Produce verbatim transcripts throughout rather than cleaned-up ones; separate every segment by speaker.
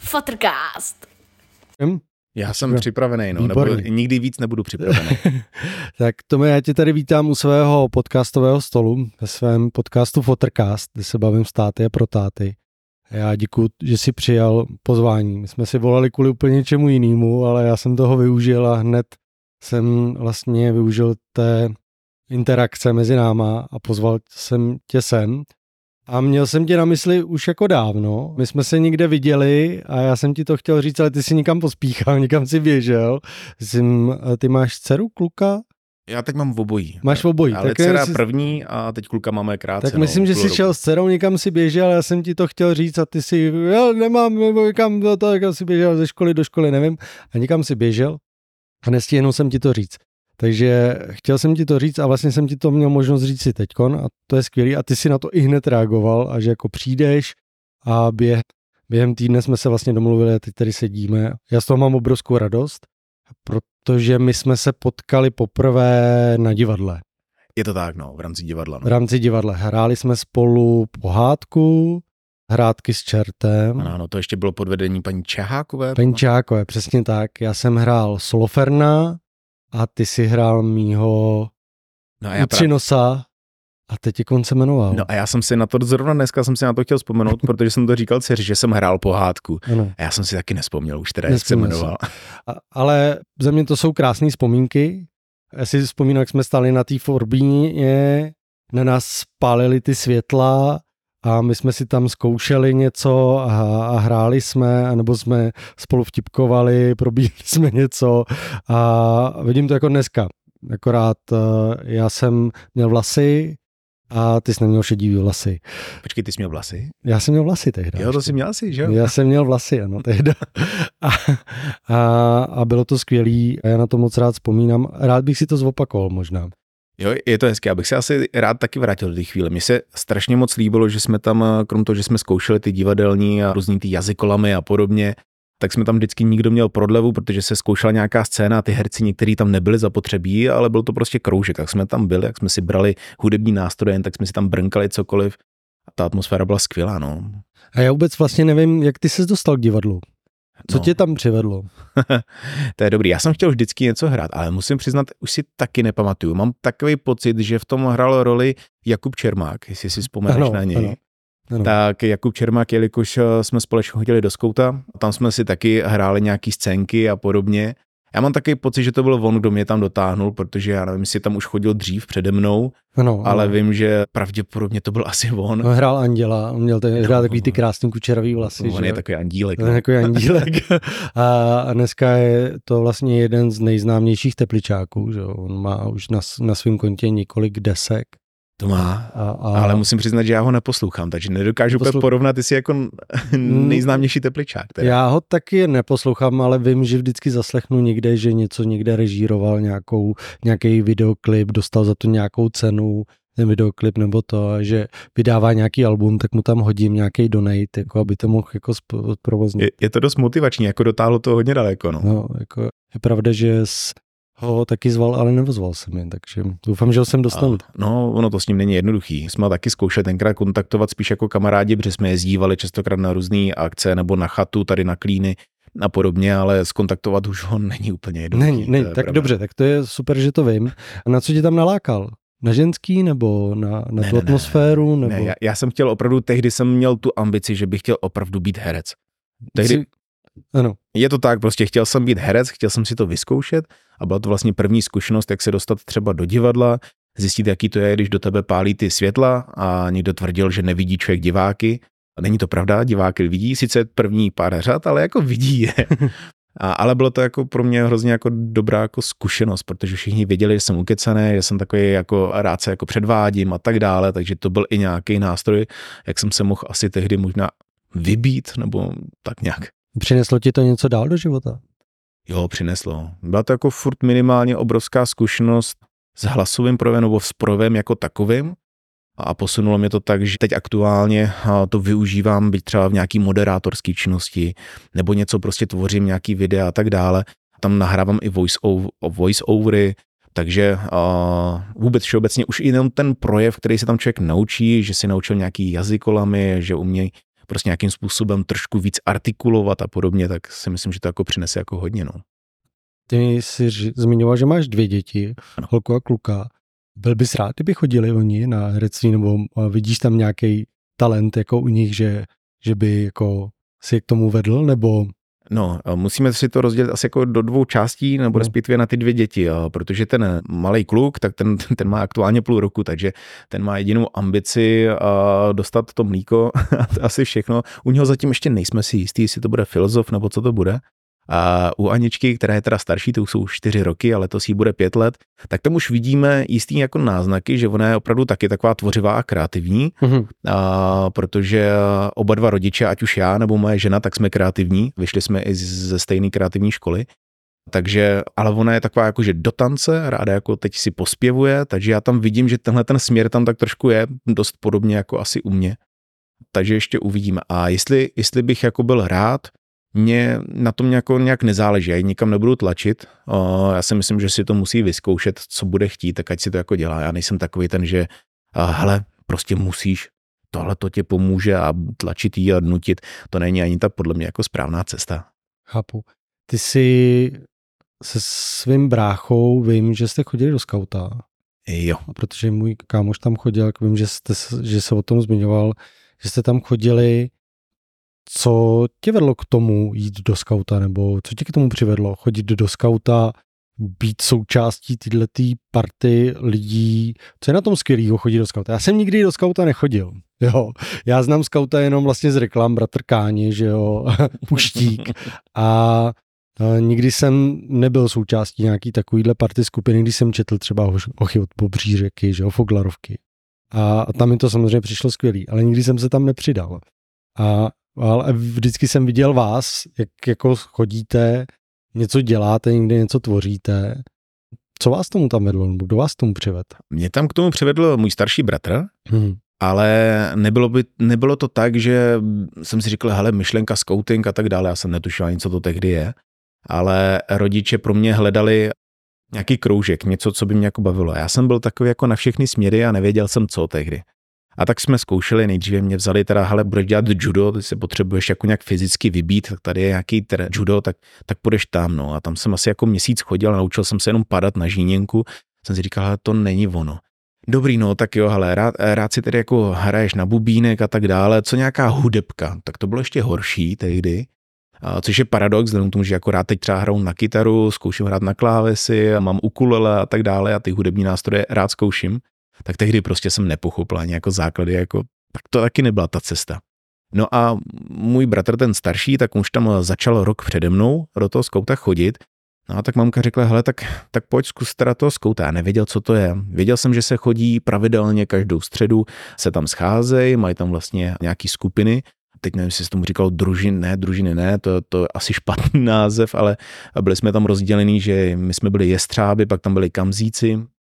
Speaker 1: Fotrcast.
Speaker 2: Já jsem Výborný. připravený, no, nebo nikdy víc nebudu připravený.
Speaker 3: Tak Tome, já tě tady vítám u svého podcastového stolu, ve svém podcastu Fotrcast, kde se bavím s táty a pro táty. Já děkuju, že jsi přijal pozvání. My jsme si volali kvůli úplně něčemu jinému, ale já jsem toho využil a hned jsem vlastně využil té interakce mezi náma a pozval jsem tě sem. A měl jsem tě na mysli už jako dávno. My jsme se někde viděli a já jsem ti to chtěl říct, ale ty jsi nikam pospíchal, nikam si běžel. Jsem, ty máš dceru, kluka?
Speaker 2: Já teď mám v obojí.
Speaker 3: Máš v obojí.
Speaker 2: Ale
Speaker 3: tak
Speaker 2: dcera
Speaker 3: jsi...
Speaker 2: první a teď kluka máme krátce.
Speaker 3: Tak myslím,
Speaker 2: no,
Speaker 3: že jsi
Speaker 2: roku.
Speaker 3: šel s dcerou, někam si běžel, já jsem ti to chtěl říct a ty si, já nemám, někam, to, to, někam si běžel ze školy do školy, nevím. A někam si běžel a nestihnul jsem ti to říct. Takže chtěl jsem ti to říct a vlastně jsem ti to měl možnost říct si teďkon a to je skvělý a ty si na to i hned reagoval a že jako přijdeš a běh, během týdne jsme se vlastně domluvili a teď tady sedíme. Já z toho mám obrovskou radost, protože my jsme se potkali poprvé na divadle.
Speaker 2: Je to tak, no, v rámci divadla. No.
Speaker 3: V rámci divadla. Hráli jsme spolu pohádku, Hrátky s čertem.
Speaker 2: Ano, no, to ještě bylo pod vedením paní Čehákové.
Speaker 3: Paní Čehákové, přesně tak. Já jsem hrál Soloferna, a ty si hrál mýho no Utřinosa a teď je konce jmenoval.
Speaker 2: No a já jsem si na to, zrovna dneska jsem si na to chtěl vzpomenout, protože jsem to říkal dceři, že jsem hrál pohádku. Ano. A já jsem si taky nespomněl už teda, jak se jmenoval.
Speaker 3: A, ale za mě to jsou krásné vzpomínky. Já si vzpomínám, jak jsme stáli na té forbíně, na nás spálili ty světla a my jsme si tam zkoušeli něco a, a hráli jsme, anebo jsme spolu vtipkovali, probíhali jsme něco a vidím to jako dneska. Akorát já jsem měl vlasy a ty jsi neměl šedivý vlasy.
Speaker 2: Počkej, ty jsi měl vlasy?
Speaker 3: Já jsem měl vlasy tehdy.
Speaker 2: Jo, to jsi měl asi, že jo?
Speaker 3: Já jsem měl vlasy, ano, tehdy. A, a, a bylo to skvělý a já na to moc rád vzpomínám. Rád bych si to zopakoval možná.
Speaker 2: Jo, je to hezké, já bych se asi rád taky vrátil do té chvíle. Mně se strašně moc líbilo, že jsme tam, krom toho, že jsme zkoušeli ty divadelní a různý ty jazykolamy a podobně, tak jsme tam vždycky nikdo měl prodlevu, protože se zkoušela nějaká scéna a ty herci některý tam nebyli zapotřebí, ale byl to prostě kroužek. Tak jsme tam byli, jak jsme si brali hudební nástroje, tak jsme si tam brnkali cokoliv a ta atmosféra byla skvělá, no.
Speaker 3: A já vůbec vlastně nevím, jak ty ses dostal k divadlu. Co no. tě tam přivedlo?
Speaker 2: To je dobrý. Já jsem chtěl vždycky něco hrát, ale musím přiznat, už si taky nepamatuju. Mám takový pocit, že v tom hrál roli Jakub Čermák, jestli si vzpomeneš ano, na něj. Ano, ano. Tak Jakub Čermák, jelikož jsme společně chodili do skouta, tam jsme si taky hráli nějaký scénky a podobně. Já mám takový pocit, že to byl on, kdo mě tam dotáhnul, protože já nevím, jestli tam už chodil dřív přede mnou, ano, ale ano. Vím, že pravděpodobně to byl asi on.
Speaker 3: No, hrál Anděla, on měl ten, hrál takový ty krásný kučeravý vlasy.
Speaker 2: On
Speaker 3: že?
Speaker 2: je takový andílek.
Speaker 3: On je takový andílek. a, a dneska je to vlastně jeden z nejznámějších tepličáků, že on má už na, na svém kontě několik desek.
Speaker 2: To má, a, a... ale musím přiznat, že já ho neposlouchám, takže nedokážu Poslu... porovnat, jestli jako nejznámější tepličák. Teda.
Speaker 3: Já ho taky neposlouchám, ale vím, že vždycky zaslechnu někde, že něco někde režíroval, nějakou, nějaký videoklip, dostal za to nějakou cenu, ten videoklip nebo to, že vydává nějaký album, tak mu tam hodím nějaký donate, jako aby to mohl jako provoznit.
Speaker 2: Je, je to dost motivační, jako dotáhlo to hodně daleko. No,
Speaker 3: no jako je pravda, že s... ho taky zval, ale nevozval se mi, takže doufám, že ho sem dostanu.
Speaker 2: No, ono to s ním není jednoduchý. Jsme taky zkoušeli tenkrát kontaktovat spíš jako kamarádi, protože jsme jezdívali častokrát na různé akce nebo na chatu, tady na Klíny a podobně, ale skontaktovat už ho není úplně jednoduchý.
Speaker 3: Není, není, tak pravda. Dobře, tak to je super, že to vím. A na co tě tam nalákal? Na ženský nebo na, na ne, tu ne, atmosféru?
Speaker 2: Ne,
Speaker 3: nebo...
Speaker 2: ne, já, já jsem chtěl opravdu, tehdy jsem měl tu ambici, že bych chtěl opravdu být herec. Tehdy...
Speaker 3: Jsi... Ano.
Speaker 2: Je to tak, prostě chtěl jsem být herec, chtěl jsem si to vyzkoušet a byla to vlastně první zkušenost, jak se dostat třeba do divadla, zjistit, jaký to je, když do tebe pálí ty světla a někdo tvrdil, že nevidí člověk diváky. A není to pravda, diváky vidí, sice první pár řad, ale jako vidí je. A, ale bylo to jako pro mě hrozně jako dobrá jako zkušenost, protože všichni věděli, že jsem ukecaný, že jsem takový jako rád se jako předvádím a tak dále, takže to byl i nějaký nástroj, jak jsem se mohl asi tehdy možná vybít nebo tak nějak.
Speaker 3: Přineslo ti to něco dál do života?
Speaker 2: Jo, přineslo. Byla to jako furt minimálně obrovská zkušenost s hlasovým projevem nebo s projevem jako takovým a posunulo mě to tak, že teď aktuálně to využívám být třeba v nějaký moderátorský činnosti nebo něco prostě tvořím, nějaký videa a tak dále. Tam nahrávám i voice, over, voice overy, takže uh, vůbec všeobecně už jenom ten projev, který se tam člověk naučí, že si naučil nějaký jazykolamy, že umějí prostě nějakým způsobem trošku víc artikulovat a podobně, tak si myslím, že to jako přinese jako hodně, no.
Speaker 3: Ty jsi zmiňoval, že máš dvě děti, ano. Holku a kluka. Byl bys rád, kdyby chodili oni na herectví, nebo vidíš tam nějaký talent jako u nich, že, že by jako si je k tomu vedl, nebo...
Speaker 2: No, musíme si to rozdělit asi jako do dvou částí, nebo no. respektive na ty dvě děti, protože ten malý kluk, tak ten, ten má aktuálně půl roku, takže ten má jedinou ambici dostat to mlíko a to asi všechno. U něho zatím ještě nejsme si jistí, jestli to bude filozof, nebo co to bude. A u Aničky, která je teda starší, to už jsou čtyři roky, ale letos jí bude pět let, tak tam už vidíme jistý jako náznaky, že ona je opravdu taky taková tvořivá a kreativní, mm-hmm. a, protože oba dva rodiče, ať už já nebo moje žena, tak jsme kreativní, vyšli jsme i ze stejné kreativní školy, takže, ale ona je taková jako, že do tance, ráda jako teď si pospěvuje, takže já tam vidím, že tenhle ten směr tam tak trošku je dost podobně jako asi u mě, takže ještě uvidíme. A jestli, jestli bych jako byl rád, mně na tom nějak, nějak nezáleží, já ji nikam nebudu tlačit, o, já si myslím, že si to musí vyzkoušet, co bude chtít, tak ať si to jako dělá, já nejsem takový ten, že a, hele, prostě musíš, tohle to tě pomůže a tlačit jí a nutit, to není ani tak podle mě jako správná cesta.
Speaker 3: Chápu. Ty jsi se svým bráchou, vím, že jste chodili do skauta.
Speaker 2: Jo.
Speaker 3: Protože můj kámoš tam chodil, vím, že, jste, že se o tom zmiňoval, že jste tam chodili. Co tě vedlo k tomu jít do skauta, nebo co tě k tomu přivedlo? Chodit do skauta, být součástí této party lidí. Co je na tom skvělýho chodit do skauta? Já jsem nikdy do skauta nechodil. Jo. Já znám skauta jenom vlastně z reklam, bratr Káni, že jo, Puštík. A nikdy jsem nebyl součástí nějaký takovýhle party skupiny, když jsem četl třeba Hochy od pobří řeky, že jo, Foglarovky. A, a tam mi to samozřejmě přišlo skvělý, ale nikdy jsem se tam nepřidal. A ale vždycky jsem viděl vás, jak jako chodíte, něco děláte, někde něco tvoříte. Co vás tomu tam vedlo? Kdo vás tomu přivedl?
Speaker 2: Mě tam k tomu přivedl můj starší bratr,
Speaker 3: hmm.
Speaker 2: ale nebylo, by, nebylo to tak, že jsem si říkal, hele, myšlenka, scouting a tak dále, já jsem netušil ani, co to tehdy je, ale rodiče pro mě hledali nějaký kroužek, něco, co by mě jako bavilo. Já jsem byl takový jako na všechny směry a nevěděl jsem, co tehdy. A tak jsme zkoušeli, nejdříve mě vzali teda, hele, budeš dělat judo, ty se potřebuješ jako nějak fyzicky vybít, tak tady je nějaký ter- judo, tak, tak půjdeš tam, no. A tam jsem asi jako měsíc chodil, naučil jsem se jenom padat na žíněnku, jsem si říkal, hele, to není ono. Dobrý, no, tak jo, hele, rád, rád si tedy jako hraješ na bubínek a tak dále, co nějaká hudebka, tak to bylo ještě horší tehdy, a což je paradox, vzhledem k tomu, že jako rád teď třeba hraju na kytaru, zkouším hrát na klávesy, mám ukulele a tak dále a ty hudební nástroje rád zkouším. Tak tehdy prostě jsem nepochopil ani jako základy, jako, tak to taky nebyla ta cesta. No a můj bratr, ten starší, tak už tam začal rok přede mnou do toho skauta chodit. No a tak mamka řekla, hele, tak, tak pojď zkus teda toho skauta. Já nevěděl, co to je. Věděl jsem, že se chodí pravidelně každou středu, se tam scházejí, mají tam vlastně nějaký skupiny. Teď nevím, jestli se tomu říkalo družiny, ne, družiny ne, to, to je asi špatný název, ale byli jsme tam rozdělení, že my jsme byli jestřáby, pak tam byli kamzíci.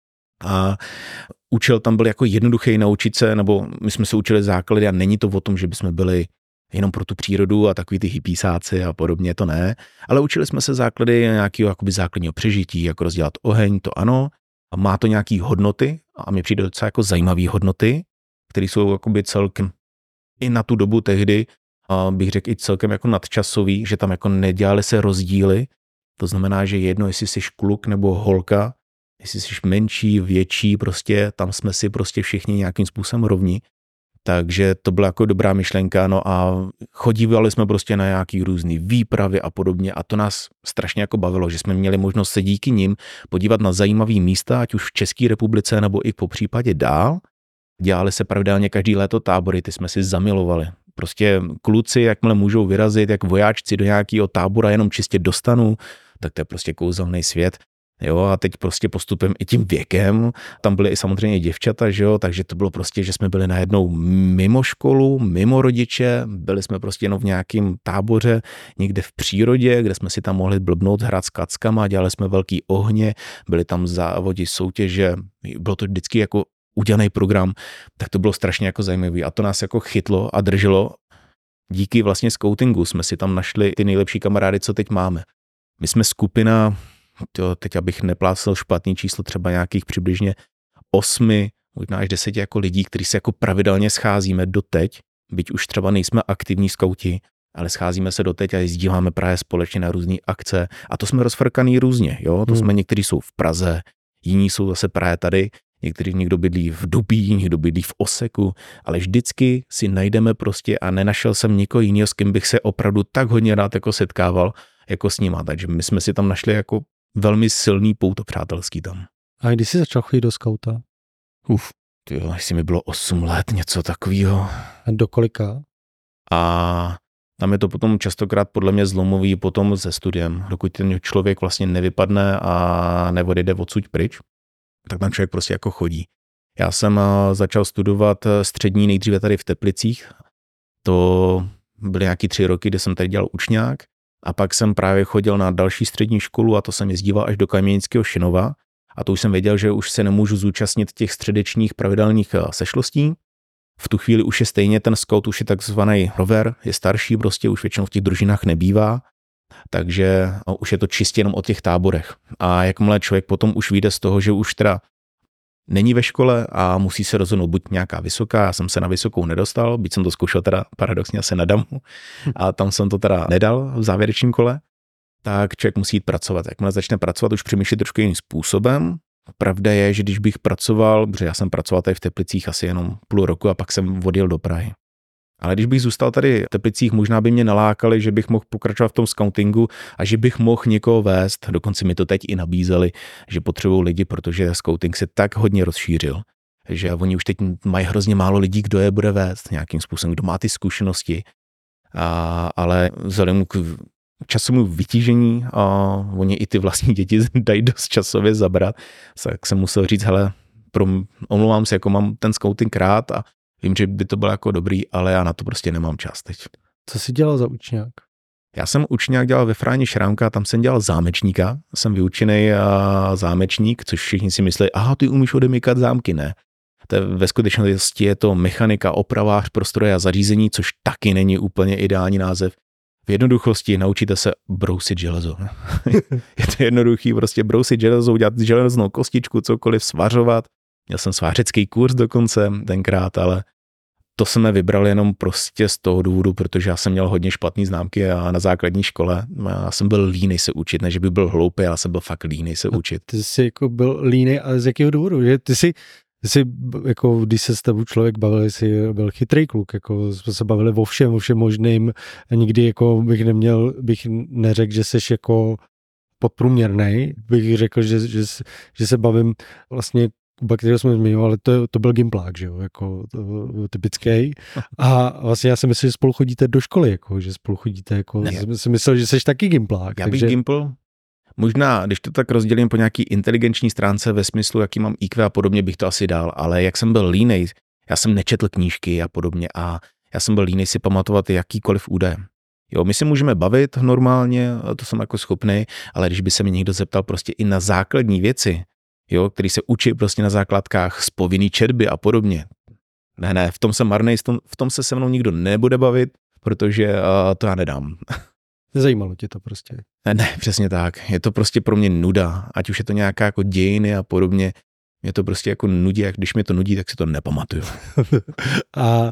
Speaker 2: A účel tam byl jako jednoduchý naučit se, nebo my jsme se učili základy a není to o tom, že bychom byli jenom pro tu přírodu a takový ty hippísáci a podobně, to ne, ale učili jsme se základy nějakého jakoby základního přežití, jako rozdělat oheň, to ano, a má to nějaký hodnoty a mi přijde docela jako zajímavý hodnoty, které jsou jakoby celkem i na tu dobu tehdy, bych řekl i celkem jako nadčasový, že tam jako nedělali se rozdíly, to znamená, že jedno, jestli jsi kluk nebo holka, jestli jsi menší, větší, prostě tam jsme si prostě všichni nějakým způsobem rovni. Takže to byla jako dobrá myšlenka, no a chodívali jsme prostě na nějaký různý výpravy a podobně a to nás strašně jako bavilo, že jsme měli možnost se díky nim podívat na zajímavý místa, ať už v České republice nebo i po případě dál. Dělali se pravidelně každý léto tábory, ty jsme si zamilovali. Prostě kluci, jakmile můžou vyrazit, jak vojáčci do nějakého tábora jenom čistě dostanu, tak to je prostě kouzelný svět. Jo, a teď prostě postupem i tím věkem, tam byly i samozřejmě děvčata, že jo, takže to bylo prostě, že jsme byli najednou mimo školu, mimo rodiče, byli jsme prostě jenom v nějakém táboře, někde v přírodě, kde jsme si tam mohli blbnout, hrát s klackama, dělali jsme velký ohně, byly tam závody, soutěže, bylo to vždycky jako udělaný program, tak to bylo strašně jako zajímavý a to nás jako chytlo a drželo. Díky vlastně skautingu jsme si tam našli ty nejlepší kamarády, co teď máme. My jsme skupina, to teď abych neplácel špatný číslo, třeba nějakých přibližně osmi, možná až deseti jako lidí, kteří se jako pravidelně scházíme doteď byť už třeba nejsme aktivní skauti, ale scházíme se doteď a jezdíváme právě společně na různé akce a to jsme rozfrkaný různě, jo, to hmm. jsme, někteří jsou v Praze, jiní jsou zase právě tady, někteří někdo bydlí v Dubí, někdo bydlí v Oseku, ale vždycky si najdeme prostě a nenašel jsem nikoho jiného, s kým bych se opravdu tak hodně rád jako setkával, jako s nima, takže my jsme si tam našli jako velmi silný pouto přátelský tam.
Speaker 3: A když jsi začal chodit do skauta?
Speaker 2: Uf, tyjo, jestli mi bylo osm let, něco takového.
Speaker 3: A do kolika?
Speaker 2: A tam je to potom častokrát podle mě zlomový potom se studiem. Dokud ten člověk vlastně nevypadne a neodejde odsud pryč, tak tam člověk prostě jako chodí. Já jsem začal studovat střední nejdříve tady v Teplicích. To byly nějaký tři roky, kdy jsem tady dělal učňák. A pak jsem právě chodil na další střední školu a to jsem jezdíval až do Kamenického Šinova. A to už jsem věděl, že už se nemůžu zúčastnit těch středečních pravidelných sešlostí. V tu chvíli už je stejně ten scout, už je takzvaný rover, je starší, prostě už většinou v těch družinách nebývá, takže už je to čistě jenom o těch táborech. A jakmile člověk potom už vyjde z toho, že už teda není ve škole a musí se rozhodnout buď nějaká vysoká, já jsem se na vysokou nedostal, byť jsem to zkoušel teda paradoxně asi na damu a tam jsem to teda nedal v závěrečném kole, tak člověk musí jít pracovat. Jakmile začne pracovat, už přemýšlí trošku jiným způsobem. Pravda je, že když bych pracoval, protože já jsem pracoval tady v Teplicích asi jenom půl roku a pak jsem odjel do Prahy. Ale když bych zůstal tady v Teplicích, možná by mě nalákali, že bych mohl pokračovat v tom scoutingu a že bych mohl někoho vést. Dokonce mi to teď i nabízeli, že potřebují lidi, protože scouting se tak hodně rozšířil, že oni už teď mají hrozně málo lidí, kdo je bude vést nějakým způsobem, kdo má ty zkušenosti. A, ale vzhledem k časovému vytížení a oni i ty vlastní děti dají dost časově zabrat, tak jsem musel říct, hele, prom, omlouvám se, jako mám ten scouting rád a vím, že by to bylo jako dobrý, ale já na to prostě nemám čas teď.
Speaker 3: Co jsi dělal za učňák?
Speaker 2: Já jsem učňák dělal ve Fráni Šrámka, tam jsem dělal zámečníka, jsem vyučený zámečník, což všichni si myslí, aha, ty umíš odemykat zámky, ne. To je, ve skutečnosti je to mechanika, opravář pro stroje a zařízení, což taky není úplně ideální název. V jednoduchosti naučíte se brousit železo. Je to jednoduchý, prostě brousit železo, udělat železnou kostičku, cokoliv, svařovat. Měl jsem svářecký kurz dokonce tenkrát, ale to jsme vybrali jenom prostě z toho důvodu, protože já jsem měl hodně špatný známky a na základní škole. Já jsem byl línej se učit, ne že by byl hloupý, ale jsem byl fakt línej se učit.
Speaker 3: Ty jsi jako byl línej, ale z jakého důvodu? Že ty jsi Ty jsi, jako, když se s tebou člověk bavil, jsi byl chytrý kluk, jako jsme se bavili o všem, o všem možným, nikdy jako bych neměl, bych neřekl, že jsi jako podprůměrnej, bych řekl, že, že, že se bavím vlastně, Kuba, kterého jsme zmiňovali, to, to byl gimplák, že jo, jako to, typický. A vlastně já si myslím, že spolu chodíte do školy, jako, že spolu chodíte, jako, ne. Jsem si myslel, že jsi taky gimplák.
Speaker 2: Já
Speaker 3: takže...
Speaker 2: bych gimpl. Možná, když to tak rozdělím po nějaký inteligenční stránce ve smyslu, jaký mám í kvé a podobně, bych to asi dal, ale jak jsem byl línej, já jsem nečetl knížky a podobně a já jsem byl línej si pamatovat jakýkoliv údaje. Jo, my si můžeme bavit normálně, to jsem jako schopný, ale když by se mě někdo zeptal prostě i na základní věci, jo, který se učí prostě na základkách z povinný četby a podobně. Ne, ne, v tom jsem marnej, v tom se se mnou nikdo nebude bavit, protože uh, to já nedám.
Speaker 3: Nezajímalo tě to prostě.
Speaker 2: Ne, ne, přesně tak. Je to prostě pro mě nuda. Ať už je to nějaká jako dějiny a podobně. Mě to prostě jako nudí, a když mě to nudí, tak si to nepamatuju.
Speaker 3: A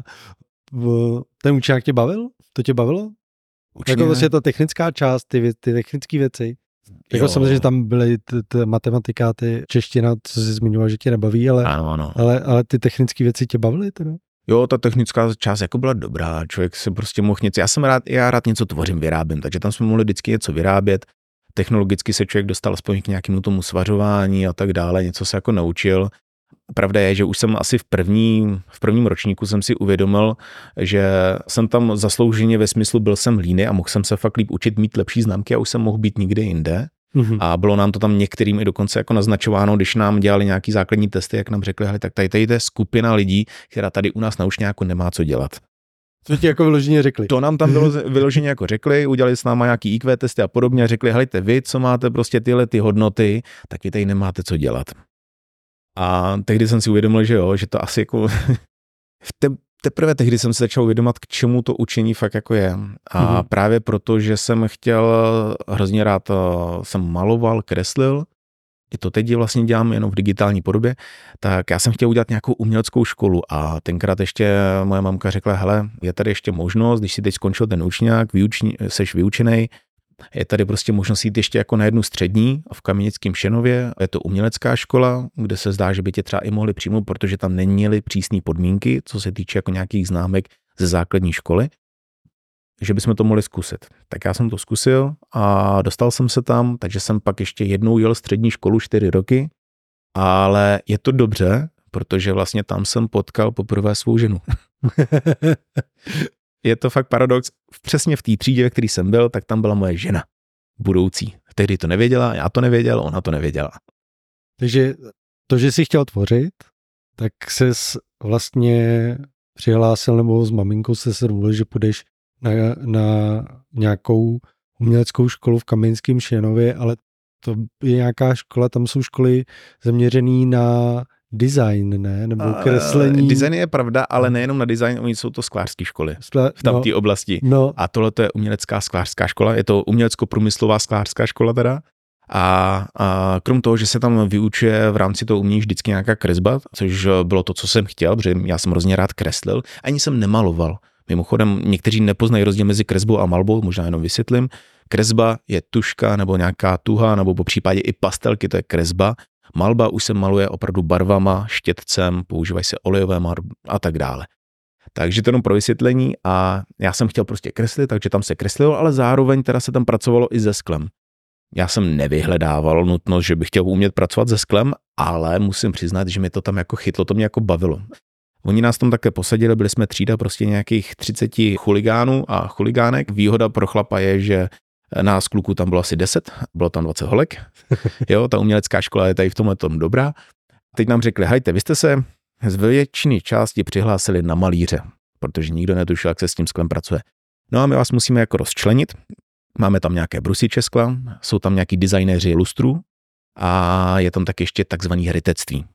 Speaker 3: ten učňák tě bavil? To tě bavilo? Učně... Jako vlastně ta technická část, ty, ty technické věci. Jako samozřejmě tam byly t, t, matematika, ty čeština, co jsi zmiňoval, že tě nebaví, ale,
Speaker 2: ano, ano.
Speaker 3: ale, ale ty technické věci tě bavily teda?
Speaker 2: Jo, ta technická část jako byla dobrá, člověk se prostě mohl něco, já jsem rád, já rád něco tvořím, vyrábím, takže tam jsme mohli vždycky něco vyrábět, technologicky se člověk dostal aspoň k nějakému tomu svařování a tak dále, něco se jako naučil. Pravda je, že už jsem asi v, první, v prvním ročníku jsem si uvědomil, že jsem tam zaslouženě ve smyslu byl jsem líný a mohl jsem se fakt líp učit, mít lepší známky a už jsem mohl být nikde jinde. Mm-hmm. A bylo nám to tam některým i dokonce jako naznačováno, když nám dělali nějaký základní testy, jak nám řekli, hele, tak tady, tady je skupina lidí, která tady u nás na učňáku nemá co dělat.
Speaker 3: To ti jako vyloženě řekli.
Speaker 2: To nám tam bylo vyloženě jako řekli, udělali s náma nějaký í kvé testy a podobně a řekli, helejte, vy, co máte prostě tyhle ty hodnoty, tak vy tady nemáte co dělat. A tehdy jsem si uvědomil, že jo, že to asi jako te, teprve tehdy jsem se začal uvědomit, k čemu to učení fakt jako je. A mm-hmm. právě proto, že jsem chtěl hrozně rád, jsem maloval, kreslil i to teď vlastně dělám jenom v digitální podobě, tak já jsem chtěl udělat nějakou uměleckou školu a tenkrát ještě moje mamka řekla, hele, je tady ještě možnost, když si teď skončil ten učňák, vyuční, seš vyučenej, je tady prostě možnost jít ještě jako na jednu střední v Kamenickém Šenově, je to umělecká škola, kde se zdá, že by tě třeba i mohli přijmout, protože tam neměli přísné podmínky, co se týče jako nějakých známek ze základní školy, že bychom to mohli zkusit. Tak já jsem to zkusil a dostal jsem se tam, takže jsem pak ještě jednou jel střední školu čtyři roky, ale je to dobře, protože vlastně tam jsem potkal poprvé svou ženu. Je to fakt paradox. Přesně v té třídě, ve který jsem byl, tak tam byla moje žena budoucí. Tehdy to nevěděla, já to nevěděl, ona to nevěděla.
Speaker 3: Takže to, že jsi chtěl tvořit, tak ses vlastně přihlásil, nebo s maminkou se se domluvil, že půjdeš na, na nějakou uměleckou školu v Kamenickém Šenově, ale to je nějaká škola, tam jsou školy zaměřený na design, ne? Nebo kreslení.
Speaker 2: Uh, design je pravda, ale nejenom na design, oni jsou to sklářské školy
Speaker 3: Skla-
Speaker 2: v tamté
Speaker 3: no,
Speaker 2: oblasti.
Speaker 3: No.
Speaker 2: A tohle to je umělecká sklářská škola, je to umělecko-průmyslová sklářská škola teda. A, a krom toho, že se tam vyučuje v rámci toho umění vždycky nějaká kresba, což bylo to, co jsem chtěl, protože já jsem hrozně rád kreslil, ani jsem nemaloval. Mimochodem, někteří nepoznají rozdíl mezi kresbou a malbou, možná jenom vysvětlím. Kresba je tuška nebo nějaká tuha, nebo po případě i pastelky, to je kresba. Malba už se maluje opravdu barvama, štětcem, používají se olejové malby a tak dále. Takže to jenom pro vysvětlení a já jsem chtěl prostě kreslit, takže tam se kreslilo, ale zároveň teda se tam pracovalo i se sklem. Já jsem nevyhledával nutnost, že bych chtěl umět pracovat se sklem, ale musím přiznat, že mi to tam jako chytlo, to mě jako bavilo. Oni nás tam také posadili, byli jsme třída prostě nějakých třicet chuligánů a chuligánek. Výhoda pro chlapa je, že nás kluků tam bylo asi deset, bylo tam dvacet holek. Jo, ta umělecká škola je tady v tomhle tom dobrá. Teď nám řekli, hejte, vy jste se z většiny části přihlásili na malíře, protože nikdo netušil, jak se s tím sklem pracuje. No a my vás musíme jako rozčlenit. Máme tam nějaké brusiče skla, jsou tam nějaký designéři lustrů a je tam tak ještě takzvaný hrytectví.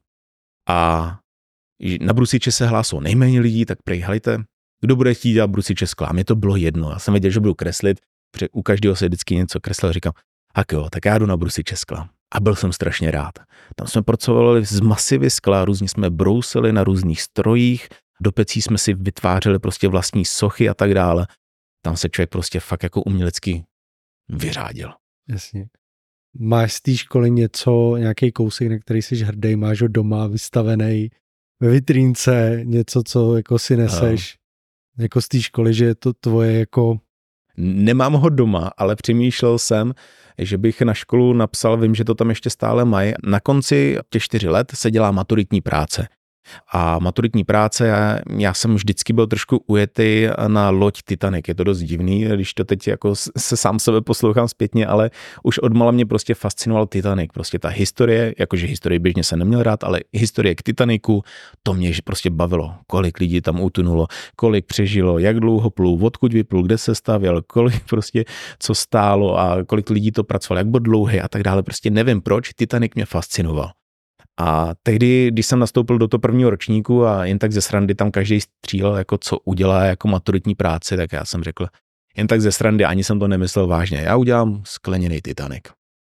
Speaker 2: A na brusiče se hlásilo nejméně lidí, tak prej, hejte, kdo bude chtít dělat brusiče skla? A mně to bylo jedno, já jsem věděl, že budu kreslit, protože u každého se vždycky něco kreslil, říkám, tak jo, tak já jdu na brusiče skla. A byl jsem strašně rád. Tam jsme pracovali z masivy skla, různě jsme brousili na různých strojích, do pecí jsme si vytvářeli prostě vlastní sochy a tak dále. Tam se člověk prostě fakt jako umělecky vyřádil.
Speaker 3: Jasně. Máš z té školy něco, nějaký kousek, na který jsi hrdý, máš ho doma vystavený ve vitrínce, něco, co jako si neseš no. Jako z té školy, že je to tvoje jako...
Speaker 2: Nemám ho doma, ale přemýšlel jsem, že bych na školu napsal, vím, že to tam ještě stále mají. Na konci těch čtyři let se dělá maturitní práce. A maturitní práce, já, já jsem vždycky byl trošku ujetý na loď Titanic. Je to dost divný, když to teď jako se sám sebe poslouchám zpětně, ale už odmala mě prostě fascinoval Titanic. Prostě ta historie, jakože historii běžně jsem neměl rád, ale historie k Titanicu, to mě prostě bavilo. Kolik lidí tam utunulo, kolik přežilo, jak dlouho plul, odkud vyplul, kde se stavěl, kolik prostě co stálo a kolik lidí to pracovalo, jak byl dlouhý a tak dále. Prostě nevím proč, Titanic mě fascinoval. A tehdy, když jsem nastoupil do toho prvního ročníku a jen tak ze srandy tam každý střílel, jako co udělá jako maturitní práci, tak já jsem řekl, jen tak ze srandy, ani jsem to nemyslel vážně, já udělám skleněný Titanic.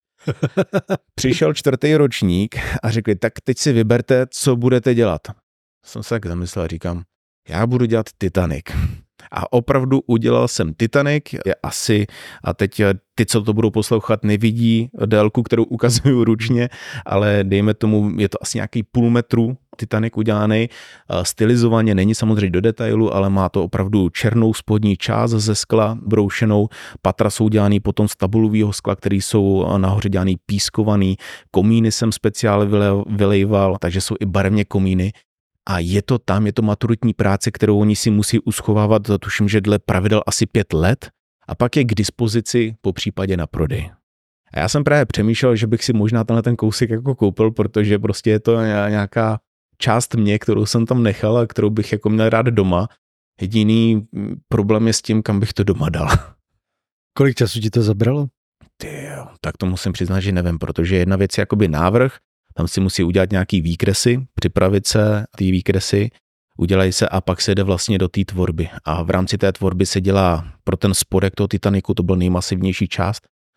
Speaker 2: Přišel čtvrtý ročník a řekli, tak teď si vyberte, co budete dělat. Jsem se tak zamyslel a říkám, já budu dělat Titanic. A opravdu udělal jsem Titanic, je asi, a teď ty, co to budou poslouchat, nevidí délku, kterou ukazuju ručně, ale dejme tomu, je to asi nějaký půl metru Titanic udělaný, stylizovaně, není samozřejmě do detailu, ale má to opravdu černou spodní část ze skla, broušenou, patra jsou dělaný potom z tabulového skla, který jsou nahoře dělaný pískovaný, komíny jsem speciálně vylejval, takže jsou i barevně komíny. A je to tam, je to maturitní práce, kterou oni si musí uschovávat, tuším, že dle pravidel asi pět let a pak je k dispozici po případě na prodej. A já jsem právě přemýšlel, že bych si možná tenhle ten kousek jako koupil, protože prostě je to nějaká část mě, kterou jsem tam nechal a kterou bych jako měl rád doma. Jediný problém je s tím, kam bych to doma dal.
Speaker 3: Kolik času ti to zabralo?
Speaker 2: Tyjo, tak to musím přiznat, že nevím, protože jedna věc je jakoby návrh, tam si musí udělat nějaký výkresy, připravit se ty výkresy, udělají se a pak se jde vlastně do té tvorby. A v rámci té tvorby se dělá pro ten spodek toho Titanicu, to byl nejmasivnější část,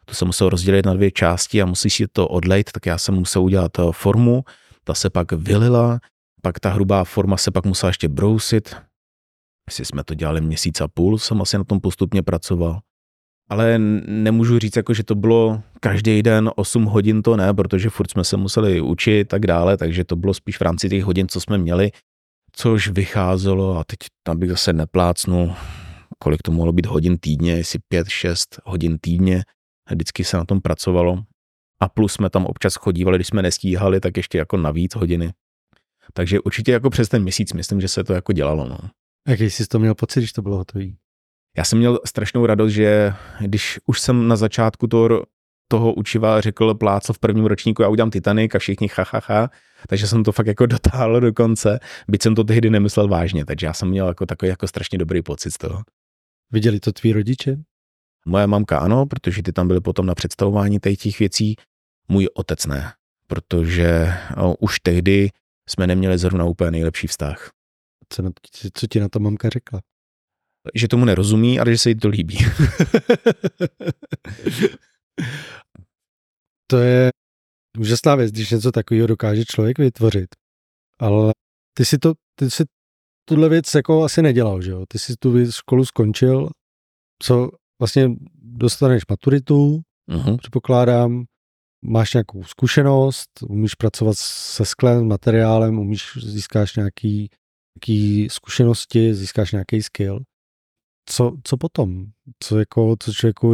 Speaker 2: to jsem musel rozdělit na dvě části a musíš si to odlejt, tak já jsem musel udělat formu, ta se pak vylila, pak ta hrubá forma se pak musela ještě brousit. Jestli jsme to dělali měsíc a půl, jsem asi na tom postupně pracoval. Ale nemůžu říct, jako, že to bylo každý den osm hodin, to ne, protože furt jsme se museli učit tak dále, takže to bylo spíš v rámci těch hodin, co jsme měli, což vycházelo a teď tam bych zase neplácnul, kolik to mohlo být hodin týdně, jestli pět, šest hodin týdně, vždycky se na tom pracovalo a plus jsme tam občas chodívali, když jsme nestíhali, tak ještě jako navíc hodiny. Takže určitě jako přes ten měsíc myslím, že se to jako dělalo. No.
Speaker 3: Jaký jsi to měl pocit, když to bylo hotové?
Speaker 2: Já jsem měl strašnou radost, že když už jsem na začátku toho, toho učiva řekl plácl v prvním ročníku, já udělám Titanic a všichni ha, ha, ha, takže jsem to fakt jako dotáhl do konce, byť jsem to tehdy nemyslel vážně, takže já jsem měl jako takový jako strašně dobrý pocit z toho.
Speaker 3: Viděli to tví rodiče?
Speaker 2: Moje mamka ano, protože ty tam byly potom na představování těch věcí, můj otec ne, protože no, už tehdy jsme neměli zrovna úplně nejlepší vztah.
Speaker 3: Co, na, co ti na to mamka řekla?
Speaker 2: Že tomu nerozumí, ale že se jí to líbí.
Speaker 3: To je úžasná věc, když něco takového dokáže člověk vytvořit. Ale ty si to, ty si tuhle věc jako asi nedělal, že jo? Ty si tu školu skončil, co vlastně dostaneš maturitu, uh-huh. předpokládám, máš nějakou zkušenost, umíš pracovat se sklem, materiálem, umíš, získáš nějaký, nějaký zkušenosti, získáš nějaký skill. Co, co potom? Co jako, co člověku,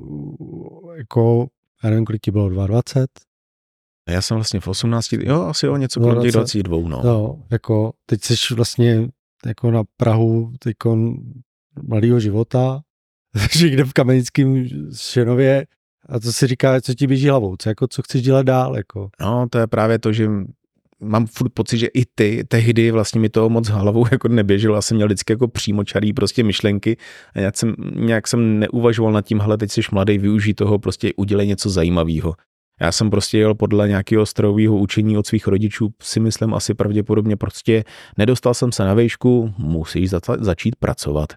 Speaker 3: jako, já nevím, kolik ti bylo, dvacet dva?
Speaker 2: Já jsem vlastně v osmnácti, jo, asi o něco kolem těch dvacet dva, no.
Speaker 3: No, jako, teď jsi vlastně jako na prahu teďko mladého života, někde v Kamenickém Šenově, a to si říká, co ti běží hlavou, co, jako, co chceš dělat dál, jako.
Speaker 2: No, to je právě to, že mám furt pocit, že i ty tehdy vlastně mi to moc hlavou jako neběželo. Já jsem měl vždycky jako přímočarý prostě myšlenky a nějak jsem, nějak jsem neuvažoval nad tím, hele, teď jsi mladý, využij toho, prostě udělej něco zajímavého. Já jsem prostě jel podle nějakého strojového učení od svých rodičů, si myslím asi pravděpodobně prostě nedostal jsem se na vejšku, musíš za, začít pracovat.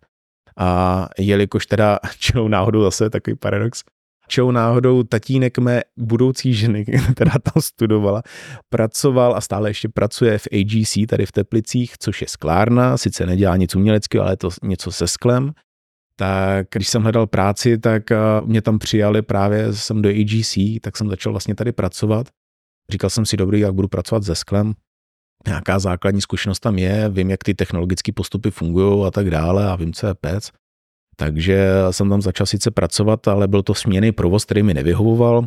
Speaker 2: A jelikož teda čelou náhodou zase takový paradox, čou náhodou tatínek mé budoucí ženy, která tam studovala, pracoval a stále ještě pracuje v A G C tady v Teplicích, což je sklárna, sice nedělá nic uměleckého, ale je to něco se sklem. Tak když jsem hledal práci, tak mě tam přijali právě jsem do A G C, tak jsem začal vlastně tady pracovat. Říkal jsem si, dobrý, jak budu pracovat se sklem, nějaká základní zkušenost tam je, vím, jak ty technologické postupy fungují a tak dále a vím, co je pec. Takže jsem tam začal sice pracovat, ale byl to směnný provoz, který mi nevyhovoval.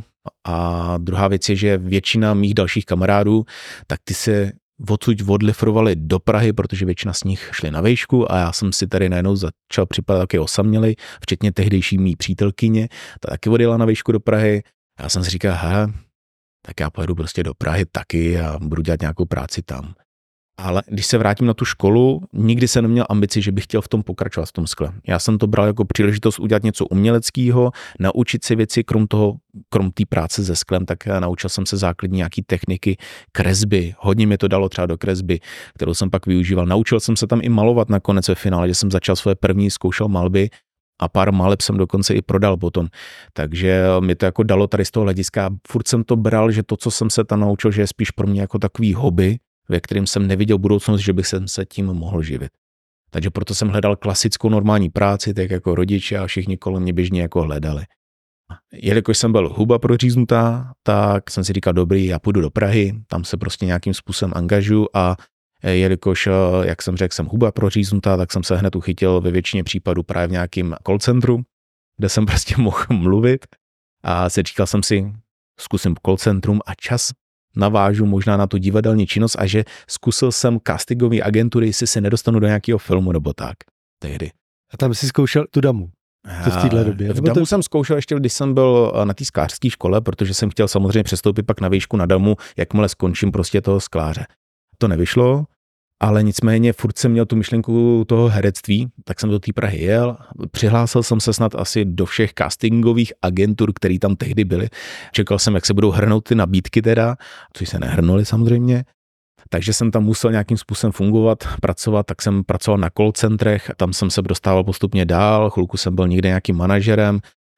Speaker 2: A druhá věc je, že většina mých dalších kamarádů, tak ty se odsud odlifrovali do Prahy, protože většina z nich šli na vejšku a já jsem si tady najednou začal připadat taky osamělej, včetně tehdejší mý přítelkyně, ta taky odjela na vejšku do Prahy. Já jsem si říkal, he, tak já pojedu prostě do Prahy taky a budu dělat nějakou práci tam. Ale když se vrátím na tu školu, nikdy jsem neměl ambici, že bych chtěl v tom pokračovat v tom skle. Já jsem to bral jako příležitost udělat něco uměleckého, naučit si věci, krom toho, krom té práce se sklem, tak naučil jsem se základní nějaký techniky kresby. Hodně mi to dalo třeba do kresby, kterou jsem pak využíval. Naučil jsem se tam i malovat nakonec ve finále, že jsem začal svoje první, zkoušel malby a pár maleb jsem dokonce i prodal potom. Takže mi to jako dalo tady z toho hlediska. Furt jsem to bral, že to, co jsem se tam naučil, že je spíš pro mě jako takový hobby, ve kterém jsem neviděl budoucnost, že bych se tím mohl živit. Takže proto jsem hledal klasickou normální práci, tak jako rodiče a všichni kolem mě běžně jako hledali. Jelikož jsem byl huba proříznutá, tak jsem si říkal, dobrý, já půjdu do Prahy, tam se prostě nějakým způsobem angažuju a jelikož, jak jsem řekl, jsem huba proříznutá, tak jsem se hned uchytil ve většině případů právě v nějakém call centru, kde jsem prostě mohl mluvit a si říkal jsem si, zkusím call centrum a čas navážu možná na tu divadelní činnost a že zkusil jsem castingové agentury, jestli se nedostanu do nějakého filmu nebo tak. Tehdy.
Speaker 3: A tam jsi zkoušel tu damu? To v téhle době?
Speaker 2: V damu to... jsem zkoušel ještě, když jsem byl na té sklářské škole, protože jsem chtěl samozřejmě přestoupit pak na výšku na damu, jakmile skončím prostě toho skláře. To nevyšlo, ale nicméně furt jsem měl tu myšlenku toho herectví, tak jsem do té Prahy jel, přihlásil jsem se snad asi do všech castingových agentur, které tam tehdy byly. Čekal jsem, jak se budou hrnout ty nabídky teda, což se nehrnuly samozřejmě. Takže jsem tam musel nějakým způsobem fungovat, pracovat, tak jsem pracoval na call centrech, tam jsem se dostával postupně dál, chvilku jsem byl někde nějakým manažerem,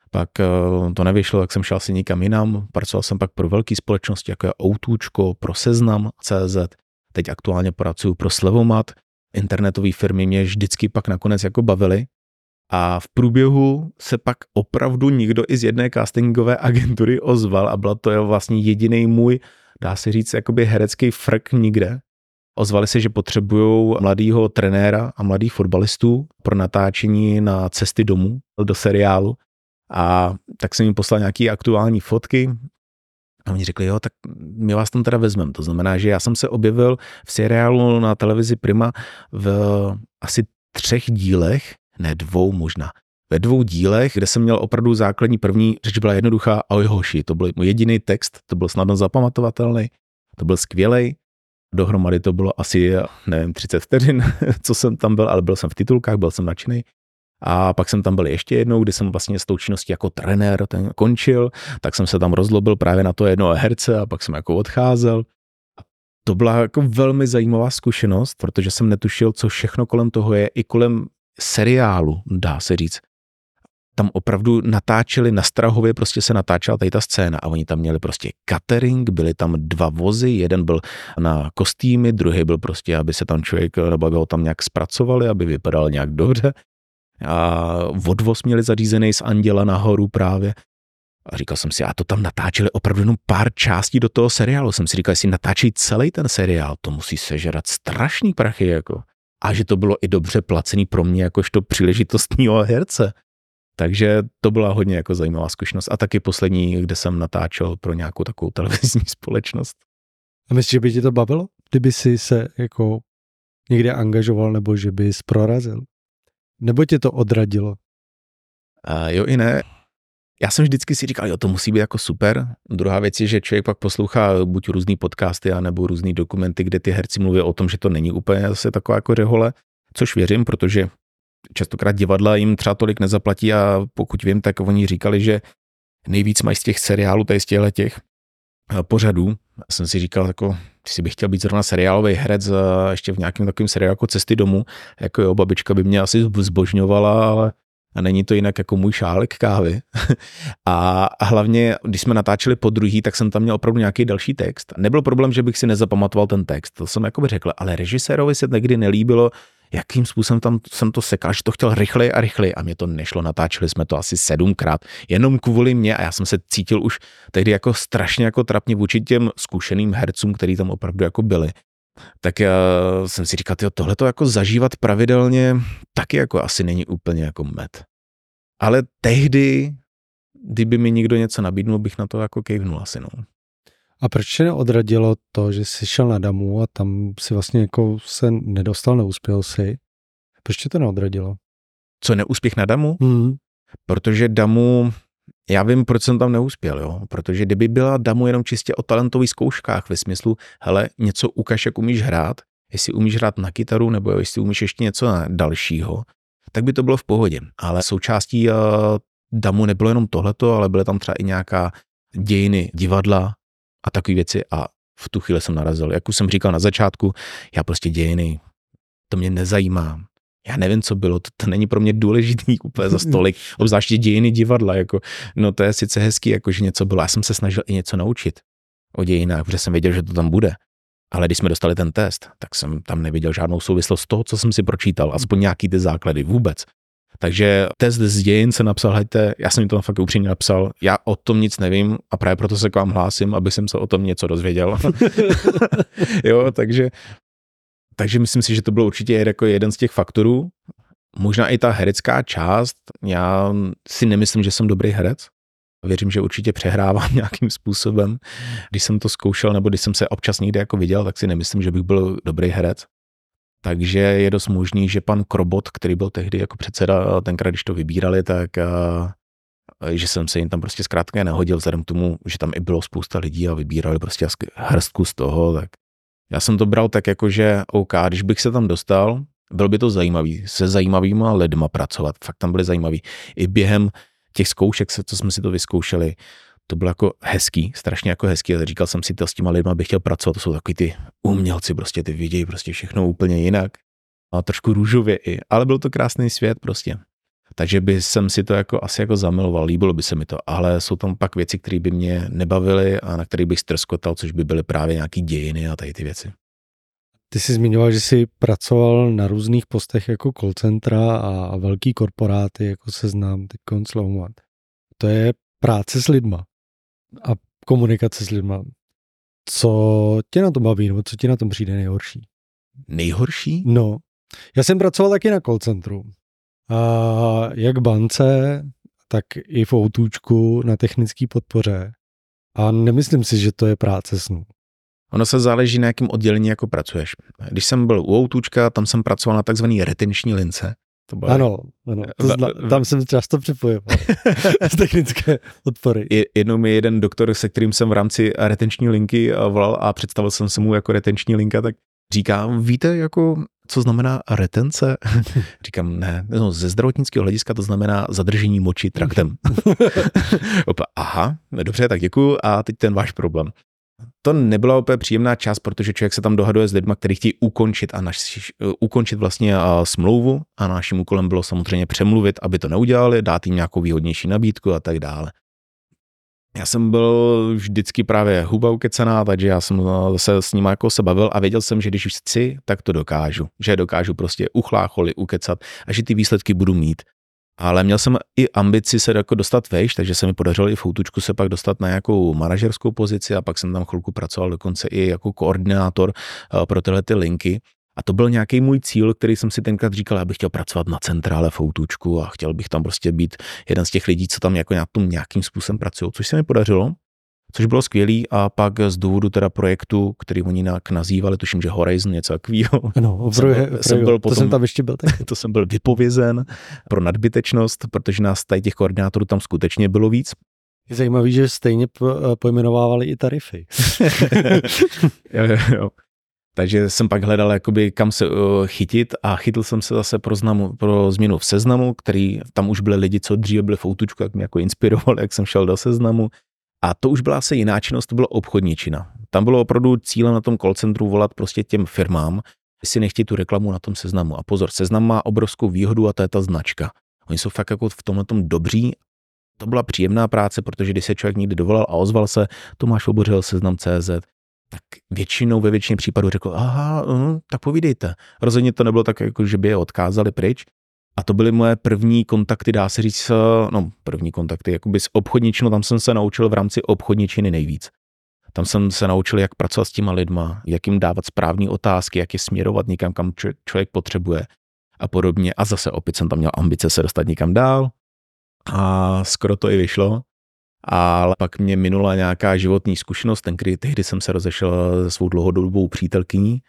Speaker 2: Pak to nevyšlo, tak jsem šel asi někam jinam. Pracoval jsem pak pro velké společnosti, jako je Outůčko, pro Seznam tečka cé zet. Teď aktuálně pracuji pro Slevomat. Internetové firmy mě vždycky pak nakonec jako bavily. A v průběhu se pak opravdu nikdo i z jedné castingové agentury ozval a byl to vlastně jediný můj, dá se říct, jakoby herecký frk nikde. Ozvali se, že potřebují mladýho trenéra a mladých fotbalistů pro natáčení na Cesty domů do seriálu. A tak jsem jim poslal nějaké aktuální fotky a oni řekli, jo, tak my vás tam teda vezmeme. To znamená, že já jsem se objevil v seriálu na televizi Prima v asi třech dílech, ne dvou možná, ve dvou dílech, kde jsem měl opravdu základní první, řeč byla jednoduchá, ahoj hoši, to byl můj jediný text, to byl snadno zapamatovatelný, to byl skvělej. Dohromady to bylo asi, nevím, třicet vteřin, co jsem tam byl, ale byl jsem v titulkách, byl jsem nadšený. A pak jsem tam byl ještě jednou, kdy jsem vlastně s tou činností jako trenér ten končil, tak jsem se tam rozlobil právě na to jednoho herce a pak jsem jako odcházel. A to byla jako velmi zajímavá zkušenost, protože jsem netušil, co všechno kolem toho je, i kolem seriálu, dá se říct. Tam opravdu natáčeli na Strahově, prostě se natáčela tady ta scéna a oni tam měli prostě catering, byly tam dva vozy, jeden byl na kostýmy, druhý byl prostě, aby se tam člověk, nebo aby ho tam nějak zpracovali, aby vypadal nějak dobře. A odvoz měli zařízený z Anděla nahoru právě. A říkal jsem si, a to tam natáčeli opravdu jenom pár částí do toho seriálu. Jsem si říkal, jestli natáčí celý ten seriál, to musí sežrat strašný prachy, jako. A že to bylo i dobře placený pro mě, jakožto příležitostního herce. Takže to byla hodně jako zajímavá zkušenost. A taky poslední, kde jsem natáčel pro nějakou takovou televizní společnost.
Speaker 3: A myslíš, že by ti to bavilo? Kdyby si se jako někde angažoval, nebo že bys prorazil? Nebo tě to odradilo?
Speaker 2: A jo i ne. Já jsem vždycky si říkal, jo, to musí být jako super. Druhá věc je, že člověk pak poslouchá buď různý podcasty, anebo různý dokumenty, kde ty herci mluví o tom, že to není úplně zase taková jako řehole, což věřím, protože častokrát divadla jim třeba tolik nezaplatí a pokud vím, tak oni říkali, že nejvíc mají z těch seriálů, tady z těchto těch pořadů. Já jsem si říkal, jako, si bych chtěl být zrovna seriálový herec a ještě v nějakém takovém seriálu jako Cesty domů, jako jo, babička by mě asi zbožňovala, ale a není to jinak jako můj šálek kávy. a, a hlavně, když jsme natáčeli po druhý, tak jsem tam měl opravdu nějaký další text. Nebyl problém, že bych si nezapamatoval ten text, to jsem jako by řekl, ale režisérovi se někdy nelíbilo, jakým způsobem tam jsem to sekal, že to chtěl rychleji a rychleji a mě to nešlo, natáčeli jsme to asi sedmkrát, jenom kvůli mě a já jsem se cítil už tehdy jako strašně jako trapně vůči těm zkušeným hercům, který tam opravdu jako byli. Tak já jsem si říkal, tyjo, tohle to jako zažívat pravidelně taky jako asi není úplně jako med. Ale tehdy, kdyby mi někdo něco nabídnul, bych na to jako kejvnul asi, no.
Speaker 3: A proč tě neodradilo to, že jsi šel na Damu a tam si vlastně jako se nedostal, neuspěl si? Proč tě to neodradilo?
Speaker 2: Co, neúspěch na Damu?
Speaker 3: Mm.
Speaker 2: Protože Damu, já vím, proč jsem tam neuspěl, jo. Protože kdyby byla Damu jenom čistě o talentových zkouškách ve smyslu, hele, něco ukaž, jak umíš hrát, jestli umíš hrát na kytaru, nebo jestli umíš ještě něco dalšího, tak by to bylo v pohodě. Ale součástí uh, Damu nebylo jenom tohleto, ale byly tam třeba i nějaká dějiny divadla a takové věci a v tu chvíli jsem narazil. Jak už jsem říkal na začátku, já prostě dějiny, to mě nezajímá. Já nevím, co bylo, to, to není pro mě důležitý úplně za stolik, obzvláště dějiny divadla, jako, no to je sice hezký, jako, že něco bylo. Já jsem se snažil i něco naučit o dějinách, protože jsem věděl, že to tam bude. Ale když jsme dostali ten test, tak jsem tam neviděl žádnou souvislost z toho, co jsem si pročítal, aspoň nějaký ty základy vůbec. Takže test z dějin se napsal, hejte, já jsem jim to fakt upřímně napsal, já o tom nic nevím a právě proto se k vám hlásím, aby jsem se o tom něco dozvěděl. Jo, takže, takže myslím si, že to bylo určitě jako jeden z těch faktorů. Možná i ta herecká část, já si nemyslím, že jsem dobrý herec. Věřím, že určitě přehrávám nějakým způsobem. Když jsem to zkoušel, nebo když jsem se občas někde jako viděl, tak si nemyslím, že bych byl dobrý herec. Takže je dost možný, že pan Krobot, který byl tehdy jako předseda, tenkrát, když to vybírali, tak a, že jsem se jim tam prostě zkrátka nehodil, vzhledem k tomu, že tam i bylo spousta lidí a vybírali prostě hrstku z toho, tak já jsem to bral tak jako, že OK, když bych se tam dostal, bylo by to zajímavý, se zajímavýma lidma pracovat, fakt tam byli zajímaví. I během těch zkoušek, co jsme si to vyzkoušeli, to bylo jako hezký, strašně jako hezký, ale říkal jsem si, to s těma lidma bych chtěl pracovat, to jsou takový ty umělci, prostě ty vidějí prostě všechno úplně jinak a trošku růžově i, ale byl to krásný svět prostě. Takže by jsem si to jako asi jako zamiloval, líbilo by se mi to, ale jsou tam pak věci, které by mě nebavily a na které bych strskotal, což by byly právě nějaký dějiny a tady ty věci.
Speaker 3: Ty jsi zmiňoval, že jsi pracoval na různých postech jako call centra a velký korporáty, jako Seznam, teď Slovomat. To je práce s lidma a komunikace s lidma. Co tě na tom baví, nebo co ti na tom přijde nejhorší?
Speaker 2: Nejhorší?
Speaker 3: No, já jsem pracoval taky na call centru. A jak bance, tak i v Outůčku na technické podpoře. A nemyslím si, že to je práce snů.
Speaker 2: Ono se záleží, na jakém oddělení jako pracuješ. Když jsem byl u Outůčka, tam jsem pracoval na takzvaný retenční lince. To bylo...
Speaker 3: Ano, ano, to zna, tam jsem často připojoval z technické podpory.
Speaker 2: Jednou mi jeden doktor, se kterým jsem v rámci retenční linky volal a představil jsem se mu jako retenční linka, tak říká, víte, jako, co znamená retence? Říkám, ne, no, ze zdravotnického hlediska to znamená zadržení moči traktem. Opa, aha, dobře, tak děkuju a teď ten váš problém. To nebyla úplně příjemná část, protože člověk se tam dohaduje s lidmi, kteří chtějí ukončit a naš, ukončit vlastně a smlouvu a naším úkolem bylo samozřejmě přemluvit, aby to neudělali, dát jim nějakou výhodnější nabídku a tak dále. Já jsem byl vždycky právě huba ukecaná, takže já jsem se s nimi jako se bavil a věděl jsem, že když chci, tak to dokážu. Že dokážu prostě uchlácholi, ukecat a že ty výsledky budu mít. Ale měl jsem i ambici se jako dostat vejš, takže se mi podařilo i v Outůčku se pak dostat na nějakou manažerskou pozici a pak jsem tam chvilku pracoval dokonce i jako koordinátor pro tyhle ty linky. A to byl nějaký můj cíl, který jsem si tenkrát říkal, já bych chtěl pracovat na centrále v Outůčku a chtěl bych tam prostě být jeden z těch lidí, co tam jako na tom nějakým způsobem pracují, což se mi podařilo, což bylo skvělý a pak z důvodu teda projektu, který oni nazývali, tuším, že Horizon, něco takového.
Speaker 3: No, jsem, byl, jsem byl potom, to jsem tam ještě byl taky.
Speaker 2: To jsem byl vypovězen pro nadbytečnost, protože nás tady těch koordinátorů tam skutečně bylo víc.
Speaker 3: Je zajímavý, že stejně pojmenovávali i tarify.
Speaker 2: jo, jo, jo. Takže jsem pak hledal, jakoby, kam se uh, chytit a chytl jsem se zase pro, znamu, pro změnu v Seznamu, který tam už byli lidi, co dříve byli v Outůčku, jak mě jako inspirovali, jak jsem šel do Seznamu. A to už byla se jiná činnost, to bylo obchodničina. Tam bylo opravdu cílem na tom call centru volat prostě těm firmám, jestli nechtějí tu reklamu na tom Seznamu. A pozor, Seznam má obrovskou výhodu a to je ta značka. Oni jsou fakt jako v tomhletom dobří. To byla příjemná práce, protože když se člověk někdy dovolal a ozval se, Tomáš Obořil, Seznam tečka cé zet, tak většinou ve většině případů řekl, aha, uh, tak povídejte. Rozhodně to nebylo tak, jako, že by je odkázali pryč. A to byly moje první kontakty, dá se říct, no první kontakty, jakoby s obchodničinou, tam jsem se naučil v rámci obchodničiny nejvíc. Tam jsem se naučil, jak pracovat s těma lidma, jak jim dávat správné otázky, jak je směrovat někam, kam člověk potřebuje a podobně. A zase opět jsem tam měl ambice se dostat někam dál a skoro to i vyšlo. Ale pak mě minula nějaká životní zkušenost, ten, kdy tehdy jsem se rozešel se svou dlouhodobou přítelkyní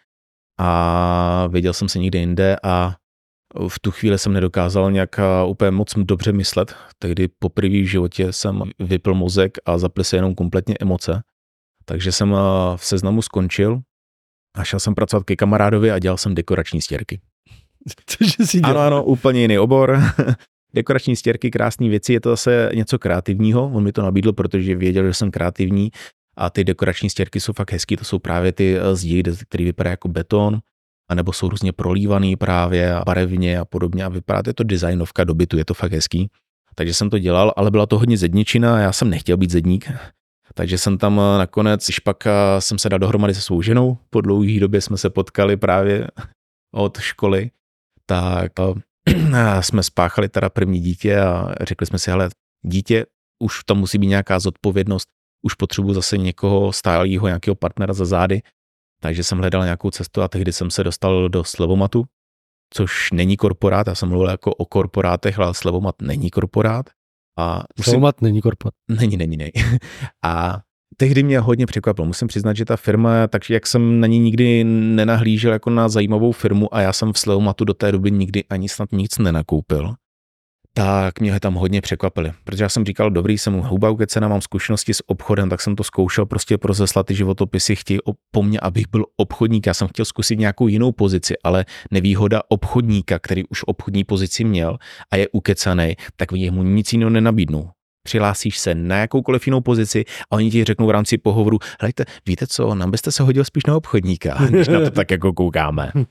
Speaker 2: a věděl jsem se někde jinde a v tu chvíli jsem nedokázal nějak úplně moc dobře myslet, tehdy poprvé v životě jsem vypl mozek a zaply se jenom kompletně emoce. Takže jsem v Seznamu skončil a šel jsem pracovat ke kamarádovi a dělal jsem dekorační stěrky.
Speaker 3: Cože si dělal?
Speaker 2: Ano, ano, úplně jiný obor. Dekorační stěrky, krásné věci, je to zase něco kreativního. On mi to nabídl, protože věděl, že jsem kreativní a ty dekorační stěrky jsou fakt hezký, to jsou právě ty zdi, které vypadají jako beton, anebo jsou různě prolívaný právě a barevně a podobně a vypadá to, je to designovka do bytu, je to fakt hezký. Takže jsem to dělal, ale byla to hodně zedničina a já jsem nechtěl být zedník. Takže jsem tam nakonec, když pak jsem se dal dohromady se svou ženou, po dlouhé době jsme se potkali právě od školy, tak jsme spáchali teda první dítě a řekli jsme si, hele, dítě, už tam musí být nějaká zodpovědnost, už potřebuji zase někoho stálého, nějakého partnera za zády, takže jsem hledal nějakou cestu a tehdy jsem se dostal do Slevomatu, což není korporát, já jsem mluvil jako o korporátech, ale Slevomat není korporát. A
Speaker 3: Slevomat není korporát.
Speaker 2: Není, není, není. A tehdy mě hodně překvapilo. Musím přiznat, že ta firma, takže jak jsem na ní nikdy nenahlížel jako na zajímavou firmu a já jsem v Slevomatu do té doby nikdy ani snad nic nenakoupil, tak mě tam hodně překvapili. Protože já jsem říkal, dobrý, jsem huba ukecena, mám zkušenosti s obchodem, tak jsem to zkoušel prostě rozeslat ty životopisy, chtějí po mně, abych byl obchodník. Já jsem chtěl zkusit nějakou jinou pozici, ale nevýhoda obchodníka, který už obchodní pozici měl a je ukecanej, tak mu nic jiného nenabídnou. Přihlásíš se na jakoukoliv jinou pozici a oni ti řeknou v rámci pohovoru, hejte, víte co, nám byste se hodil spíš na obchodníka, když na to tak jako koukáme.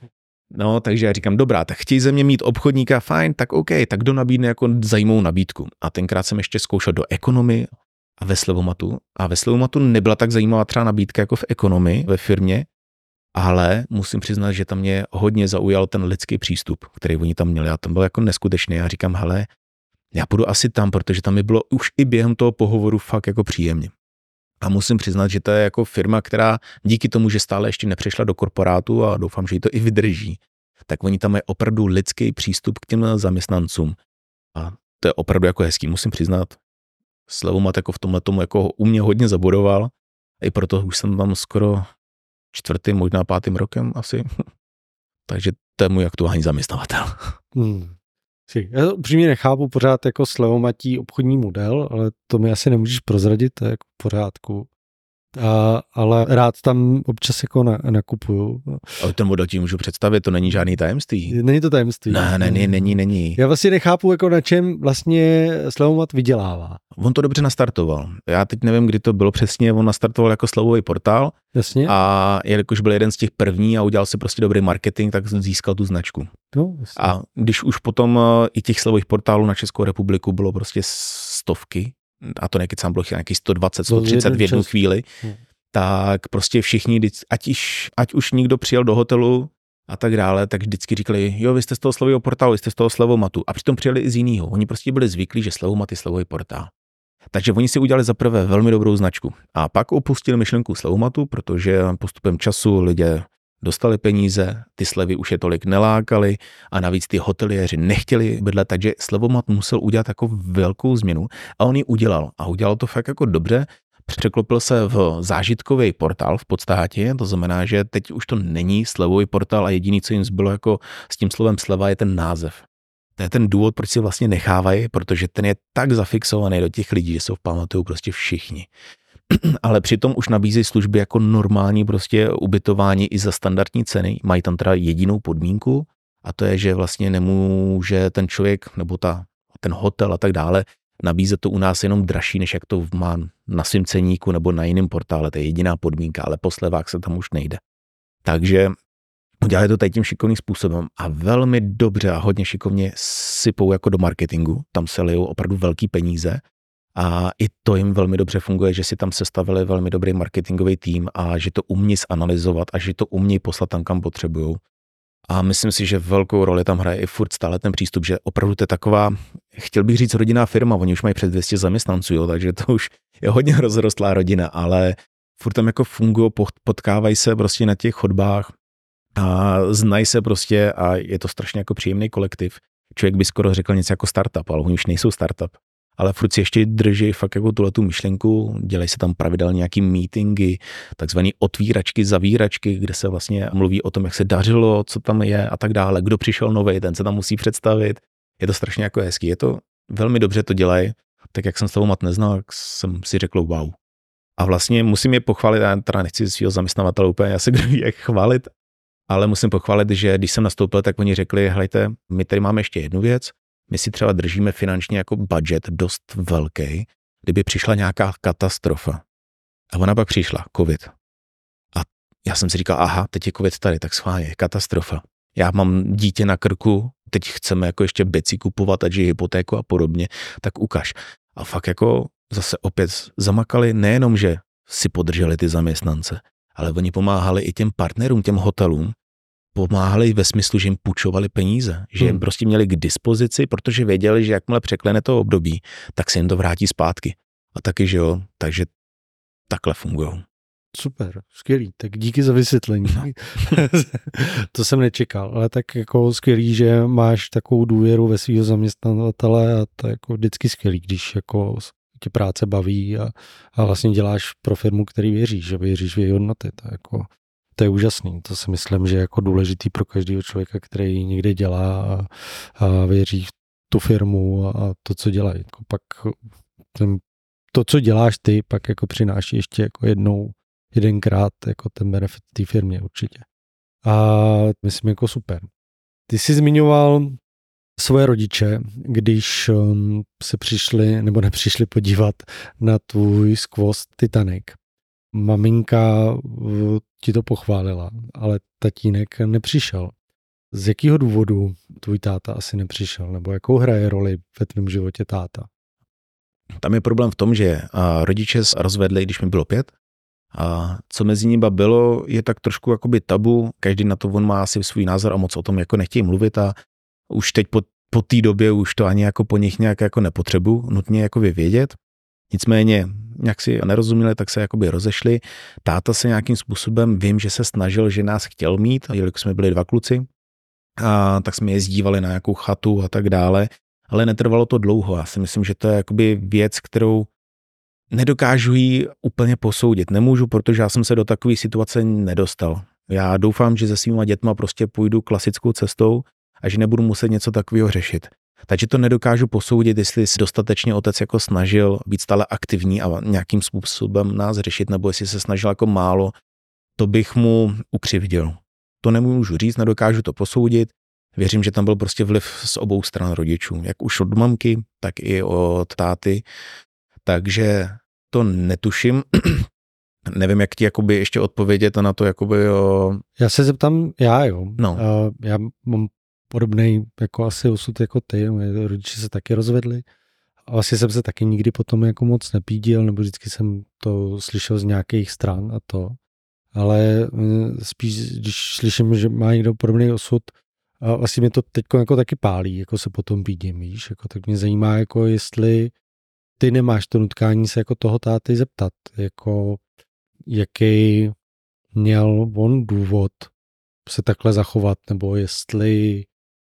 Speaker 2: No, takže já říkám, dobrá, tak chtějí ze mě mít obchodníka, fajn, tak OK, tak kdo nabídne jako zajímavou nabídku. A tenkrát jsem ještě zkoušel do ekonomii a ve Slevomatu. A ve Slevomatu nebyla tak zajímavá třeba nabídka jako v ekonomii ve firmě, ale musím přiznat, že tam mě hodně zaujal ten lidský přístup, který oni tam měli. A tam byl jako neskutečný. Já říkám, hele, já půjdu asi tam, protože tam mi bylo už i během toho pohovoru fakt jako příjemně. A musím přiznat, že to je jako firma, která díky tomu, že stále ještě nepřešla do korporátu a doufám, že jí to i vydrží, tak oni tam mají opravdu lidský přístup k těm zaměstnancům. A to je opravdu jako hezký, musím přiznat. Slevomat jako v tomhle tomu jako u mě hodně zabudoval. I proto už jsem tam skoro čtvrtým, možná pátým rokem asi. Takže to je můj aktuální zaměstnavatel.
Speaker 3: Hmm. Já upřímně nechápu pořád jako Slevomatí obchodní model, ale to mi asi nemůžeš prozradit, to je jako v pořádku. A, ale rád tam občas jako na, nakupuju.
Speaker 2: Ale ten model ti můžu představit, to není žádný tajemství.
Speaker 3: Není to tajemství.
Speaker 2: Ne, ne, ne, není, není.
Speaker 3: Já vlastně nechápu, jako na čem vlastně Slevomat vydělává.
Speaker 2: On to dobře nastartoval. Já teď nevím, kdy to bylo přesně, on nastartoval jako slevový portál.
Speaker 3: Jasně.
Speaker 2: A jelikož byl jeden z těch první a udělal si prostě dobrý marketing, tak získal tu značku.
Speaker 3: No,
Speaker 2: a když už potom i těch slevových portálů na Českou republiku bylo prostě stovky, a to nekecám, bylo nějakých sto dvacet, sto třicet v jednu chvíli, hmm. tak prostě všichni, ať, iš, ať už nikdo přijel do hotelu a tak dále, tak vždycky říkali, jo, vy jste z toho slevového portálu, vy jste z toho Slevomatu. A přitom přijeli i z jiného. Oni prostě byli zvyklí, že Slevomat je slevový portál. Takže oni si udělali za prvé velmi dobrou značku. A pak opustili myšlenku Slevomatu, protože postupem času lidé dostali peníze, ty slevy už je tolik nelákaly a navíc ty hoteliéři nechtěli bydlet, takže Slevomat musel udělat jako velkou změnu a on ji udělal. A udělal to fakt jako dobře, překlopil se v zážitkový portál v podstatě, to znamená, že teď už to není slevový portál a jediný, co jim zbylo jako s tím slovem sleva, je ten název. To je ten důvod, proč si vlastně nechávají, protože ten je tak zafixovaný do těch lidí, že se ho pamatují prostě všichni. Ale přitom už nabízejí služby jako normální prostě ubytování i za standardní ceny. Mají tam teda jedinou podmínku a to je, že vlastně nemůže ten člověk nebo ta, ten hotel a tak dále nabízet to u nás jenom dražší, než jak to má na svým ceníku nebo na jiném portále. To je jediná podmínka, ale po slevách se tam už nejde. Takže udělali to tady tím šikovným způsobem a velmi dobře a hodně šikovně sypou jako do marketingu. Tam se lijou opravdu velký peníze. A i to jim velmi dobře funguje, že si tam sestavili velmi dobrý marketingový tým a že to umí zanalyzovat a že to umí poslat tam, kam potřebujou. A myslím si, že velkou roli tam hraje i furt stále ten přístup, že opravdu to je taková, chtěl bych říct rodinná firma, oni už mají přes dvě stě zaměstnanců, jo, takže to už je hodně rozrostlá rodina, ale furt tam jako fungují, potkávají se prostě na těch chodbách a znají se prostě a je to strašně jako příjemný kolektiv. Člověk by skoro řekl něco jako startup, ale oni už nejsou startup. Ale furt si ještě drží fakt jako tuhletu myšlenku, dělají se tam pravidelně nějaký meetingy, takzvaný otvíračky, zavíračky, kde se vlastně mluví o tom, jak se dařilo, co tam je a tak dále, kdo přišel novej, ten se tam musí představit. Je to strašně jako hezký, je to velmi dobře to dělají, tak jak jsem Slevomat neznal, tak jsem si řekl wow. A vlastně musím je pochválit, já teda nechci svého zaměstnavatele úplně, já se kdo ví, jak chválit, ale musím pochválit, že když jsem nastoupil, tak oni řekli, hejte, my tady máme ještě jednu věc, my si třeba držíme finančně jako budget dost velký, kdyby přišla nějaká katastrofa. A ona pak přišla, covid. A já jsem si říkal, aha, teď je covid tady, tak schválně, katastrofa. Já mám dítě na krku, teď chceme jako ještě beci kupovat, ať je hypotéku a podobně, tak ukaž. A fakt jako zase opět zamakali nejenom, že si podrželi ty zaměstnance, ale oni pomáhali i těm partnerům, těm hotelům, pomáhali ve smyslu, že jim půjčovali peníze, že jim hmm. prostě měli k dispozici, protože věděli, že jakmile překlene to období, tak se jim to vrátí zpátky. A taky, že jo, takže takhle fungujou.
Speaker 3: Super, skvělý, tak díky za vysvětlení. No. To jsem nečekal, ale tak jako skvělý, že máš takovou důvěru ve svého zaměstnavatele a to je jako vždycky skvělý, když jako tě práce baví a, a vlastně děláš pro firmu, který věříš, že věříš v její hodnoty, to je jako to je úžasný, to si myslím, že je jako důležitý pro každého člověka, který někde dělá a, a věří v tu firmu a, a to, co dělají. Jako pak ten, to, co děláš ty, pak jako přináší ještě jako jednou, jedenkrát jako ten benefit té firmě určitě. A myslím jako super. Ty jsi zmiňoval svoje rodiče, když um, se přišli nebo nepřišli podívat na tvůj skvost Titanic. Maminka ti to pochválila, ale tatínek nepřišel. Z jakého důvodu tvůj táta asi nepřišel, nebo jakou hraje roli ve tvém životě táta?
Speaker 2: Tam je problém v tom, že rodiče se rozvedli, když mi bylo pět. A co mezi nimi bylo, je tak trošku jakoby tabu. Každý na to on má asi svůj názor a moc o tom jako nechtějí mluvit a už teď po, po té době už to ani jako po nich nějak jako nepotřebuji nutně jako vědět. Nicméně nějak si nerozuměli, tak se jakoby rozešli. Táta se nějakým způsobem, vím, že se snažil, že nás chtěl mít, jelikož jsme byli dva kluci, a tak jsme jezdívali na nějakou chatu a tak dále, ale netrvalo to dlouho. Já si myslím, že to je jakoby věc, kterou nedokážu ji úplně posoudit. Nemůžu, protože já jsem se do takové situace nedostal. Já doufám, že se svýma dětma prostě půjdu klasickou cestou a že nebudu muset něco takového řešit. Takže to nedokážu posoudit, jestli si dostatečně otec jako snažil být stále aktivní a nějakým způsobem nás řešit, nebo jestli se snažil jako málo, to bych mu ukřivdil. To nemůžu říct, nedokážu to posoudit. Věřím, že tam byl prostě vliv z obou stran rodičů, jak už od mamky, tak i od táty. Takže to netuším. Nevím, jak ti jakoby ještě odpovědět na to, jakoby o...
Speaker 3: Já se zeptám, já jo.
Speaker 2: No.
Speaker 3: Uh, já mám podobný jako asi osud jako ty. Moje rodiče se taky rozvedli. A vlastně jsem se taky nikdy potom jako moc nepídil, nebo vždycky jsem to slyšel z nějakých stran a to. Ale spíš, když slyším, že má někdo podobný osud, a vlastně mě to teď jako taky pálí, jako se potom pídím, víš, jako tak mě zajímá, jako jestli ty nemáš to nutkání se jako toho táty zeptat, jako jaký měl on důvod se takhle zachovat, nebo jestli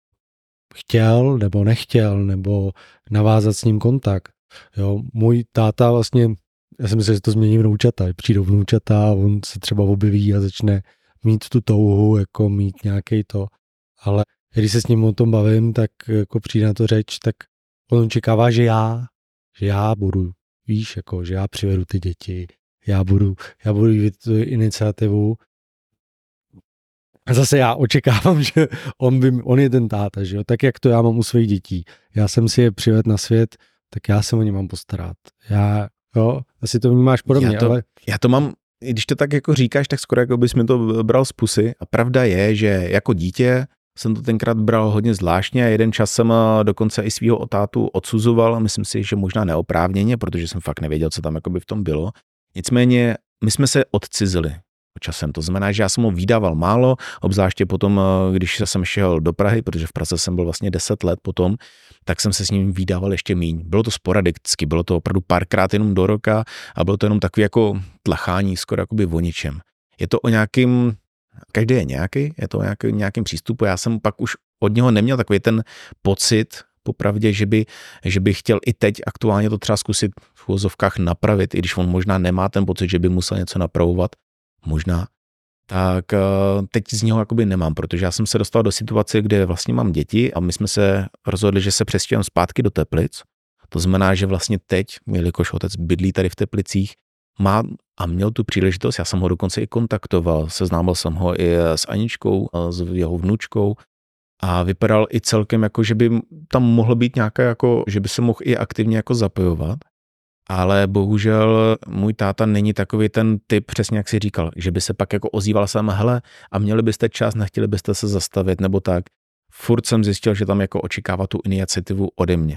Speaker 3: chtěl, nebo nechtěl, nebo navázat s ním kontakt. Jo, můj táta vlastně, já si myslím, že to změní vnoučata, přijdou vnoučata a on se třeba objeví a začne mít tu touhu, jako mít nějaký to, ale když se s ním o tom bavím, tak jako přijde na to řeč, tak on očekává, že já, že já budu, víš, jako, že já přivedu ty děti, já budu, já budu jít tu iniciativu. A zase já očekávám, že on, by, on je ten táta, že jo, tak jak to já mám u svých dětí. Já jsem si je přivedl na svět, tak já se o ně mám postarat. Já, jo, asi to vnímáš podobně,
Speaker 2: já to,
Speaker 3: ale...
Speaker 2: Já to mám, když to tak jako říkáš, tak skoro jako bys mi to bral z pusy. A pravda je, že jako dítě jsem to tenkrát bral hodně zvláštně a jeden čas jsem dokonce i svýho tátu odsuzoval a myslím si, že možná neoprávněně, protože jsem fakt nevěděl, co tam jakoby v tom bylo. Nicméně my jsme se odcizili časem. To znamená, že já jsem ho vydával málo, obzvláště potom, když jsem šel do Prahy, protože v Praze jsem byl vlastně deset let potom, tak jsem se s ním vydával ještě míň. Bylo to sporadicky, bylo to opravdu párkrát jenom do roka a bylo to jenom takový jako tlachání skoro jakoby o ničem. Je to o nějakým, každý je nějaký, je to o nějaký, nějakým přístupu. Já jsem pak už od něho neměl takový ten pocit, popravdě, že by, že by chtěl i teď aktuálně to třeba zkusit v uvozovkách napravit, i když on možná nemá ten pocit, že by musel něco napravovat, možná, tak teď z něho jakoby nemám, protože já jsem se dostal do situace, kde vlastně mám děti a my jsme se rozhodli, že se přestěhujeme zpátky do Teplic. To znamená, že vlastně teď, jelikož otec bydlí tady v Teplicích, má a měl tu příležitost, já jsem ho dokonce i kontaktoval, seznámil jsem ho i s Aničkou, s jeho vnučkou a vypadal i celkem jako, že by tam mohlo být nějaké jako, že by se mohl i aktivně jako zapojovat. Ale bohužel můj táta není takový ten typ, přesně jak jsi říkal, že by se pak jako ozýval sám, hele, a měli byste čas, nechtěli byste se zastavit, nebo tak. Furt jsem zjistil, že tam jako očekává tu iniciativu ode mě.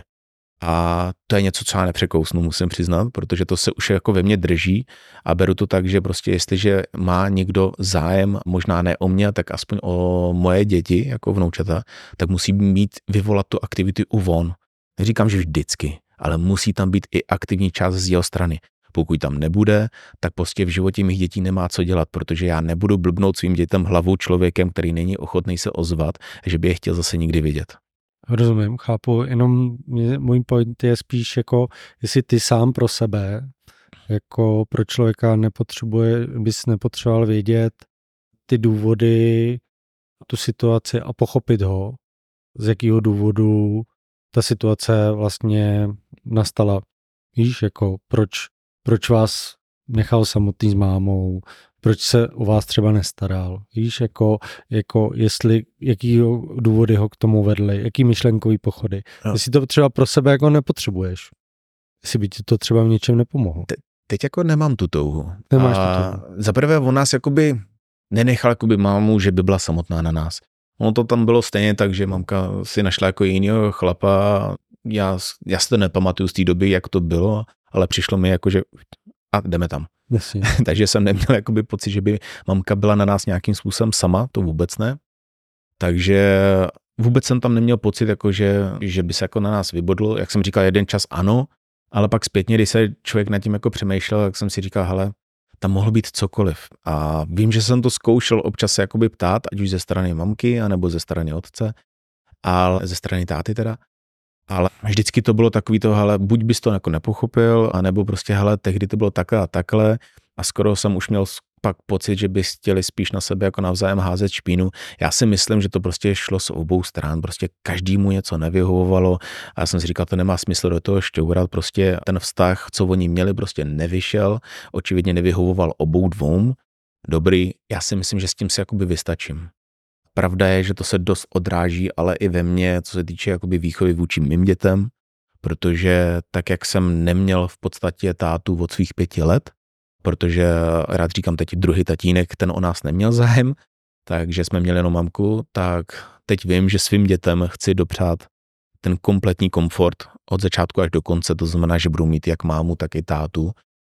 Speaker 2: A to je něco, co já nepřekousnu, musím přiznat, protože to se už jako ve mně drží a beru to tak, že prostě jestliže má někdo zájem, možná ne o mě, tak aspoň o moje děti, jako vnoučata, tak musí mít vyvolat tu aktivitu u von. Neříkám, že vždycky, ale musí tam být i aktivní část z jeho strany. Pokud tam nebude, tak prostě v životě mých dětí nemá co dělat, protože já nebudu blbnout svým dětem hlavou člověkem, který není ochotný se ozvat, že by je chtěl zase nikdy vidět.
Speaker 3: Rozumím, chápu, jenom můj point je spíš jako, jestli ty sám pro sebe, jako pro člověka nepotřebuje, bys nepotřeboval vědět ty důvody, tu situaci a pochopit ho, z jakého důvodu ta situace vlastně nastala. Víš, jako proč, proč vás nechal samotný s mámou, proč se o vás třeba nestaral. Víš, jako, jako jestli, jaký důvody ho k tomu vedly, jaký myšlenkový pochody. No. Jestli to třeba pro sebe jako nepotřebuješ. Jestli by ti to třeba v něčem nepomohlo.
Speaker 2: Te, teď jako nemám tu touhu.
Speaker 3: Nemáš tu touhu.
Speaker 2: Zaprvé on nás jakoby nenechal jakoby mámu, že by byla samotná na nás. ono to tam bylo stejně tak, že mamka si našla jako jinýho chlapa, já, já si to nepamatuju z té doby, jak to bylo, ale přišlo mi jako, že a jdeme tam. Takže jsem neměl jakoby pocit, že by mamka byla na nás nějakým způsobem sama, to vůbec ne. Takže vůbec jsem tam neměl pocit, jako že, že by se jako na nás vybodlo. Jak jsem říkal, jeden čas ano, ale pak zpětně, když se člověk nad tím jako přemýšlel, tak jsem si říkal, hele, tam mohlo být cokoliv. A vím, že jsem to zkoušel občas se jakoby ptát, ať už ze strany mamky, anebo ze strany otce, ale ze strany táty teda. Ale vždycky to bylo takový to, hele, buď bys to jako nepochopil, anebo prostě, hele, tehdy to bylo takhle a takhle a skoro jsem už měl pak pocit, že by chtěli spíš na sebe jako navzájem házet špínu. Já si myslím, že to prostě šlo z obou stran, prostě každému něco nevyhovovalo a já jsem si říkal, to nemá smysl do toho šťourat, prostě ten vztah, co oni měli, prostě nevyšel, očividně nevyhovoval obou dvou. Dobrý, já si myslím, že s tím si jakoby vystačím. Pravda je, že to se dost odráží, ale i ve mně, co se týče jakoby výchovy vůči mým dětem, protože tak, jak jsem neměl v podstatě tátu od svých pěti let, protože rád říkám teď druhý tatínek, ten o nás neměl zájem, takže jsme měli jenom mamku, tak teď vím, že svým dětem chci dopřát ten kompletní komfort od začátku až do konce, to znamená, že budou mít jak mámu, tak i tátu.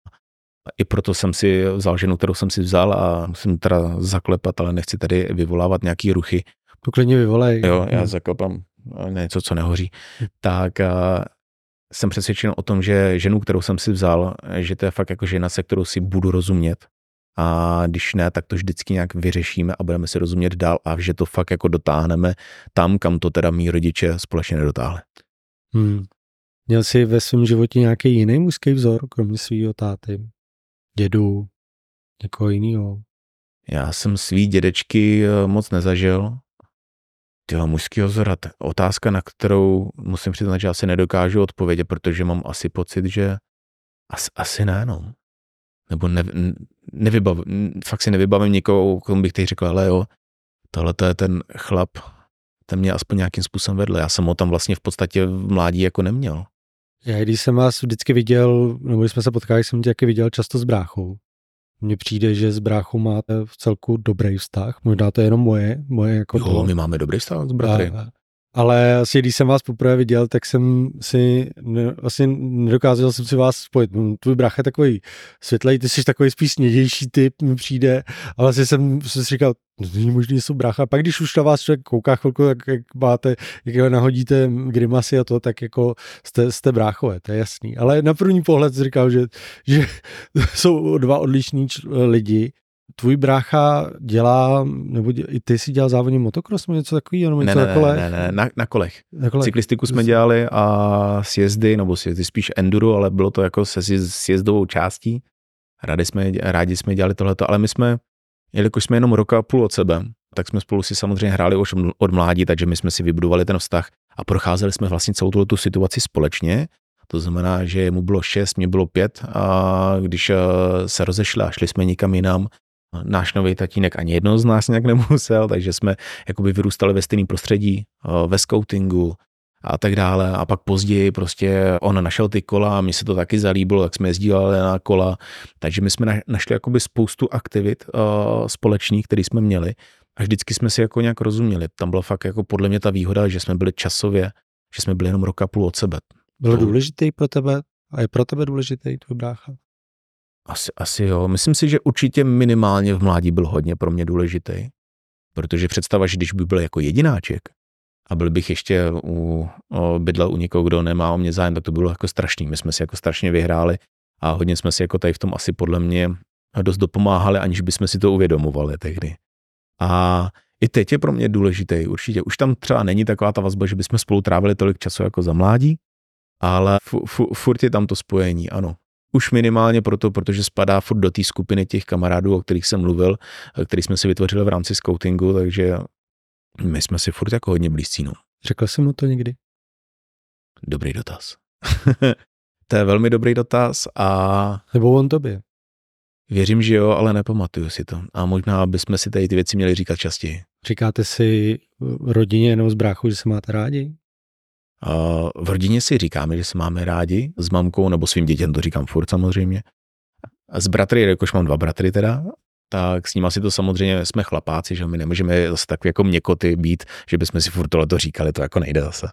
Speaker 2: I proto jsem si vzal ženu, kterou jsem si vzal a musím teda zaklepat, ale nechci tady vyvolávat nějaký ruchy.
Speaker 3: To klidně vyvolej.
Speaker 2: Jo, já zaklepám něco, co nehoří. Tak a jsem přesvědčen o tom, že ženu, kterou jsem si vzal, že to je fakt jako žena, se kterou si budu rozumět. A když ne, tak to vždycky nějak vyřešíme a budeme si rozumět dál a že to fakt jako dotáhneme tam, kam to teda mý rodiče společně nedotáhli.
Speaker 3: Hmm. Měl jsi ve svém životě nějaký jiný mužský vzor, kromě svýho táty? Dědu, někoho jiného?
Speaker 2: Já jsem svý dědečky moc nezažil. Tyhle mužskýho vzora, otázka, na kterou musím přiznat, že asi nedokážu odpovědět, protože mám asi pocit, že asi, asi ne, no. Nebo ne, nevybavím, fakt si nevybavím nikoho, komu bych teď řekl, ale jo, tohle to je ten chlap, ten mě aspoň nějakým způsobem vedl. Já jsem ho tam vlastně v podstatě v mládí jako neměl.
Speaker 3: Já když jsem vás vždycky viděl, nebo když jsme se potkali, jsem tě taky viděl často s bráchou. Mně přijde, že s bráchou máte v celku dobrý vztah. Možná to je jenom moje. moje jako
Speaker 2: jo,
Speaker 3: to.
Speaker 2: My máme dobrý vztah s bratry.
Speaker 3: A, ale asi když jsem vás poprvé viděl, tak jsem si ne, vlastně nedokázal jsem si vás spojit. Tvůj brácha je takový světlej, ty jsi takový spíš snědější typ, mi přijde. A vlastně jsem, jsem si říkal, no, není možný, že jsou brácha. A pak když už na vás člověk kouká chvilku, tak jak máte, jak nahodíte grimasy a to, tak jako jste, jste bráchové, to je jasný. Ale na první pohled jsem říkal, že, že jsou dva odlišní lidi. Tvůj brácha dělá, nebo dě, i ty si dělal závodní motocross, nebo něco takového?
Speaker 2: Ne,
Speaker 3: něco
Speaker 2: ne,
Speaker 3: na kolech?
Speaker 2: ne, ne, na, na kolech.
Speaker 3: Na kolech.
Speaker 2: Cyklistiku jsme dělali a sjezdy, nebo sjezdy spíš enduro, ale bylo to jako se sjezdovou částí. Rádi jsme, rádi jsme dělali tohleto, ale my jsme, jelikož jsme jenom roka a půl od sebe, tak jsme spolu si samozřejmě hráli už od mládí, takže my jsme si vybudovali ten vztah a procházeli jsme vlastně celou tu situaci společně. To znamená, že mu bylo šest, mě bylo pět a když se rozešli a šli jsme někam jinam, náš nový tatínek ani jedno z nás nějak nemusel, takže jsme jakoby vyrůstali ve stejném prostředí, ve skautingu a tak dále. A pak později prostě on našel ty kola a mně se to taky zalíbilo, tak jsme jezdívali na kola. Takže my jsme našli jakoby spoustu aktivit uh, společných, které jsme měli a vždycky jsme si jako nějak rozuměli. Tam byla fakt jako podle mě ta výhoda, že jsme byli časově, že jsme byli jenom roka půl od sebe.
Speaker 3: Byl důležitý pro tebe a je pro tebe důležitý tvůj brácha?
Speaker 2: Asi, asi jo. Myslím si, že určitě minimálně v mládí byl hodně pro mě důležitý, protože představa, že když by byl jako jedináček a byl bych ještě u, o, bydlel u někoho, kdo nemá o mě zájem, tak to bylo jako strašný. My jsme si jako strašně vyhráli a hodně jsme si jako tady v tom asi podle mě dost dopomáhali, aniž bychom si to uvědomovali tehdy. A i teď je pro mě důležitý určitě. Už tam třeba není taková ta vazba, že bychom spolu trávili tolik času jako za mládí, ale fu, fu, furt je tam to spojení, ano. Už minimálně proto, protože spadá furt do té skupiny těch kamarádů, o kterých jsem mluvil, který jsme si vytvořili v rámci skautingu, takže my jsme si furt jako hodně blízcí. No.
Speaker 3: Řekl jsi mu to někdy?
Speaker 2: Dobrý dotaz. To je velmi dobrý dotaz a...
Speaker 3: Nebo on tobě?
Speaker 2: Věřím, že jo, ale nepamatuju si to. A možná bychom si tady ty věci měli říkat častěji.
Speaker 3: Říkáte si v rodině nebo s bráchou, že se máte rádi?
Speaker 2: V rodině si říkáme, že se máme rádi, s mamkou nebo svým dětem to říkám furt samozřejmě. S bratry, jakož mám dva bratry teda, tak s ním asi to samozřejmě jsme chlapáci, že my nemůžeme zase tak jako měkoty být, že bychom si furt tohle to říkali, to jako nejde zase.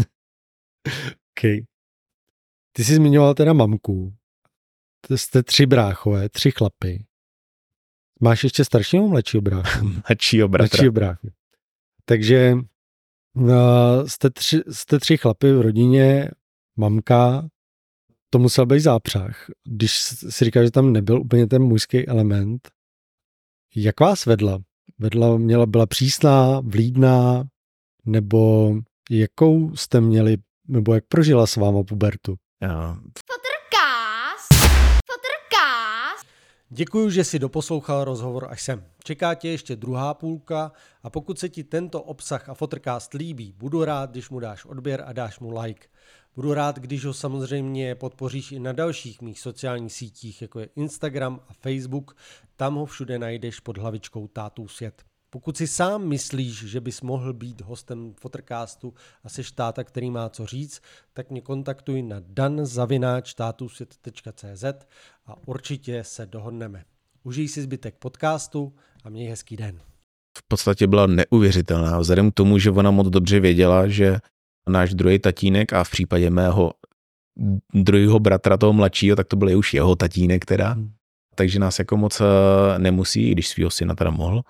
Speaker 3: Okay. Ty jsi zmiňoval teda mamku. To jste tři bráchové, tři chlapy. Máš ještě staršího mladšího bráchu?
Speaker 2: Mladšího bratra.
Speaker 3: Mladšího bráchu. Takže uh, jste, tři, jste tři chlapy v rodině, mamka, to musel být zápřah. Když si říká, že tam nebyl úplně ten mužský element, jak vás vedla? Vedla, měla, byla přísná, vlídná, nebo jakou jste měli, nebo jak prožila s váma pubertu?
Speaker 2: Já.
Speaker 1: Fotrkás, fotrkás.
Speaker 3: Děkuju, že jsi doposlouchal rozhovor až sem. Čeká tě ještě druhá půlka a pokud se ti tento obsah a Fotrcast líbí, budu rád, když mu dáš odběr a dáš mu like. Budu rád, když ho samozřejmě podpoříš i na dalších mých sociálních sítích, jako je Instagram a Facebook. Tam ho všude najdeš pod hlavičkou Tátův svět. Pokud si sám myslíš, že bys mohl být hostem Fotrcastu a seš táta, který má co říct, tak mě kontaktuj na dan zavináč tátusvět tečka cé zet a určitě se dohodneme. Užij si zbytek podcastu a měj hezký den.
Speaker 2: V podstatě byla neuvěřitelná, vzhledem k tomu, že ona moc dobře věděla, že náš druhý tatínek a v případě mého druhého bratra, toho mladšího, tak to byl už jeho tatínek teda, hmm. takže nás jako moc nemusí, i když svýho syna teda mohl.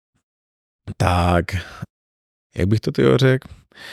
Speaker 2: Tak, jak bych to tyjo řekl,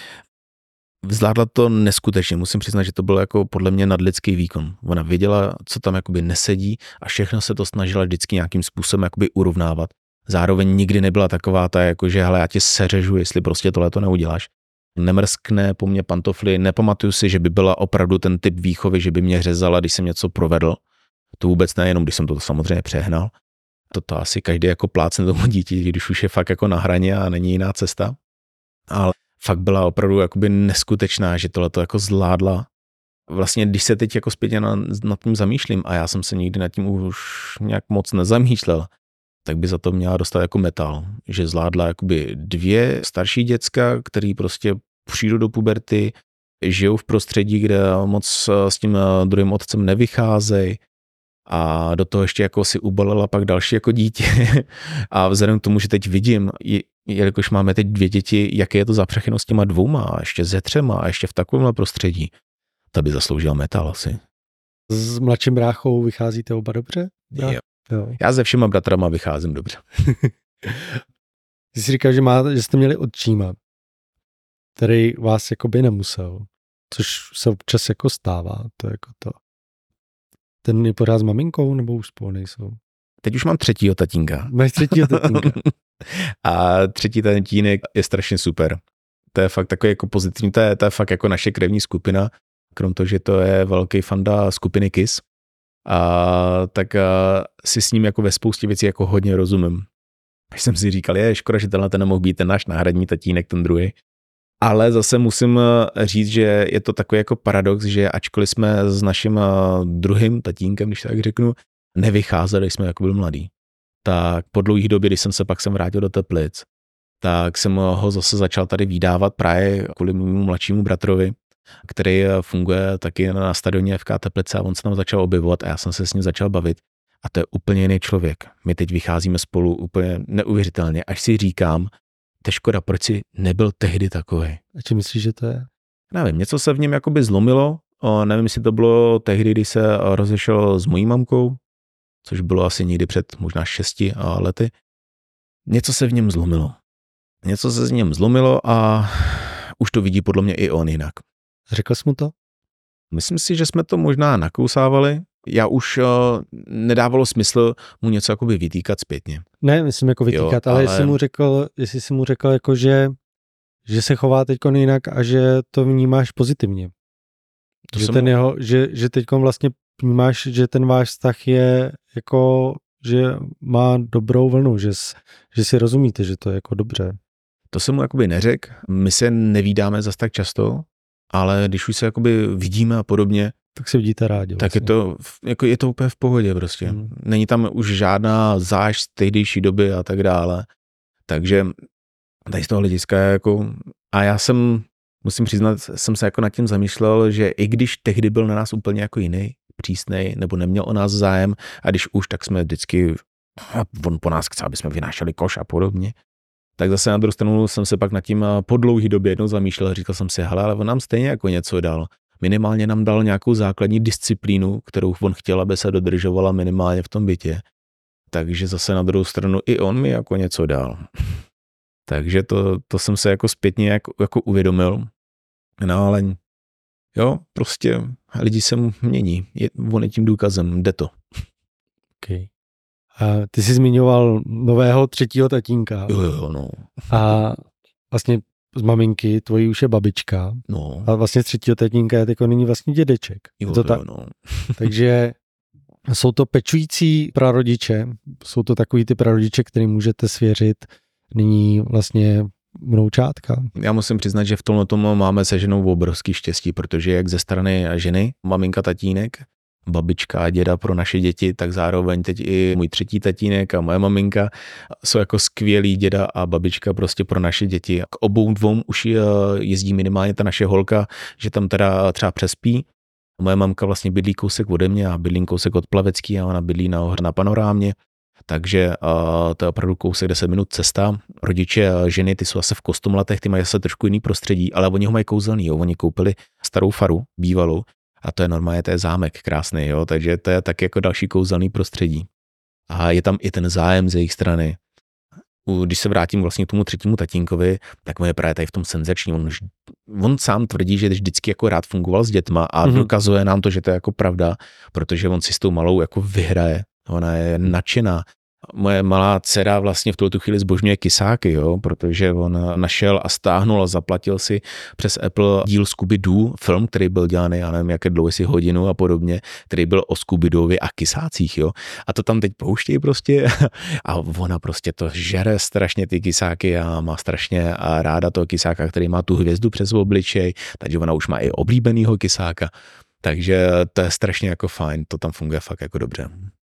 Speaker 2: zvládla to neskutečně, musím přiznat, že to bylo jako podle mě nadlidský výkon. Ona věděla, co tam jakoby nesedí a všechno se to snažila vždycky nějakým způsobem jakoby urovnávat. Zároveň nikdy nebyla taková ta, jako že hele, já tě seřežu, jestli prostě tohle to neuděláš. Nemrskne po mně pantofly, nepamatuju si, že by byla opravdu ten typ výchovy, že by mě řezala, když jsem něco provedl. To vůbec ne, jenom když jsem to samozřejmě přehnal. Toto asi každý jako plácne tomu dítě, když už je fakt jako na hraně a není jiná cesta. Ale fakt byla opravdu jakoby neskutečná, že tohle to jako zvládla. Vlastně, když se teď jako zpětně nad, nad tím zamýšlím a já jsem se nikdy nad tím už nějak moc nezamýšlel, tak by za to měla dostat jako metal, že zvládla jakoby dvě starší děcka, který prostě přijdou do puberty, žijou v prostředí, kde moc s tím druhým otcem nevycházejí a do toho ještě jako si ubalila pak další jako dítě a vzhledem k tomu, že teď vidím, jelikož máme teď dvě děti, jaké je to zapřecheno s těma dvouma a ještě ze třema a ještě v takovémhle prostředí, ta by zasloužila metal asi.
Speaker 3: S mladším bráchou vycházíte oba dobře?
Speaker 2: Jo. Jo. Já se všema bratrama vycházím dobře.
Speaker 3: Ty jsi říkal, že, má, že jste měli otčíma, který vás jakoby nemusel, což se občas jako stává. To jako to. Ten je pořád s maminkou, nebo už spolu nejsou?
Speaker 2: Teď už mám třetího tatínka.
Speaker 3: Máš třetího tatínka.
Speaker 2: A třetí tatínek je strašně super. To je fakt takový jako pozitivní, to je, to je fakt jako naše krevní skupina, krom toho, že to je velký fanda skupiny Kiss. A tak a, si s ním jako ve spoustě věcí jako hodně rozumím. Až jsem si říkal, je škoda, že tenhle ten nemohl být ten náš náhradní tatínek, ten druhý. Ale zase musím říct, že je to takový jako paradox, že ačkoliv jsme s naším druhým tatínkem, když tak řeknu, nevycházeli, když jsme jako byl mladý, tak po dlouhé době, když jsem se pak sem vrátil do Teplic, tak jsem ho zase začal tady vydávat právě kvůli mému mladšímu bratrovi, který funguje taky na stadioně F K Teplice a on se tam začal objevovat a já jsem se s ním začal bavit. A to je úplně jiný člověk. My teď vycházíme spolu úplně neuvěřitelně, až si říkám, to je škoda, proč si nebyl tehdy takový.
Speaker 3: A čím myslíš, že to je?
Speaker 2: Nevím, něco se v něm jakoby zlomilo, o, nevím, jestli to bylo tehdy, kdy se rozešel s mojí mamkou, což bylo asi někdy před možná šesti lety. Něco se v něm zlomilo. Něco se v něm zlomilo a už to vidí podle mě i on jinak.
Speaker 3: Řekl jsi mu to?
Speaker 2: Myslím si, že jsme to možná nakousávali. Já už uh, nedávalo smysl mu něco jakoby vytýkat zpětně.
Speaker 3: Ne, myslím jako vytýkat, jo, ale, ale jestli mu řekl, jestli jsi mu řekl jako, že, že se chová teďkon jinak a že to vnímáš pozitivně. To že, ten mu... jeho, že, že teďkon vlastně vnímáš, že ten váš vztah je jako, že má dobrou vlnu, že, že si rozumíte, že to je jako dobře.
Speaker 2: To jsem mu jakoby neřekl. My se nevídáme zas tak často, ale když už se jakoby vidíme a podobně,
Speaker 3: tak se vidíte rádi.
Speaker 2: Tak vlastně. je to, jako je to úplně v pohodě prostě. Hmm. Není tam už žádná zášť z tehdejší doby a tak dále. Takže tady z toho hlediska jako, a já jsem, musím přiznat, jsem se jako nad tím zamýšlel, že i když tehdy byl na nás úplně jako jiný, přísnej, nebo neměl o nás zájem, a když už, tak jsme vždycky a on po nás chce, aby jsme vynášeli koš a podobně. Tak zase na druhou stranu jsem se pak nad tím po dlouhý době jednou zamýšlel a říkal jsem si, hele, ale on nám stejně jako něco dal. Minimálně nám dal nějakou základní disciplínu, kterou on chtěl, aby se dodržovala minimálně v tom bytě. Takže zase na druhou stranu i on mi jako něco dal. Takže to, to jsem se jako zpětně jako, jako uvědomil. No ale jo, prostě lidi se mění. Je, on je tím důkazem, jde to.
Speaker 3: Okay. A ty jsi zmiňoval nového třetího tatínka.
Speaker 2: Jo, jo, no.
Speaker 3: A vlastně z maminky tvojí už je babička.
Speaker 2: No.
Speaker 3: A vlastně z třetího tatínka je jako nyní vlastně dědeček.
Speaker 2: Jo,
Speaker 3: je to
Speaker 2: jo,
Speaker 3: tak?
Speaker 2: no.
Speaker 3: Takže jsou to pečující prarodiče, jsou to takový ty prarodiče, který můžete svěřit nyní vlastně vnoučátka.
Speaker 2: Já musím přiznat, že v tomhle tomu máme se ženou obrovský štěstí, protože jak ze strany ženy, maminka, tatínek, babička a děda pro naše děti, tak zároveň teď i můj třetí tatínek a moje maminka jsou jako skvělý děda a babička prostě pro naše děti. K obou dvou už jezdí minimálně ta naše holka, že tam teda třeba přespí. Moje mamka vlastně bydlí kousek ode mě a bydlím kousek od Plavecký a ona bydlí nahoře na Panorámě. Takže uh, to je opravdu kousek deset minut cesta. Rodiče a ženy, ty jsou zase v Kostomlatech, ty mají zase trošku jiný prostředí, ale oni ho mají kouzelný, jo. Oni koupili starou faru, bývalou, a to je normálně, to je zámek krásný, jo. Takže to je taky jako další kouzelný prostředí. A je tam i ten zájem z jejich strany. Když se vrátím vlastně k tomu třetímu tatínkovi, tak moje právě tady v tom senzační. On, on sám tvrdí, že vždycky jako rád fungoval s dětma a mm-hmm. dokazuje nám to, že to je jako pravda, protože on si s tou malou jako vyhraje. Ona je nadšená. Moje malá dcera vlastně v tuto chvíli zbožňuje kysáky, jo, protože on našel a stáhnul a zaplatil si přes Apple díl Scooby-Doo, film, který byl dělaný, já nevím, jaké dlouho si hodinu a podobně, který byl o Scooby-Doovi a kysácích, jo. A to tam teď pouštějí prostě a ona prostě to žere strašně ty kysáky a má strašně ráda toho kysáka, který má tu hvězdu přes obličej, takže ona už má i oblíbenýho kysáka. Takže to je strašně jako fajn, to tam funguje fakt jako dobře.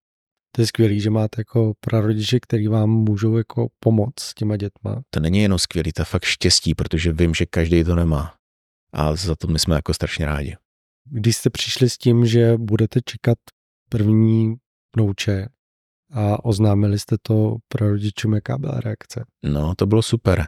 Speaker 3: To je skvělý, že máte jako prarodiče, který vám můžou jako pomoct s těma dětma.
Speaker 2: To není jenom skvělý, to je fakt štěstí, protože vím, že každý to nemá. A za to my jsme jako strašně rádi.
Speaker 3: Když jste přišli s tím, že budete čekat první vnouče a oznámili jste to prarodičům, jaká byla reakce?
Speaker 2: No, to bylo super.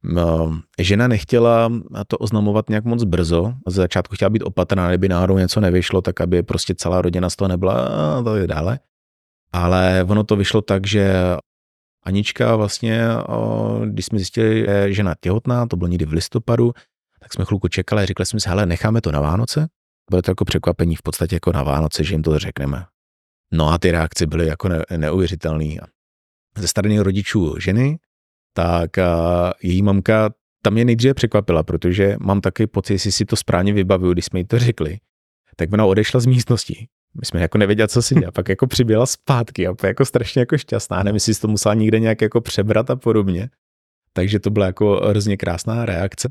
Speaker 2: Žena nechtěla to oznamovat nějak moc brzo. Z začátku chtěla být opatrná, kdyby náhodou něco nevyšlo, tak aby prostě celá rodina z toho nebyla a tak dále. Ale ono to vyšlo tak, že Anička vlastně, když jsme zjistili, že je žena těhotná, to bylo někdy v listopadu, tak jsme chvilku čekali a řekli jsme si, hele, necháme to na Vánoce. Bylo to jako překvapení v podstatě jako na Vánoce, že jim to řekneme. No a ty reakce byly jako ne- neuvěřitelné. Ze strany rodičů ženy, tak její mamka tam je nejdříve překvapila, protože mám taky pocit, jestli si to správně vybavuju, když jsme jí to řekli, tak ona odešla z místnosti. My jsme jako nevěděli, co si dělá, pak jako přiběla zpátky a jako strašně jako šťastná, nevím, jestli si to musela někde nějak jako přebrat a podobně. Takže to byla jako hrozně krásná reakce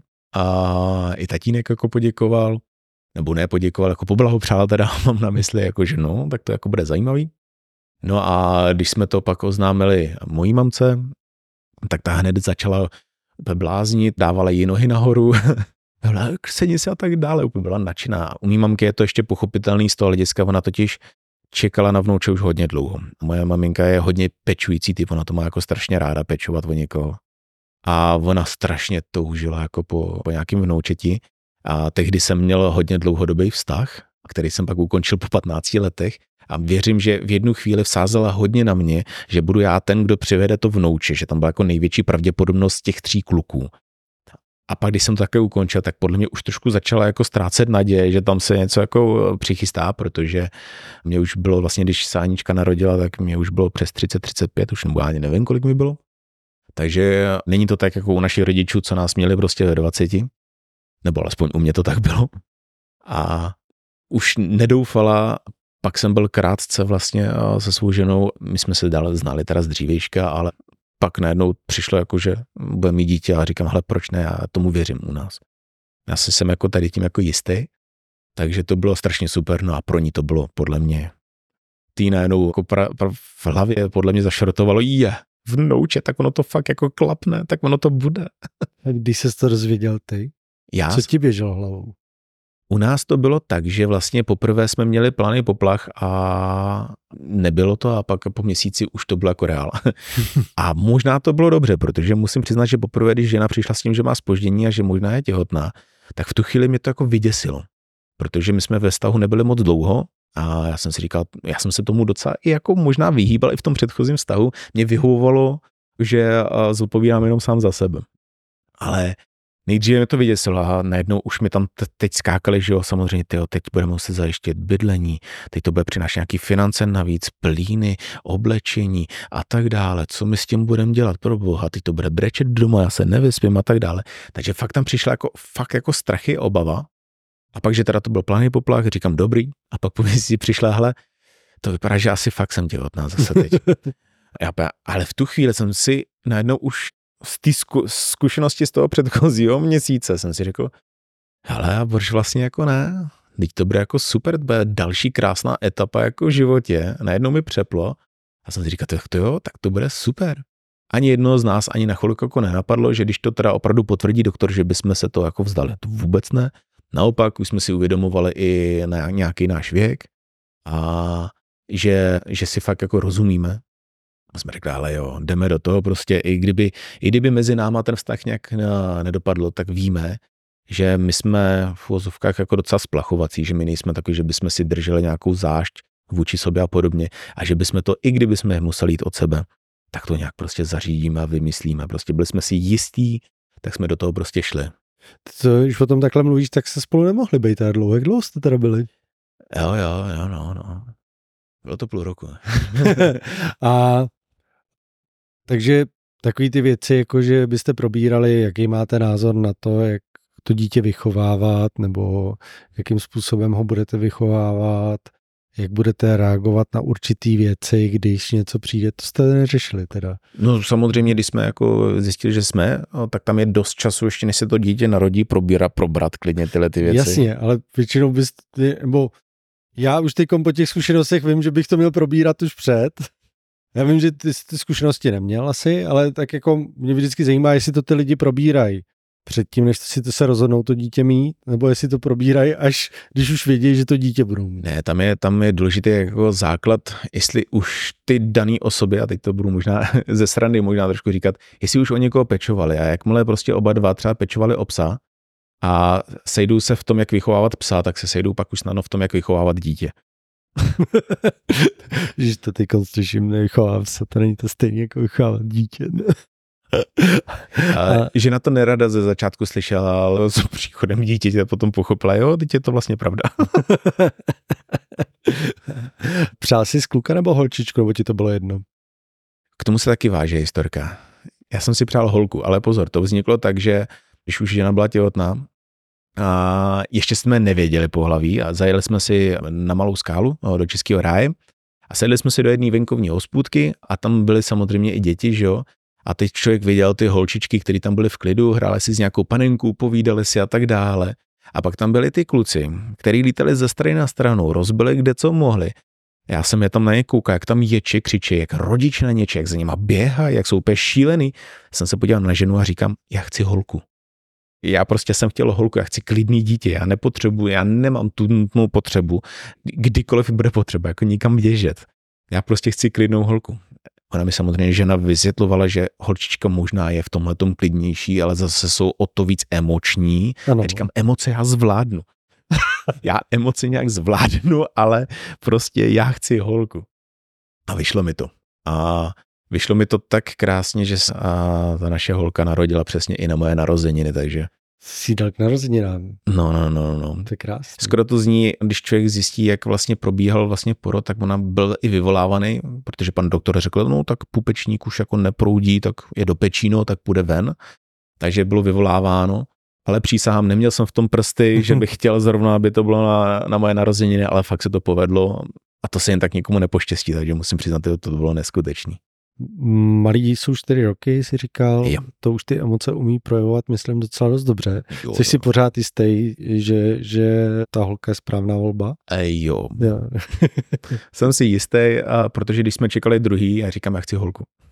Speaker 2: a i tatínek jako poděkoval, nebo ne poděkoval, jako poblahopřál teda, mám na mysli, jako že no, tak to jako bude zajímavý. No a když jsme to pak oznámili mojí mamce, tak ta hned začala bláznit, dávala jí nohy nahoru, křeni se a tak dále, úplně byla nadšená. U mý mamky je to ještě pochopitelný z toho hlediska, ona totiž čekala na vnouče už hodně dlouho. Moje maminka je hodně pečující typ, ona to má jako strašně ráda pečovat o někoho. A ona strašně toužila jako po, po nějakým vnoučeti. A tehdy jsem měl hodně dlouhodobý vztah, který jsem pak ukončil po patnácti letech. A věřím, že v jednu chvíli vsázela hodně na mě, že budu já ten, kdo přivede to vnouče, že tam byla jako největší pravděpodobnost těch tří kluků. A pak, když jsem to také ukončil, tak podle mě už trošku začala jako ztrácet naděje, že tam se něco jako přichystá, protože mě už bylo vlastně, když se Anička narodila, tak mě už bylo přes třicet třicet pět, už nebo ani nevím, kolik mi bylo. Takže není to tak jako u našich rodičů, co nás měli prostě ve dvaceti, nebo alespoň u mě to tak bylo. A už nedoufala, pak jsem byl krátce vlastně se svou ženou, my jsme se dál znali teda z dřívejška, ale pak najednou přišlo jako, že bude mít dítě a říkám, hele, proč ne, já tomu věřím u nás. Já si jsem jako tady tím jako jistý, takže to bylo strašně super, no a pro ní to bylo podle mě. Tý najednou jako pra, pra, v hlavě podle mě zašrotovalo, je, vnouče, tak ono to fakt jako klapne, tak ono to bude.
Speaker 3: A když ses to dozvěděl ty,
Speaker 2: já,
Speaker 3: co ti běželo hlavou?
Speaker 2: U nás to bylo tak, že vlastně poprvé jsme měli planý poplach a nebylo to a pak po měsíci už to bylo jako reál. A možná to bylo dobře, protože musím přiznat, že poprvé, když žena přišla s tím, že má zpoždění a že možná je těhotná, tak v tu chvíli mě to jako vyděsilo. Protože my jsme ve vztahu nebyli moc dlouho a já jsem si říkal, já jsem se tomu docela i jako možná vyhýbal i v tom předchozím vztahu. Mě vyhovovalo, že zodpovídám jenom sám za sebe. Ale nejdříve mě to vyděsilo a najednou už mi tam teď skákali, že jo, samozřejmě, tyjo, teď budeme muset zajištět bydlení, teď to bude přinášet nějaký finance navíc, plíny, oblečení a tak dále, co my s tím budeme dělat, pro boha, teď to bude brečet doma, já se nevyspím a tak dále. Takže fakt tam přišla jako, fakt jako strachy, obava a pak, že teda to byl plán poplach, říkám dobrý a pak po měsíci přišla, hele, to vypadá, že asi fakt jsem těhotná zase teď. Já, ale v tu chvíli jsem si najednou už z té zku, zkušenosti z toho předchozího měsíce jsem si řekl, hele, a proč vlastně jako ne? Teď to bude jako super, to bude další krásná etapa jako v životě. Najednou mi přeplo a jsem si říkal, tak to jo, tak to bude super. Ani jednoho z nás ani na chvilku jako nenapadlo, že když to teda opravdu potvrdí doktor, že bychom se to jako vzdali. To vůbec ne. Naopak už jsme si uvědomovali i na nějaký náš věk a že, že si fakt jako rozumíme. A jsme řekli, ale jo, jdeme do toho prostě, i kdyby, i kdyby mezi náma ten vztah nějak nedopadl, tak víme, že my jsme v uvozovkách jako docela splachovací, že my nejsme takový, že bychom si drželi nějakou zášť vůči sobě a podobně a že bychom to, i kdyby jsme museli jít od sebe, tak to nějak prostě zařídíme a vymyslíme. Prostě byli jsme si jistí, tak jsme do toho prostě šli.
Speaker 3: Co, když o tom takhle mluvíš, tak se spolu nemohli být tak dlouho. Jak dlouho jste teda byli?
Speaker 2: Jo, jo, jo, no, no. Bylo to půl roku.
Speaker 3: A takže takový ty věci, jako že byste probírali, jaký máte názor na to, jak to dítě vychovávat, nebo jakým způsobem ho budete vychovávat, jak budete reagovat na určitý věci, když něco přijde, to jste neřešili teda.
Speaker 2: No samozřejmě, když jsme jako zjistili, že jsme, no, tak tam je dost času, ještě než se to dítě narodí, probírat, probrat klidně tyhle ty věci.
Speaker 3: Jasně, ale většinou byste, nebo já už teď po těch zkušenostech vím, že bych to měl probírat už před. Já vím, že ty, ty zkušenosti neměl asi, ale tak jako mě vždycky zajímá, jestli to ty lidi probírají předtím, než si to se rozhodnou to dítě mít, nebo jestli to probírají až, když už vědí, že to dítě budou mít.
Speaker 2: Ne, tam je, tam je důležitý jako základ, jestli už ty dané osoby, a teď to budu možná ze srandy možná trošku říkat, jestli už o někoho pečovali a jakmile prostě oba dva třeba pečovali o psa a sejdou se v tom, jak vychovávat psa, tak se sejdou pak už snadno v tom, jak vychovávat dítě.
Speaker 3: Že to teď slyším, nevychovám se, to není to stejně jako vychovávat dítě. Ne?
Speaker 2: Ale a... žena to nerada ze začátku slyšela, ale s příchodem dítěte potom pochopila, jo, teď je to vlastně pravda.
Speaker 3: Přál jsi z kluka nebo holčičku, nebo ti to bylo jedno?
Speaker 2: K tomu se taky váže historka. Já jsem si přál holku, ale pozor, to vzniklo tak, že když už žena byla těhotná, a ještě jsme nevěděli pohlaví a zajeli jsme si na Malou Skálu do Českého ráje a sedli jsme si do jedné venkovní hospůdky a tam byly samozřejmě i děti, že jo? A teď člověk viděl ty holčičky, které tam byly v klidu, hráli si s nějakou panenkou, povídali si a tak dále. A pak tam byli ty kluci, kteří lítali ze strany na stranu, rozbili kde co mohli. Já jsem je tam na ně koukal, jak tam ječi, křičí, jak rodič na něče, jak za nima běhá, jak jsou úplně šílený. Jsem se podíval na ženu a říkám, já chci holku. Já prostě jsem chtěl holku, já chci klidný dítě, já nepotřebuji, já nemám tu nutnou potřebu, kdykoliv bude potřeba, jako nikam běžet. Já prostě chci klidnou holku. Ona mi samozřejmě žena vysvětlovala, že holčička možná je v tomhletom klidnější, ale zase jsou o to víc emoční. Ano. Já říkám, emoce já zvládnu. Já emoce nějak zvládnu, ale prostě já chci holku. A vyšlo mi to. A vyšlo mi to tak krásně, že ta naše holka narodila přesně i na moje narozeniny, takže...
Speaker 3: Jsi dal k narozeninám.
Speaker 2: No, no, no, no.
Speaker 3: To je krásné.
Speaker 2: Skoro to zní, když člověk zjistí, jak vlastně probíhal vlastně porod, tak ona byl i vyvolávaný, protože pan doktor řekl, no tak pupečník už jako neproudí, tak je do pečíno, tak půjde ven. Takže bylo vyvoláváno. Ale přísahám, neměl jsem v tom prsty, že bych chtěl zrovna, aby to bylo na, na moje narozeniny, ale fakt se to povedlo. A to se jen tak nikomu nepoštěstí, takže musím přiznat, že to bylo neskutečný.
Speaker 3: Malý jsou čtyři roky, si říkal, jo. To už ty emoce umí projevovat, myslím, docela dost dobře. Jo, Jsi si pořád jistý, že, že ta holka je správná volba?
Speaker 2: Ej, jo. jo. Jsem si jistý, a protože když jsme čekali druhý, já říkám, já chci holku.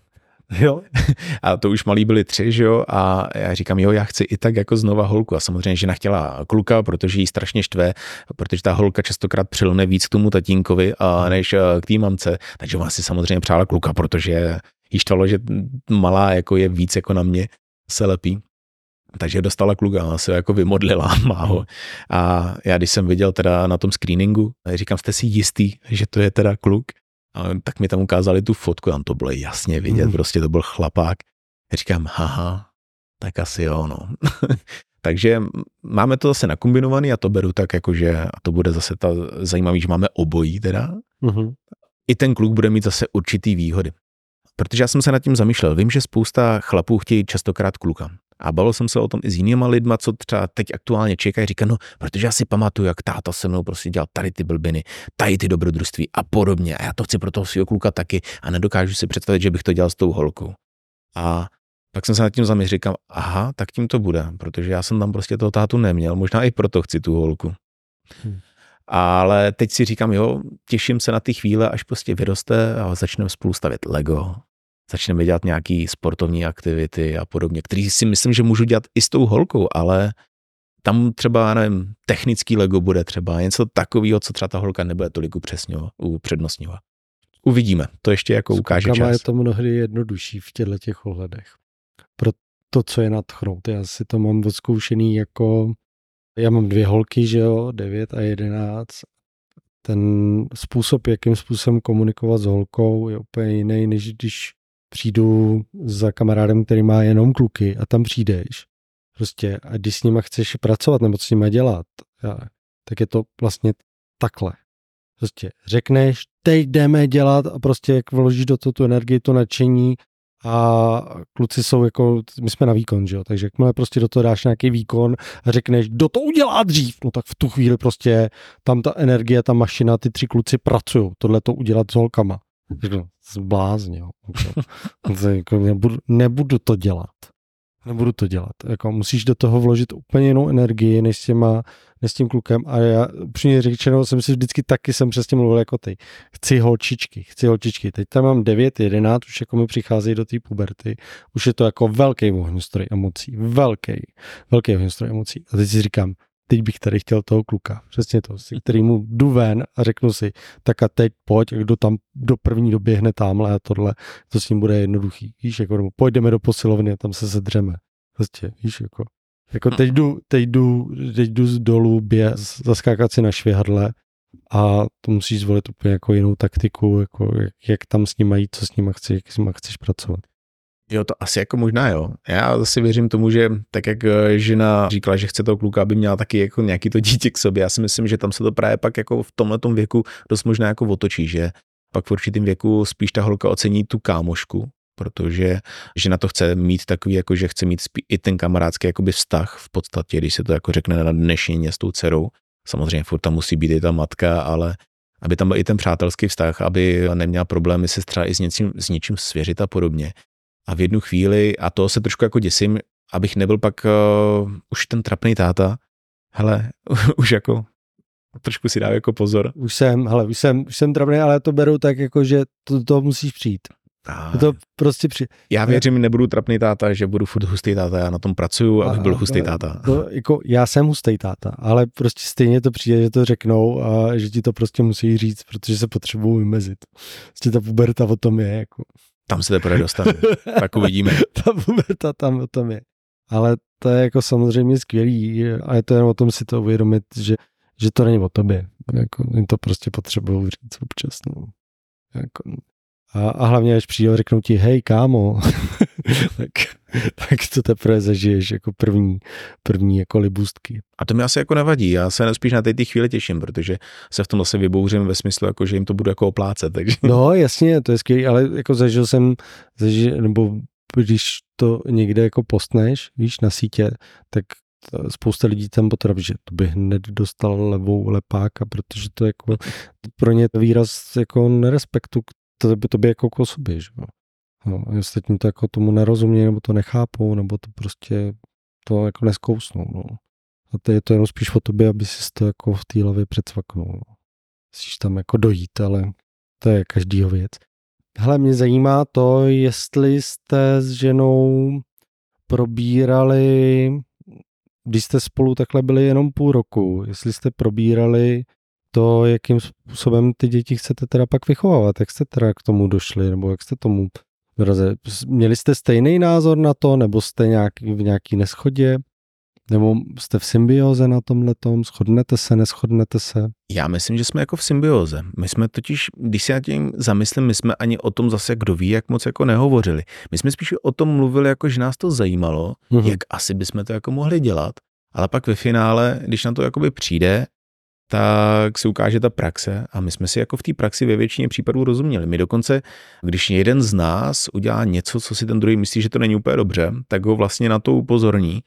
Speaker 3: Jo.
Speaker 2: A to už malí byli tři, že jo, a já říkám, jo, já chci i tak jako znova holku. A samozřejmě žena chtěla kluka, protože jí strašně štve, protože ta holka častokrát přilne víc k tomu tatínkovi, a než k té mamce. Takže ona si samozřejmě přála kluka, protože jí štvalo, že malá jako je víc jako na mě se lepí. Takže dostala kluka, ona se jako vymodlila, má ho. A já když jsem viděl teda na tom screeningu, říkám, jste si jistý, že to je teda kluk? A tak mi tam ukázali tu fotku, tam to bylo jasně vidět, mm. prostě to byl chlapák. Říkám, haha, tak asi jo, no. Takže máme to zase nakombinovaný a to beru tak, jakože a to bude zase ta zajímavý, že máme obojí teda. Mm. I ten kluk bude mít zase určitý výhody. Protože já jsem se nad tím zamýšlel. Vím, že spousta chlapů chtějí častokrát kluka. A bavil jsem se o tom i s jinýma lidma, co třeba teď aktuálně čekají, říkají, no, protože já si pamatuju, jak táta se mnou prostě dělal tady ty blbiny, tady ty dobrodružství a podobně. A já to chci pro toho svého kluka taky a nedokážu si představit, že bych to dělal s tou holkou. A pak jsem se nad tím zamýšlel, říkám, aha, tak tím to bude, protože já jsem tam prostě toho tátu neměl, možná i proto chci tu holku. Hmm. Ale teď si říkám, jo, těším se na ty chvíle, až prostě vyroste a začneme spolu stavět Lego. Začneme dělat nějaký sportovní aktivity a podobně, který si myslím, že můžu dělat i s tou holkou, ale tam třeba, nevím, technický Lego bude třeba něco takového, co třeba ta holka nebude tolik upřednostňovat. Uvidíme, to ještě jako s ukáže čas.
Speaker 3: Je to mnohdy jednodušší v těchto těch ohledech. Pro to, co je nadchnout. Já si to mám odzkoušený jako, já mám dvě holky, že jo, devět a jedenáct. Ten způsob, jakým způsobem komunikovat s holkou, je úplně jiný, než když přijdu za kamarádem, který má jenom kluky a tam přijdeš. Prostě a když s nima chceš pracovat nebo s nima dělat, tak je to vlastně takhle. Prostě řekneš, teď jdeme dělat a prostě jak vložíš do toho tu energii, to nadšení a kluci jsou jako, my jsme na výkon, že jo, takže jakmile prostě do toho dáš nějaký výkon a řekneš, kdo to udělá dřív, no tak v tu chvíli prostě tam ta energie, ta mašina, ty tři kluci pracují, tohle to udělat s holkama. Zblázně, jo. Jako nebudu, nebudu to dělat. Nebudu to dělat. Jako musíš do toho vložit úplně jinou energii, než s, těma, než s tím klukem. A já upřímně řečeno jsem si vždycky taky jsem přesně mluvil jako ty. Chci holčičky, chci holčičky. Teď tam mám devět, jedenáct, už jako mi přicházejí do té puberty. Už je to jako velký ohňostroj emocí. Velký, velký ohňostroj emocí. A teď si říkám, teď bych tady chtěl toho kluka. Přesně to, si kterýmu jdu ven a řeknu si, tak a teď pojď, kdo tam do první doběhne tamhle a tohle, to s ním bude jednoduchý. Víš, jako pojďme do posilovny a tam se sedřeme. Prostě, víš, jako. Jako teď jdu, teď jdu, teď jdu z dolů běz, zaskákat si na švihadle a to musíš zvolit úplně jako jinou taktiku, jako jak, jak tam s nima jít, co s nima chceš, jak s nima chceš pracovat.
Speaker 2: Jo, to asi jako možná jo. Já zase věřím tomu, že tak jak žena říkala, že chce toho kluka, aby měla taky jako nějaký to dítě k sobě. Já si myslím, že tam se to právě pak jako v tomhletom věku dost možná jako otočí, že pak v určitém věku spíš ta holka ocení tu kámošku, protože žena to chce mít takový, jako že chce mít i ten kamarádský jakoby vztah v podstatě, když se to jako řekne na dnešní s tou dcerou. Samozřejmě furt tam musí být i ta matka, ale aby tam byl i ten přátelský vztah, aby neměla problémy se třeba i s něčím, s něčím svěřit a podobně. A v jednu chvíli, a to se trošku jako děsím, abych nebyl pak uh, už ten trapný táta, hele, už jako trošku si dám jako pozor.
Speaker 3: Už jsem, hele, už jsem, už jsem trapný, ale to beru tak jako, že to, to musíš přijít.
Speaker 2: A
Speaker 3: to prostě při...
Speaker 2: Já věřím, nebudu trapný táta, že budu furt hustý táta, já na tom pracuju, abych byl hustý táta.
Speaker 3: To, jako, já jsem hustý táta, ale prostě stejně to přijde, že to řeknou a že ti to prostě musí říct, protože se potřebují vymezit. Prostě ta puberta o tom je, jako...
Speaker 2: Tam se teprve dostane, tak uvidíme.
Speaker 3: Ta puberta tam o tom je. Ale to je jako samozřejmě skvělý a je to jen o tom si to uvědomit, že, že to není o tobě. Jako, to prostě potřebují říct občas. No. Jako, a, a hlavně, až přijde, řeknou ti, hej, kámo, tak, tak to teprve zažiješ jako první, první jako libůstky.
Speaker 2: A to mi asi jako nevadí, já se spíš na té chvíli těším, protože se v tom zase vybouřím ve smyslu, jako, že jim to budu jako oplácet. Takže...
Speaker 3: No jasně, to je skvělý, ale jako zažil jsem, zažil, nebo když to někde jako postneš, víš, na sítě, tak spousta lidí tam potrapí, že to by hned dostal levou lepáka, protože to jako pro ně výraz jako nerespektu to by to by jako k osobě, že jo. No, ostatní to jako tomu nerozumí, nebo to nechápou, nebo to prostě to jako neskousnou, no. A to je to jenom spíš o tobě, aby si to jako v té hlavě předsvaknul. No. Musíš tam jako dojít, ale to je každýho věc. Hele, mě zajímá to, jestli jste s ženou probírali, když jste spolu takhle byli jenom půl roku, jestli jste probírali to, jakým způsobem ty děti chcete teda pak vychovávat, jak jste teda k tomu došli, nebo jak jste tomu dorazili. Měli jste stejný názor na to, nebo jste nějaký, v nějaký neschodě, nebo jste v symbioze na tomhletom, shodnete se, neschodnete se?
Speaker 2: Já myslím, že jsme jako v symbioze. My jsme totiž, když si já tím zamyslím, my jsme ani o tom zase, kdo ví, jak moc jako nehovořili. My jsme spíš o tom mluvili, jako že nás to zajímalo, mm-hmm. jak asi bychom to jako mohli dělat, ale pak ve finále, když na to jakoby přijde, tak se ukáže ta praxe a my jsme si jako v té praxi ve většině případů rozuměli. My dokonce, když jeden z nás udělá něco, co si ten druhý myslí, že to není úplně dobře, tak ho vlastně na to upozorní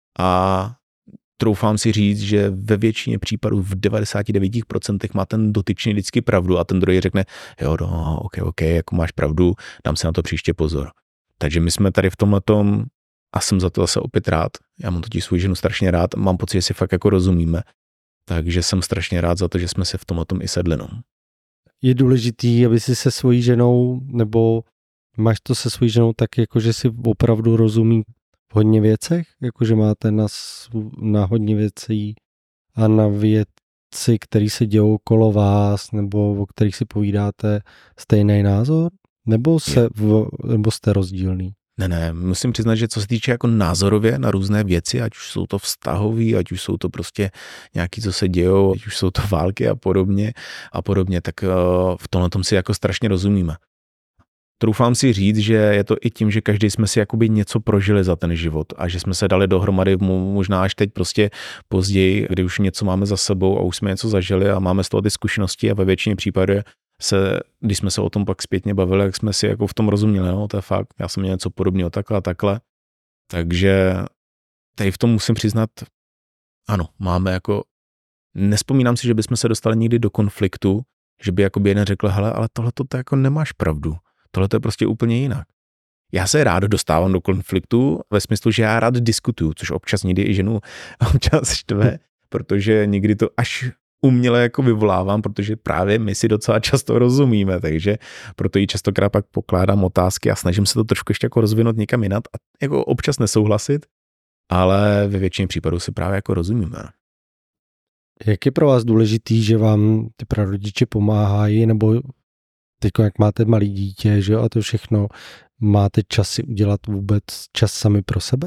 Speaker 2: a troufám si říct, že ve většině případů v devadesát devět procent má ten dotyčný vždycky pravdu a ten druhý řekne, jo, no, ok, ok, jako máš pravdu, dám se na to příště pozor. Takže my jsme tady v tomhletom a jsem za to zase opět rád. Já mám totiž svou ženu strašně rád, mám pocit, že si fakt jako rozumíme. Takže jsem strašně rád za to, že jsme se v tomhletom i sedli. No.
Speaker 3: Je důležitý, aby si se svojí ženou, nebo máš to se svojí ženou tak, jako že si opravdu rozumí v hodně věcech, jakože máte na, na hodně věcí a na věci, které se dějou okolo vás, nebo o kterých si povídáte, stejný názor? Nebo, se, v, nebo jste rozdílný?
Speaker 2: Ne, ne, musím přiznat, že co se týče jako názorově na různé věci, ať už jsou to vztahový, ať už jsou to prostě nějaký, co se dějou, ať už jsou to války a podobně a podobně, tak v tomhle tom si jako strašně rozumíme. Troufám si říct, že je to i tím, že každý jsme si jakoby něco prožili za ten život a že jsme se dali dohromady možná až teď prostě později, kdy už něco máme za sebou a už jsme něco zažili a máme z toho ty zkušenosti a ve většině případů se, když jsme se o tom pak zpětně bavili, jak jsme si jako v tom rozuměli, no to je fakt, já jsem měl něco podobného takhle a takhle, takže tady v tom musím přiznat, ano, máme jako, nespomínám si, že bychom se dostali nikdy do konfliktu, že by jakoby jeden řekl, hele, ale tohle to jako nemáš pravdu, tohle to je prostě úplně jinak. Já se rád dostávám do konfliktu ve smyslu, že já rád diskutuju, což občas někdy i ženu občas štve, protože někdy to až uměle jako vyvolávám, protože právě my si docela často rozumíme, takže proto jí častokrát pak pokládám otázky a snažím se to trošku ještě jako rozvinout někam jinat a jako občas nesouhlasit, ale ve většině případů si právě jako rozumíme.
Speaker 3: Jak je pro vás důležitý, že vám ty prarodiče pomáhají, nebo teď jak máte malý dítě, že jo, a to všechno, máte čas si udělat vůbec čas sami pro sebe?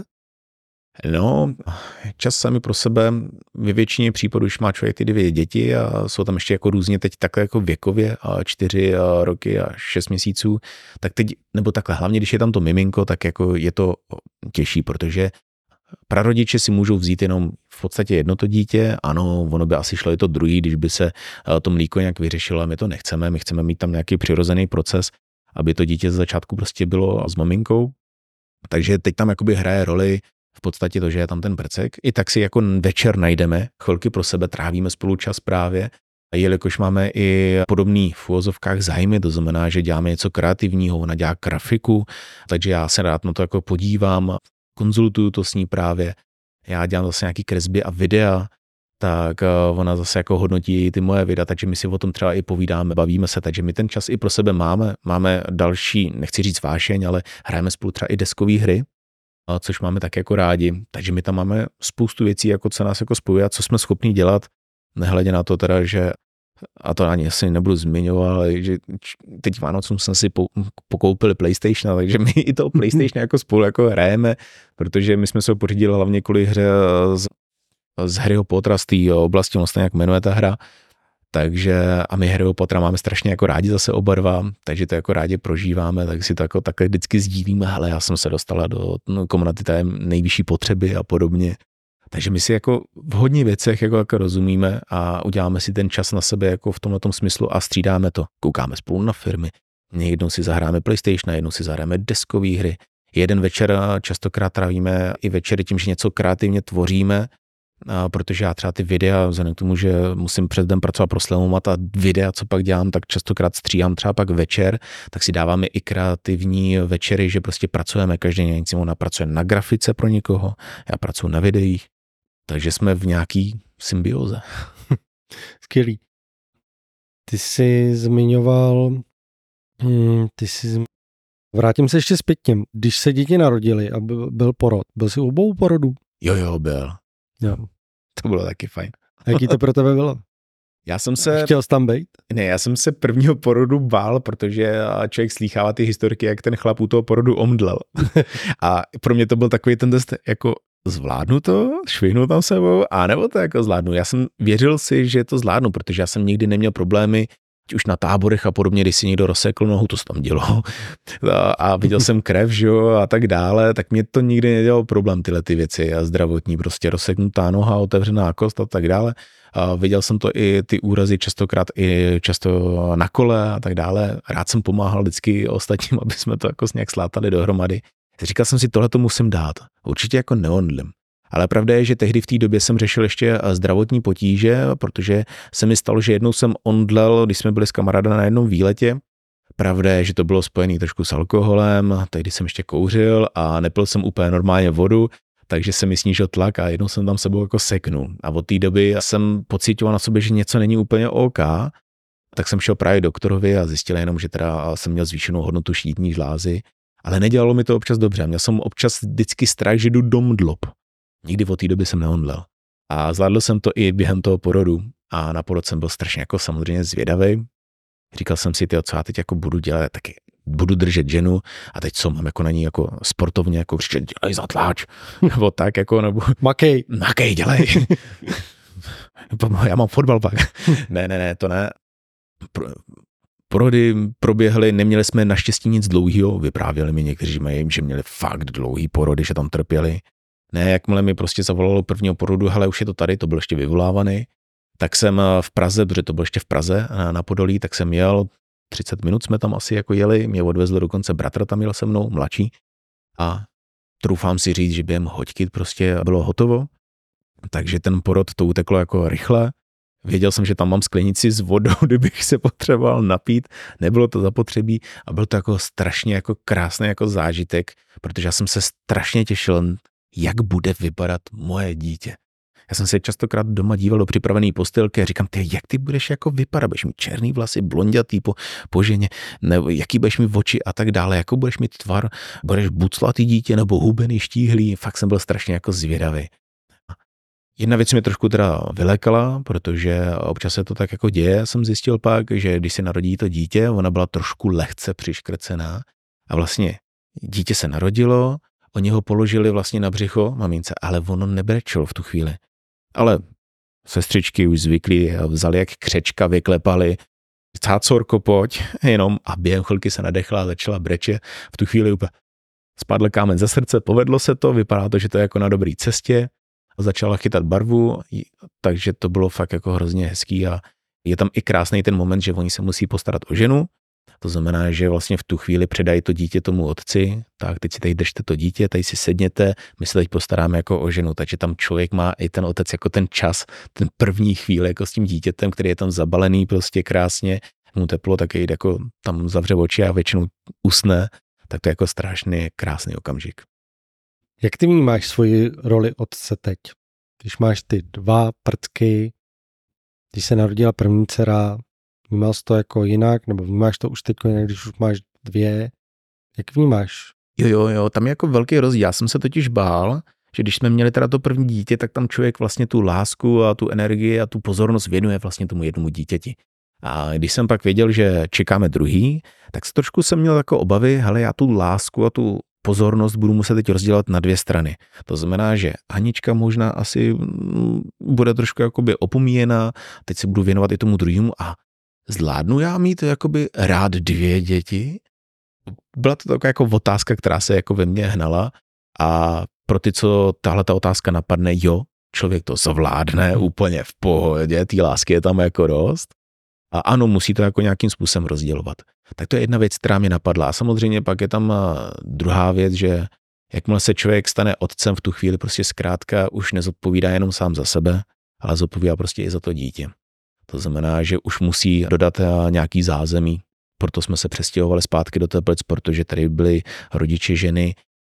Speaker 2: No, čas sami pro sebe, ve většině případů, už má člověk ty dvě děti a jsou tam ještě jako různě teď takhle jako věkově, a čtyři roky a šest měsíců, tak teď, nebo takhle, hlavně když je tam to miminko, tak jako je to těžší, protože prarodiče si můžou vzít jenom v podstatě jedno to dítě, ano, ono by asi šlo i to druhý, když by se to mlíko nějak vyřešilo, a my to nechceme, my chceme mít tam nějaký přirozený proces, aby to dítě z začátku prostě bylo s maminkou, takže teď tam jakoby hraje roli v podstatě to, že je tam ten prcek. I tak si jako večer najdeme, chvilky pro sebe, trávíme spolu čas právě. A jelikož máme i podobný v uvozovkách zájmy, to znamená, že děláme něco kreativního, ona dělá grafiku, takže já se rád na to jako podívám, konzultuju to s ní právě. Já dělám zase nějaký kresby a videa, tak ona zase jako hodnotí ty moje videa, takže my si o tom třeba i povídáme, bavíme se, takže my ten čas i pro sebe máme. Máme další, nechci říct vášeň, ale hrajeme spolu třeba i deskové hry, což máme tak jako rádi. Takže my tam máme spoustu věcí, jako co nás jako spojuje a co jsme schopni dělat, nehledě na to teda, že, a to ani asi nebudu zmiňovat, ale že teď Vánocům jsme si pokoupili PlayStation, takže my i toho PlayStation jako spolu jako hrajeme, protože my jsme se ho pořídili hlavně kvůli hře z, z Harryho Pottera z té oblasti, vlastně jak jmenuje ta hra. Takže a my Harryho Pottera máme strašně jako rádi zase oba dva, takže to jako rádi prožíváme, tak si to jako takhle vždycky sdílíme, hele, já jsem se dostala do no, komunity té nejvyšší potřeby a podobně. Takže my si jako v hodně věcech jako, jako rozumíme a uděláme si ten čas na sebe jako v tomhletom smyslu a střídáme to. Koukáme spolu na filmy, jednou si zahráme PlayStation, jednou si zahráme deskové hry. Jeden večer častokrát trávíme i večery tím, že něco kreativně tvoříme, a protože já třeba ty videa, vzhledem k tomu, že musím přes den pracovat pro Slevomat a videa, co pak dělám, tak častokrát stříhám třeba pak večer, tak si dáváme i kreativní večery, že prostě pracujeme, každý něco, ona pracuje na grafice pro někoho, já pracuji na videích, takže jsme v nějaký symbioze.
Speaker 3: Skvělý. Ty jsi zmiňoval Hmm, ty jsi... Vrátím se ještě zpětně. Když se děti narodili a byl, byl porod, byl jsi u obou porodů?
Speaker 2: Jo, jo, byl.
Speaker 3: Jo.
Speaker 2: To bylo taky fajn.
Speaker 3: A jaký to pro tebe bylo?
Speaker 2: Já jsem se...
Speaker 3: Chtěl jsi tam být?
Speaker 2: Ne, já jsem se prvního porodu bál, protože člověk slýchává ty historky, jak ten chlap u toho porodu omdlel. A pro mě to byl takový ten test, jako zvládnu to, švihnu tam sebou, a nebo to jako zvládnu. Já jsem věřil si, že to zvládnu, protože já jsem nikdy neměl problémy, už na táborech a podobně, když si někdo rozsekl nohu, to se tam dělo. A, a viděl jsem krev, že jo, a tak dále, tak mě to nikdy nedělalo problém, tyhle ty věci a zdravotní, prostě rozseknutá noha, otevřená kost a tak dále. A viděl jsem to i ty úrazy častokrát i často na kole a tak dále. Rád jsem pomáhal vždycky ostatním, aby jsme to jako nějak slátali dohromady. Říkal jsem si, tohle to musím dát. Určitě jako neondlím. Ale pravda je, že tehdy v té době jsem řešil ještě zdravotní potíže, protože se mi stalo, že jednou jsem ondlel, když jsme byli s kamarádem na jednom výletě. Pravda je, že to bylo spojené trošku s alkoholem, tehdy jsem ještě kouřil a nepil jsem úplně normálně vodu, takže se mi snížil tlak a jednou jsem tam sebou jako seknul. A od té doby jsem pocitoval na sobě, že něco není úplně OK, tak jsem šel právě doktorovi a zjistil jenom, že teda jsem měl zvýšenou hodnotu štítní žlázy, ale nedělalo mi to občas dobře. Měl jsem občas vždycky strach, že jdu do mdlob. Nikdy od té doby jsem neomdlel. A zvládl jsem to i během toho porodu. A na porod jsem byl strašně jako samozřejmě zvědavý. Říkal jsem si, tyjo, co já teď jako budu dělat, taky budu držet ženu a teď co mám jako na ní jako sportovně jako křičet, dělej zatláč, nebo tak jako, nebo
Speaker 3: makej,
Speaker 2: makej, dělej. Já mám fotbal pak. ne, ne, ne, to ne. Pro, porody proběhly, neměli jsme naštěstí nic dlouhého, vyprávěli mi někteří mají, že měli fakt dlouhý porody, že tam trpěli. Ne, jakmile mi prostě zavolalo prvního porodu, hele, už je to tady, to byl ještě vyvolávaný, tak jsem v Praze, protože to bylo ještě v Praze na Podolí, tak jsem jel, třicet minut jsme tam asi jako jeli, mě odvezl dokonce bratr tam jel se mnou, mladší, a troufám si říct, že během hoďky prostě bylo hotovo, takže ten porod to uteklo jako rychle. Věděl jsem, že tam mám sklenici s vodou, kdybych se potřeboval napít, nebylo to zapotřebí a byl to jako strašně jako krásný jako zážitek, protože já jsem se strašně těšil, jak bude vypadat moje dítě. Já jsem se častokrát doma díval do připravené postýlky a říkám, ty, jak ty budeš jako vypadat, budeš mít černý vlasy, blondětý po, po ženě, nebo jaký budeš mít oči a tak dále, jako budeš mít tvar, budeš buclatý dítě nebo hubený, štíhlý, fakt jsem byl strašně jako zvědavý. Jedna věc mě trošku teda vylekala, protože občas se to tak jako děje, jsem zjistil pak, že když se narodí to dítě, ona byla trošku lehce přiškrcená a vlastně dítě se narodilo, oni ho položili vlastně na břicho mamince, ale ono nebrečelo v tu chvíli. Ale sestřičky už zvyklí, vzali jak křečka, vyklepali, cácorko, pojď, jenom a během chvilky se nadechla a začala breče. V tu chvíli úplně spadl kámen ze srdce, povedlo se to, vypadá to, že to je jako na dobré cestě. Začala chytat barvu, takže to bylo fakt jako hrozně hezký a je tam i krásný ten moment, že oni se musí postarat o ženu. To znamená, že vlastně v tu chvíli předají to dítě tomu otci, tak teď si tady držte to dítě, tady si sedněte, my se teď postaráme jako o ženu, takže tam člověk má i ten otec jako ten čas, ten první chvíli jako s tím dítětem, který je tam zabalený prostě krásně, mu teplo, tak jde jako tam zavře oči a většinou usne, tak to je jako strašný krásný okamžik.
Speaker 3: Jak ty vnímáš svoji roli otce teď? Když máš ty dva prcky, když se narodila první dcera, vnímal jsi to jako jinak, nebo vnímáš to už teď jinak, když už máš dvě? Jak vnímáš?
Speaker 2: Jo, jo, jo, tam je jako velký rozdíl. Já jsem se totiž bál, že když jsme měli teda to první dítě, tak tam člověk vlastně tu lásku a tu energii a tu pozornost věnuje vlastně tomu jednomu dítěti. A když jsem pak věděl, že čekáme druhý, tak se trošku jsem měl jako obavy, hele, já tu lásku a tu pozornost budu muset teď rozdělat na dvě strany. To znamená, že Anička možná asi bude trošku jakoby opomíjená, teď se budu věnovat i tomu druhému a zvládnu já mít jakoby rád dvě děti? Byla to taková jako otázka, která se jako ve mně hnala a pro ty, co tahle ta otázka napadne, jo, člověk to zvládne úplně v pohodě, té lásky je tam jako dost a ano, musí to jako nějakým způsobem rozdělovat. Tak to je jedna věc, která mě napadla. A samozřejmě pak je tam druhá věc, že jakmile se člověk stane otcem v tu chvíli, prostě zkrátka už nezodpovídá jenom sám za sebe, ale zodpovídá prostě i za to dítě. To znamená, že už musí dodat nějaký zázemí. Proto jsme se přestěhovali zpátky do Teplic, protože tady byli rodiče ženy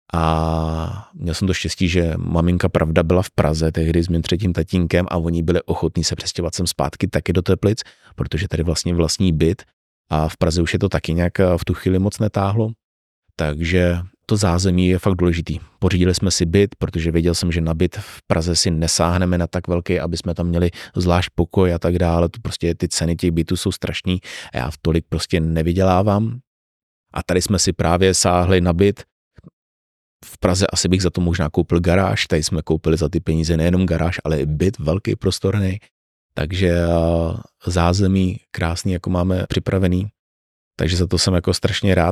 Speaker 2: a měl jsem to štěstí, že maminka pravda byla v Praze tehdy s mým třetím tatínkem a oni byli ochotní se přestěhovat sem zpátky taky do Teplic, protože tady vlastně vlastní byt a v Praze už je to taky nějak v tu chvíli moc netáhlo, takže to zázemí je fakt důležitý. Pořídili jsme si byt, protože věděl jsem, že na byt v Praze si nesáhneme na tak velký, aby jsme tam měli zvlášť pokoj a tak dále. To prostě ty ceny těch bytů jsou strašný a já v tolik prostě nevydělávám. A tady jsme si právě sáhli na byt. V Praze asi bych za to možná koupil garáž, tady jsme koupili za ty peníze nejenom garáž, ale i byt velký, prostorný. Takže zázemí krásný, jako máme připravený. Takže za to jsem jako strašně rád.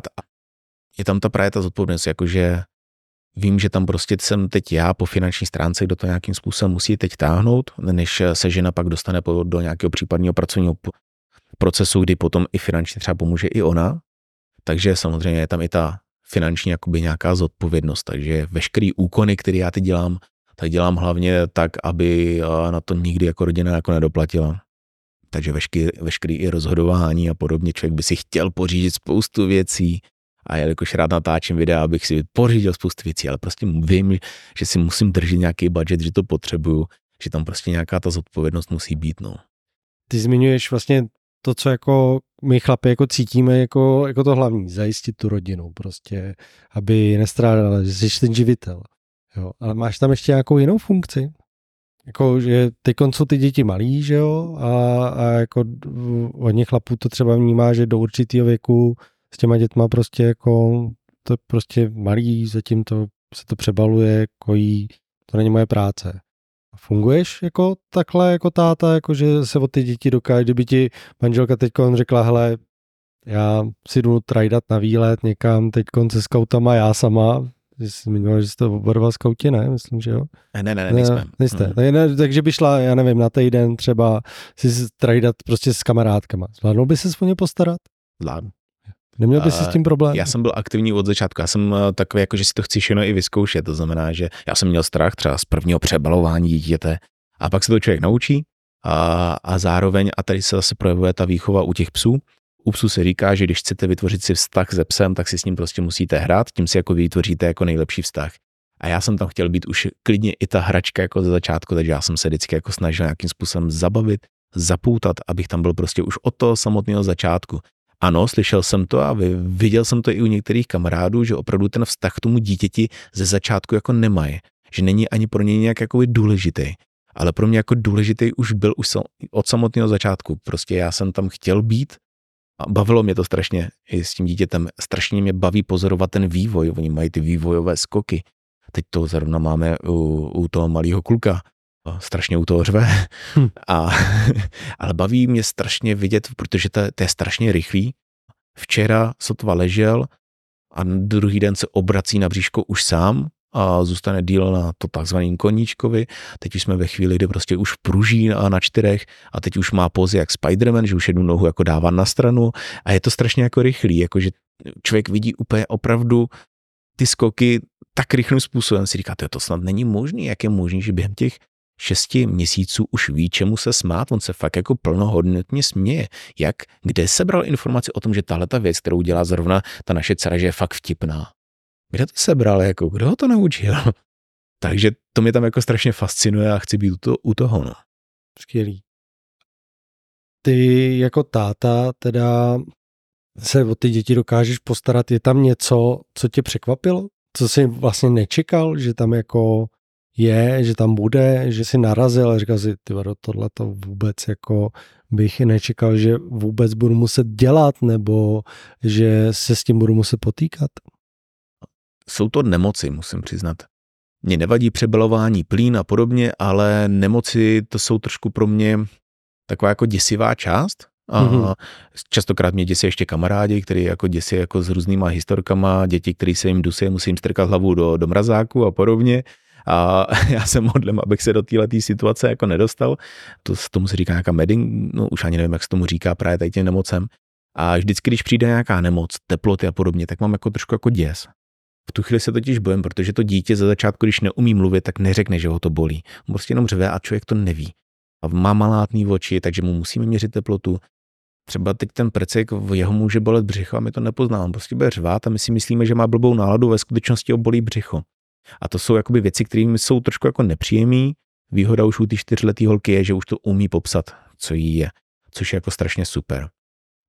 Speaker 2: Je tam ta právě ta zodpovědnost, jakože vím, že tam prostě jsem teď já po finanční stránce, kdo to nějakým způsobem musí teď táhnout, než se žena pak dostane do nějakého případného pracovního procesu, kdy potom i finančně třeba pomůže i ona. Takže samozřejmě je tam i ta finanční jakoby nějaká zodpovědnost. Takže veškerý úkony, které já teď dělám, tak dělám hlavně tak, aby na to nikdy jako rodina jako nedoplatila. Takže veškerý, veškerý i rozhodování a podobně, člověk by si chtěl pořídit spoustu věcí a jelikož rád natáčím videa, abych si pořídil spoustu věcí, ale prostě vím, že si musím držet nějaký budget, že to potřebuju, že tam prostě nějaká ta zodpovědnost musí být. No.
Speaker 3: Ty zmiňuješ vlastně to, co jako my chlapi jako cítíme jako, jako to hlavní, zajistit tu rodinu prostě, aby nestrádala, že jsi ten živitel. Jo. Ale máš tam ještě nějakou jinou funkci? Jako, že teď jsou ty děti malí, že jo, a, a jako hodně chlapů to třeba vnímá, že do určitého věku s těma dětma prostě jako to prostě malý, zatím to se to přebaluje, kojí, to není moje práce. Funguješ jako takhle jako táta, jako že se o ty děti dokáže, kdyby ti manželka teďkon řekla, hele, já si jdu trajdat na výlet někam teďkon se skautama, já sama, že jsi zmiňoval, že jste oba dva skauti, ne? Myslím, že jo?
Speaker 2: Ne, ne, ne, nejsme.
Speaker 3: Ne, nejste.
Speaker 2: Hmm.
Speaker 3: Ne, takže by šla, já nevím, na týden třeba si trajdat prostě s kamarádkama. Zvládnul by se o ně postarat?
Speaker 2: Zvládnu.
Speaker 3: Neměl by si s tím problém?
Speaker 2: Já jsem byl aktivní od začátku, já jsem takový, jako, že si to chci všechno i vyzkoušet, to znamená, že já jsem měl strach třeba z prvního přebalování dítěte a pak se to člověk naučí a, a zároveň, a tady se zase projevuje ta výchova u těch psů. U psů se říká, že když chcete vytvořit si vztah se psem, tak si s ním prostě musíte hrát, tím si jako vytvoříte jako nejlepší vztah. A já jsem tam chtěl být už klidně i ta hračka jako ze začátku, takže já jsem se vždycky jako snažil nějakým způsobem zabavit, zapoutat, abych tam byl prostě už od toho samotného začátku. Ano, slyšel jsem to a viděl jsem to i u některých kamarádů, že opravdu ten vztah k tomu dítěti ze začátku jako nemají, že není ani pro něj nějak jako důležitý. Ale pro mě jako důležitý už byl už od samotného začátku. Prostě já jsem tam chtěl být a bavilo mě to strašně i s tím dítětem. Strašně mě baví pozorovat ten vývoj. Oni mají ty vývojové skoky. Teď to zrovna máme u, u toho malého kluka. Strašně u toho řve. Hm. A, ale baví mě strašně vidět, protože to, to je strašně rychlý. Včera sotva ležel a druhý den se obrací na bříško už sám a zůstane díl na to takzvaným koníčkovi. Teď už jsme ve chvíli, kdy prostě už pruží na, na čtyřech a teď už má pózy jak Spider-Man, že už jednu nohu jako dává na stranu a je to strašně jako rychlý, jakože člověk vidí úplně opravdu ty skoky tak rychlým způsobem. Si říká, to snad není možný, jak je možný, že během těch šesti měsíců už ví, čemu se smát, on se fakt jako plnohodnotně směje. Jak, kde sebral informaci o tom, že tahle ta věc, kterou dělá zrovna ta naše dcera, že je fakt vtipná? Kde to sebral, jako, kdo ho to naučil? Takže to mě tam jako strašně fascinuje a chci být u, to, u toho. No.
Speaker 3: Skvělý. Ty jako táta teda se o ty děti dokážeš postarat, je tam něco, co tě překvapilo? Co jsi vlastně nečekal, že tam jako je, že tam bude, že si narazil a říkal si, tyvado, tohle to vůbec jako bych nečekal, že vůbec budu muset dělat, nebo že se s tím budu muset potýkat?
Speaker 2: Jsou to nemoci, musím přiznat. Mně nevadí přebalování, plín a podobně, ale nemoci to jsou trošku pro mě taková jako děsivá část. A mm-hmm. Častokrát mě děsí ještě kamarádi, kteří jako děsí jako s různýma historkama, děti, který se jim dusí, musím strkat hlavu do, do mrazáku a podobně. A já se modlím, abych se do této situace jako nedostal. To tomu se říká nějaká meding, no už ani nevím, jak se tomu říká právě tady těm nemocem. A vždycky, když přijde nějaká nemoc, teploty a podobně, tak mám jako trošku jako děs. V tu chvíli se totiž bojím, protože to dítě za začátku, když neumí mluvit, tak neřekne, že ho to bolí. On prostě jenom řve a člověk to neví. A má malátný oči, takže mu musíme měřit teplotu. Třeba teď ten precek, jeho může bolet břicho a my to nepoznáme. Prostě bude řvát a my si myslíme, že má blbou náladu, ve skutečnosti ho bolí břicho. A to jsou jakoby věci, které jsou trošku jako nepříjemné. Výhoda už u té čtyřletý holky je, že už to umí popsat, co jí je, což je jako strašně super.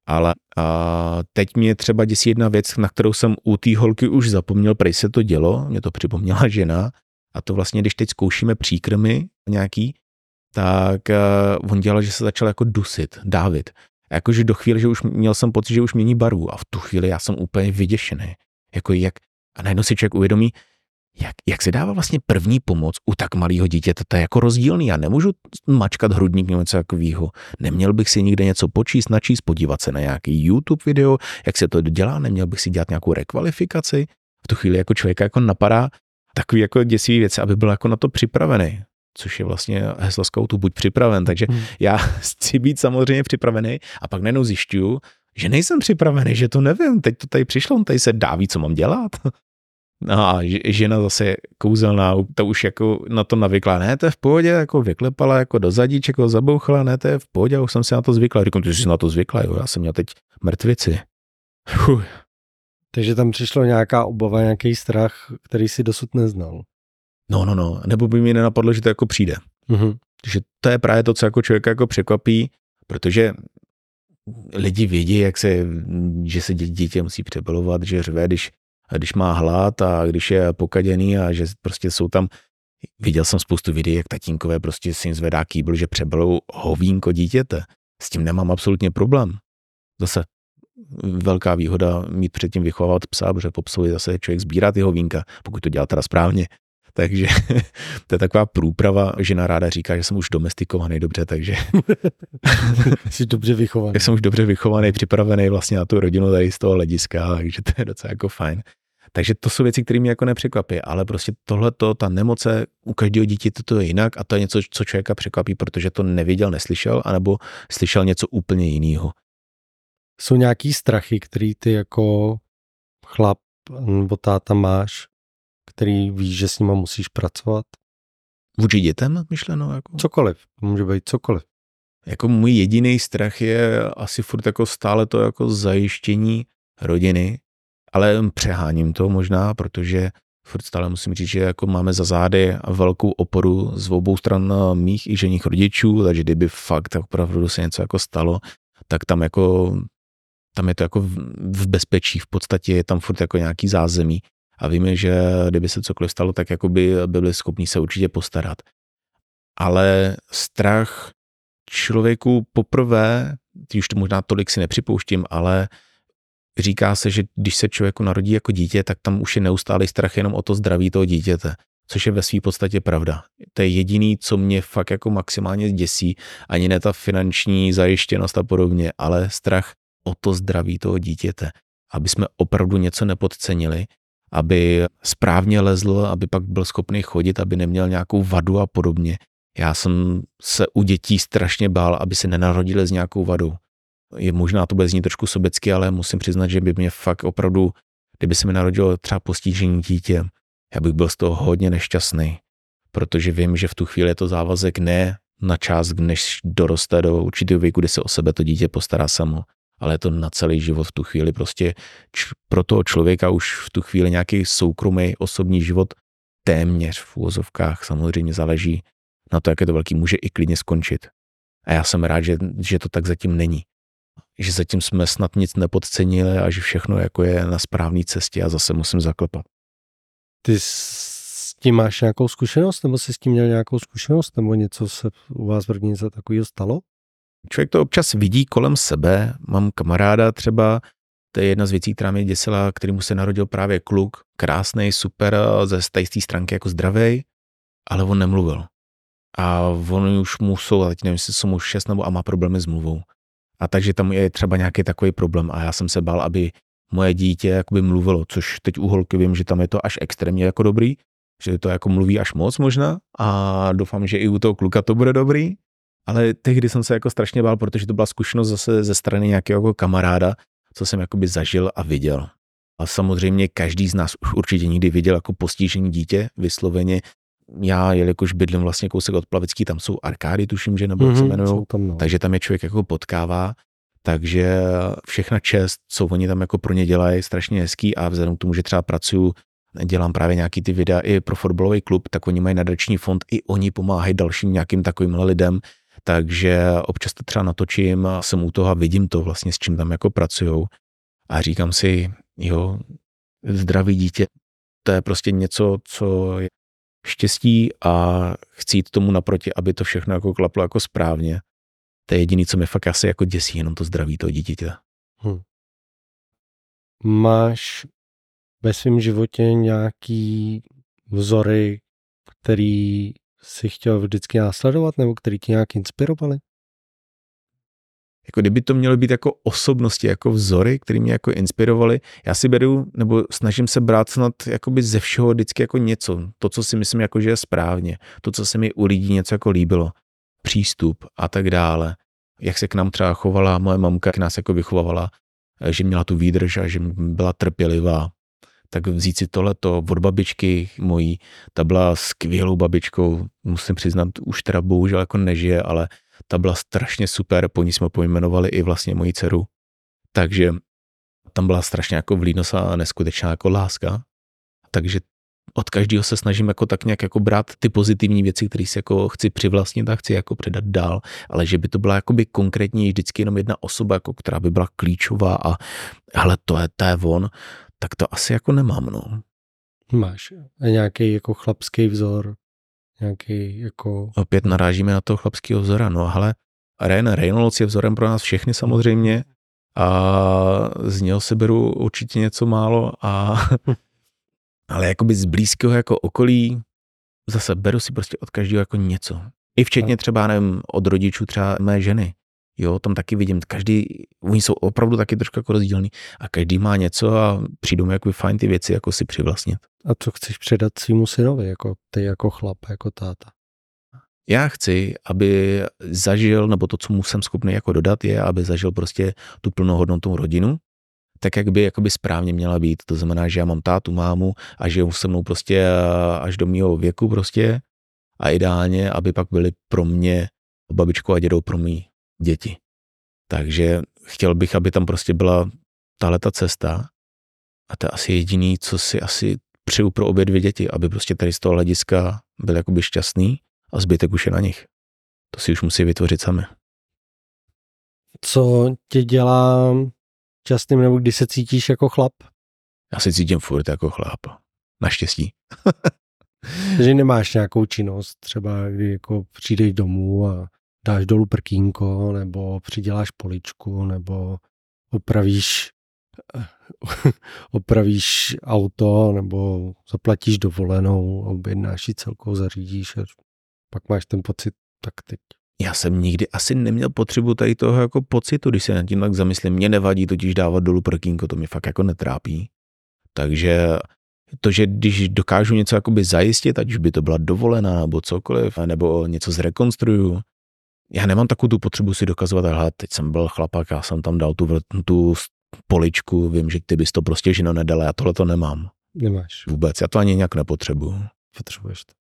Speaker 2: Ale a teď mě třeba děsí jedna věc, na kterou jsem u té holky už zapomněl, prej se to dělo, mě to připomněla žena, a to vlastně, když teď zkoušíme příkrmy nějaký, tak uh, on dělal, že se začal jako dusit, dávit. Jakože do chvíle, že už měl jsem pocit, že už mění barvu a v tu chvíli já jsem úplně vyděšený. Jako jak, a najednou si člověk uvědomí, jak, jak se dává vlastně první pomoc u tak malého dítěte, to je jako rozdílný. Já nemůžu mačkat hrudník nebo něco takového. Neměl bych si někde něco počíst, načíst, podívat se na nějaký YouTube video, jak se to dělá, neměl bych si dělat nějakou rekvalifikaci. V tu chvíli jako člověka jako napadá takový jako děsivý věci, aby byl jako na to připravený. Což je vlastně heslo skautu, buď připraven. Takže hmm. já chci být samozřejmě připravený a pak najednou zjišťuju, že nejsem připravený, že to nevím. Teď to tady přišlo, on tady se dáví, co mám dělat. No a žena zase kouzelná, to už jako na to navykla. Ne, to je v pohodě, jako vyklepala jako do zadíček, jako zabouchala, ne, to je v pohodě, už jsem si na to zvykla. Říkám, ty jsi na to zvykla, jo, já jsem měl teď mrtvici. Fuh.
Speaker 3: Takže tam přišlo nějaká obava, nějaký strach, který si dosud neznal.
Speaker 2: No, no, no, nebo by mi nenapadlo, že to jako přijde.
Speaker 3: Mm-hmm.
Speaker 2: Takže to je právě to, co jako člověka jako překvapí, protože lidi vědí, jak se, že se dítě musí přebalovat, že řve, když, když má hlad a když je pokaděný a že prostě jsou tam, viděl jsem spoustu videí, jak tatínkové prostě si jim zvedá kýbl, že přebalou hovínko dítěte. S tím nemám absolutně problém. Zase velká výhoda mít předtím vychovávat psa, protože po psovi zase člověk sbírá ty hovínka, pokud to dělá teda správně. Takže to je taková průprava, žena ráda říká, že jsem už domestikovaný dobře, takže
Speaker 3: jsi dobře vychovaný.
Speaker 2: Já jsem už dobře vychovaný, připravený vlastně na tu rodinu tady z toho hlediska, takže to je docela jako fajn. Takže to jsou věci, které mě jako nepřekvapí, ale prostě tohleto, ta nemoce u každého dítěte to je jinak a to je něco, co člověka překvapí, protože to neviděl, neslyšel, anebo slyšel něco úplně jiného.
Speaker 3: Jsou nějaký strachy, který ty jako chlap nebo táta máš, který víš, že s nima musíš pracovat?
Speaker 2: Vůči dětem myšleno? Jako?
Speaker 3: Cokoliv, může být cokoliv.
Speaker 2: Jako můj jediný strach je asi furt jako stále to jako zajištění rodiny, ale přeháním to možná, protože furt stále musím říct, že jako máme za zády velkou oporu z obou stran mých i ženích rodičů, takže kdyby fakt opravdu se něco jako stalo, tak tam jako tam je to jako v bezpečí, v podstatě je tam furt jako nějaký zázemí. A víme, že kdyby se cokoliv stalo, tak jako by byli schopni se určitě postarat. Ale strach člověku poprvé, ty už to možná tolik si nepřipouštím, ale říká se, že když se člověku narodí jako dítě, tak tam už je neustálý strach jenom o to zdraví toho dítěte, což je ve své podstatě pravda. To je jediný, co mě fakt jako maximálně děsí, ani ne ta finanční zajištěnost a podobně, ale strach o to zdraví toho dítěte, aby jsme opravdu něco nepodcenili, aby správně lezl, aby pak byl schopný chodit, aby neměl nějakou vadu a podobně. Já jsem se u dětí strašně bál, aby se nenarodili s nějakou vadou. Je možná to bude znít trošku sobecky, ale musím přiznat, že by mě fakt opravdu, kdyby se mi narodilo třeba postižení dítě, já bych byl z toho hodně nešťastný, protože vím, že v tu chvíli je to závazek ne na čas, než doroste do určitého věku, kdy se o sebe to dítě postará samo, ale je to na celý život v tu chvíli. Prostě č- pro toho člověka už v tu chvíli nějaký soukromý osobní život téměř v úvozovkách samozřejmě záleží na to, jak je to velký, může i klidně skončit. A já jsem rád, že, že to tak zatím není. Že zatím jsme snad nic nepodcenili a že všechno jako je na správné cestě a zase musím zaklepat.
Speaker 3: Ty s tím máš nějakou zkušenost, nebo jsi s tím měl nějakou zkušenost, nebo něco se u vás v rodině takového stalo?
Speaker 2: Člověk to občas vidí kolem sebe, mám kamaráda třeba, to je jedna z věcí, která mě děsila, kterému se narodil právě kluk, krásnej, super, ze té stránky jako zdravej, ale on nemluvil. A on už mu jsou, teď nevím, jestli jsou mu šest nebo a má problémy s mluvou. A takže tam je třeba nějaký takový problém a já jsem se bál, aby moje dítě jakoby mluvilo, což teď u holky vím, že tam je to až extrémně jako dobrý, že to jako mluví až moc možná a doufám, že i u toho kluka to bude dobrý. Ale tehdy jsem se jako strašně bál, protože to byla zkušenost zase ze strany nějakého jako kamaráda, co jsem jakoby zažil a viděl. A samozřejmě každý z nás už určitě nikdy viděl jako postižení dítě, vysloveně. Já, jelikož bydlím vlastně kousek od Plavický, tam jsou arkády, tuším, že nebo mm-hmm, se jmenujou, tam, no. Takže tam je člověk jako potkává, takže všechna čest, co oni tam jako pro ně dělají, je strašně hezký a vzhledem k tomu, že třeba pracuju, dělám právě nějaký ty videa i pro fotbalový klub, tak oni mají nadační fond, i oni pomáhají dalším nějakým takovým lidem. takže občas to třeba natočím a jsem u toho a vidím to vlastně, s čím tam jako pracujou a říkám si, jo, zdraví dítě, to je prostě něco, co je štěstí a chci jít tomu naproti, aby to všechno jako klaplo jako správně. To je jediný, co mi fakt asi jako děsí, jenom to zdraví toho dítěte.
Speaker 3: Hmm. Máš ve svém životě nějaký vzory, který jsi chtěl vždycky následovat, nebo který tě nějak inspirovali?
Speaker 2: Jako kdyby to mělo být jako osobnosti, jako vzory, které mě jako inspirovaly. Já si beru, nebo snažím se brát snad jakoby ze všeho vždycky jako něco. To, co si myslím, jako, že je správně. To, co se mi u lidí něco jako líbilo. Přístup a tak dále. Jak se k nám třeba chovala moje mamka, jak nás jako vychovávala, že měla tu výdrž a že byla trpělivá. Tak vzít si tohleto od babičky mojí, ta byla skvělou babičkou, musím přiznat, už teda bohužel jako nežije, ale ta byla strašně super, po ní jsme pojmenovali i vlastně moji dceru. Takže tam byla strašně jako vlídnost a neskutečná jako láska. Takže od každého se snažím jako tak nějak jako brát ty pozitivní věci, které si jako chci přivlastnit a chci jako předat dál, ale že by to byla jakoby konkrétní vždycky jenom jedna osoba, jako která by byla klíčová a hele, to je, to je on, tak to asi jako nemám, no.
Speaker 3: Máš a nějaký jako chlapský vzor, nějaký jako...
Speaker 2: Opět narážíme na toho chlapského vzora, no hele, Ryan Reynolds je vzorem pro nás všechny samozřejmě a z něho se beru určitě něco málo a ale jakoby z blízkého jako okolí zase beru si prostě od každého jako něco. I včetně třeba, nevím, od rodičů třeba mé ženy. Jo, tam taky vidím, každý, oni jsou opravdu taky trošku jako rozdílný a každý má něco a přijdou mi jako fajn ty věci jako si přivlastnit.
Speaker 3: A co chceš předat svýmu synovi, jako ty jako chlap, jako táta?
Speaker 2: Já chci, aby zažil, nebo to, co mu jsem schopný jako dodat, je, aby zažil prostě tu plnohodnotnou rodinu, tak, jak by jakoby správně měla být. To znamená, že já mám tátu, mámu a žijou se mnou prostě až do mýho věku prostě a ideálně, aby pak byli pro mě babičkou a dědou pro mý děti. Takže chtěl bych, aby tam prostě byla tahleta cesta a to je asi jediný, co si asi přeju pro obě dvě děti, aby prostě tady z toho hlediska byl jakoby šťastný a zbytek už je na nich. To si už musí vytvořit sami.
Speaker 3: Co tě dělá šťastným, nebo kdy se cítíš jako chlap?
Speaker 2: Já se cítím furt jako chlap. Naštěstí.
Speaker 3: Že nemáš nějakou činnost, třeba kdy jako přijdeš domů a dáš dolů prkínko, nebo přiděláš poličku, nebo opravíš opravíš auto, nebo zaplatíš dovolenou, objednáš si celkou, zařídíš a pak máš ten pocit, tak teď.
Speaker 2: Já jsem nikdy asi neměl potřebu tady toho jako pocitu, když se nad tím tak zamyslím. Mě nevadí totiž dávat dolů prkínko, to mě fakt jako netrápí. Takže to, že když dokážu něco jakoby zajistit, ať už by to byla dovolená nebo cokoliv, nebo něco zrekonstruju, já nemám takovou tu potřebu si dokazovat, hele, teď jsem byl chlapak, já jsem tam dal tu, tu poličku, vím, že ty bys to prostě žena nedala, já tohle to nemám.
Speaker 3: Nemáš.
Speaker 2: Vůbec, já to ani nějak nepotřebuju.
Speaker 3: Potřebuješ to.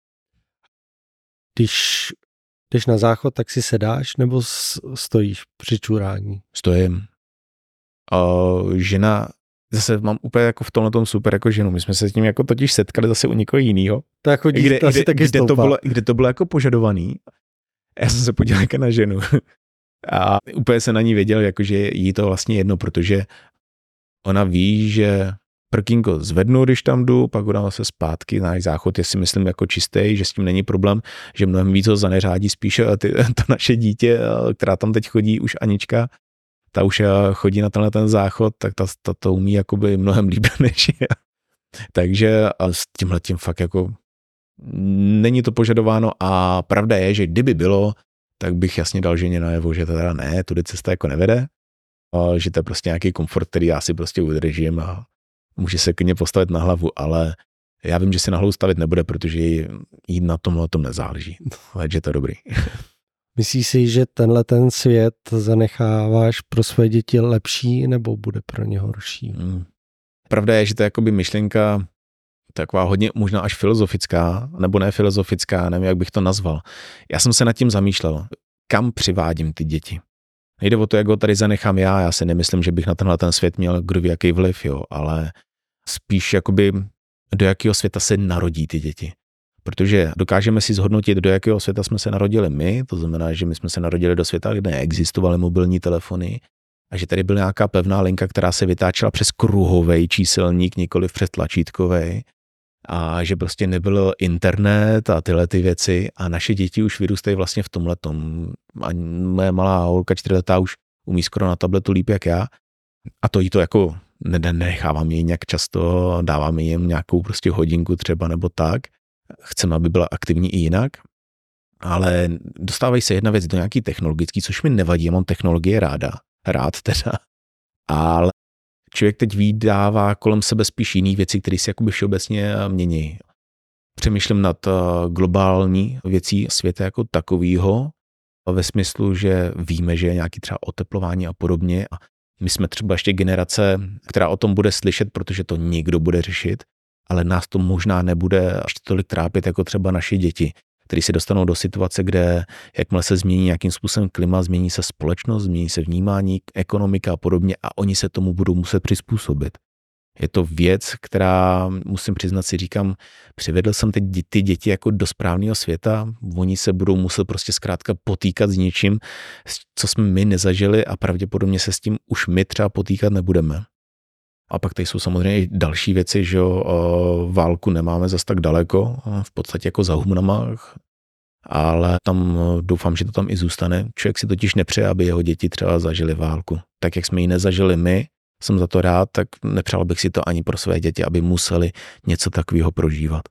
Speaker 3: Když jdeš na záchod, tak si sedáš nebo stojíš při čurání?
Speaker 2: Stojím. A žena, zase mám úplně jako v tomhle tom super jako ženu, my jsme se s tím jako totiž setkali zase u někoho jinýho.
Speaker 3: Tak chodíš,
Speaker 2: kde,
Speaker 3: to asi
Speaker 2: kde,
Speaker 3: taky
Speaker 2: kde, to bylo, kde to bylo jako požadovaný. Já jsem se podíval jako na ženu a úplně se na ní věděl, jako že jí to vlastně jedno, protože ona ví, že prkínko zvednu, když tam jdu, pak ho dám se zpátky, náš záchod je si myslím jako čistý, že s tím není problém, že mnohem víc ho zaneřádí spíše ty, to naše dítě, která tam teď chodí, už Anička, ta už chodí na tenhle ten záchod, tak ta, ta to umí jakoby mnohem líp než já. Takže a s tímhletím fakt jako není to požadováno a pravda je, že kdyby bylo, tak bych jasně dal ženě najevo, že to teda ne, tudy cesta jako nevede, a že to je prostě nějaký komfort, který já si prostě udržím a může se klidně postavit na hlavu, ale já vím, že si na hlavu stavit nebude, protože jí na tomhle tom nezáleží. Takže to je dobrý.
Speaker 3: Myslíš si, že tenhle ten svět zanecháváš pro své děti lepší nebo bude pro ně horší?
Speaker 2: Hmm. Pravda je, že to je jakoby myšlenka taková hodně možná až filozofická, nebo ne filozofická, nevím, jak bych to nazval. Já jsem se nad tím zamýšlel, kam přivádím ty děti. Nejde o to, jak ho tady zanechám já, já si nemyslím, že bych na tenhle ten svět měl kdo ví jaký vliv, jo, ale spíš jakoby do jakého světa se narodí ty děti. Protože dokážeme si zhodnotit, do jakého světa jsme se narodili my, to znamená, že my jsme se narodili do světa, kde neexistovaly mobilní telefony a že tady byla nějaká pevná linka, která se vytáčela přes kruhovej číselník, nikoliv přes tlačítkovej, a že prostě nebyl internet a tyhle ty věci a naše děti už vyrůstají vlastně v tomhletom. A moje malá holka čtyřletá už umí skoro na tabletu líp jak já a to jí to jako nenechávám jí nějak často, dáváme jim nějakou prostě hodinku třeba nebo tak. Chceme, aby byla aktivní i jinak, ale dostávají se jedna věc do nějaký technologický, což mi nevadí, já mám technologie ráda, rád teda, ale člověk teď vydává kolem sebe spíš jiný věci, které se jakoby všeobecně mění. Přemýšlím nad globální věcí světa jako takovýho, ve smyslu, že víme, že je nějaký třeba oteplování a podobně a my jsme třeba ještě generace, která o tom bude slyšet, protože to někdo bude řešit, ale nás to možná nebude až tolik trápit jako třeba naši děti, kteří se dostanou do situace, kde jakmile se změní nějakým způsobem klima, změní se společnost, změní se vnímání, ekonomika a podobně a oni se tomu budou muset přizpůsobit. Je to věc, která, musím přiznat si, říkám, přivedl jsem teď ty děti jako do správného světa, oni se budou muset prostě zkrátka potýkat s něčím, co jsme my nezažili a pravděpodobně se s tím už my třeba potýkat nebudeme. A pak tady jsou samozřejmě i další věci, že válku nemáme zas tak daleko, v podstatě jako za humnama, ale tam doufám, že to tam i zůstane. Člověk si totiž nepřeje, aby jeho děti třeba zažili válku. Tak, jak jsme ji nezažili my, jsem za to rád, tak nepřál bych si to ani pro své děti, aby museli něco takového prožívat.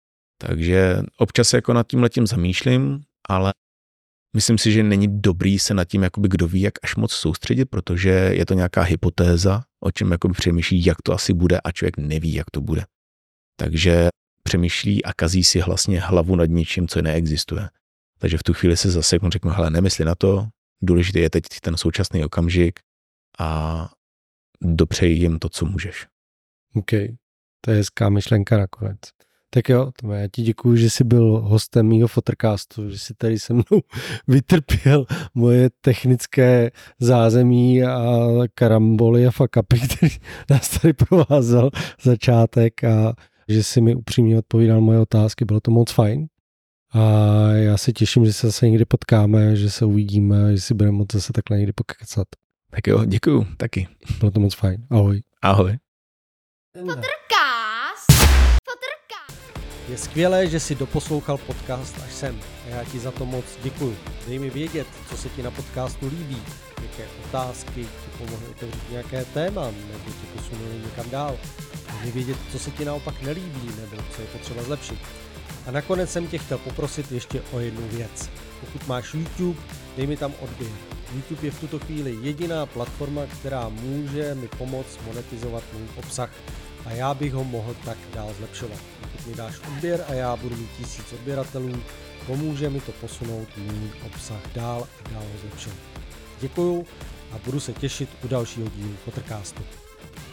Speaker 2: Takže občas jako nad tím letím zamýšlím, ale myslím si, že není dobrý se nad tím, jakoby kdo ví, jak až moc soustředit, protože je to nějaká hypotéza, o čem jakoby přemýšlí, jak to asi bude a člověk neví, jak to bude. Takže přemýšlí a kazí si vlastně hlavu nad něčím, co neexistuje. Takže v tu chvíli se zase řeknu, hele, nemysli na to, důležitý je teď ten současný okamžik a dopřeji jim to, co můžeš.
Speaker 3: OK, to je hezká myšlenka nakonec. Tak jo, Tome, já ti děkuju, že jsi byl hostem mýho Fotrcastu, že jsi tady se mnou vytrpěl moje technické zázemí a karamboly a fuck-upy, který nás tady provázel začátek a že jsi mi upřímně odpovídal moje otázky, bylo to moc fajn. A já se těším, že se zase někdy potkáme, že se uvidíme, že si budeme moct zase takhle někdy pokecat.
Speaker 2: Tak jo, děkuju, taky.
Speaker 3: Bylo to moc fajn. Ahoj.
Speaker 2: Ahoj.
Speaker 1: Fotrcast. Fotrcast.
Speaker 3: Je skvělé, že jsi doposlouchal podcast až sem. A já ti za to moc děkuju. Dej mi vědět, co se ti na podcastu líbí, jaké otázky ti pomohly otevřít nějaké téma, nebo ti posunuli někam dál. Dej mi vědět, co se ti naopak nelíbí, nebo co je potřeba zlepšit. A nakonec jsem tě chtěl poprosit ještě o jednu věc. Pokud máš YouTube, dej mi tam odběr. YouTube je v tuto chvíli jediná platforma, která může mi pomoct monetizovat můj obsah a já bych ho mohl tak dál zlepšovat. Pokud mi dáš odběr a já budu mít tisíc odběratelů, pomůže mi to posunout můj obsah dál a dál ho zlepšovat. Děkuju a budu se těšit u dalšího dílu Fotrcastu.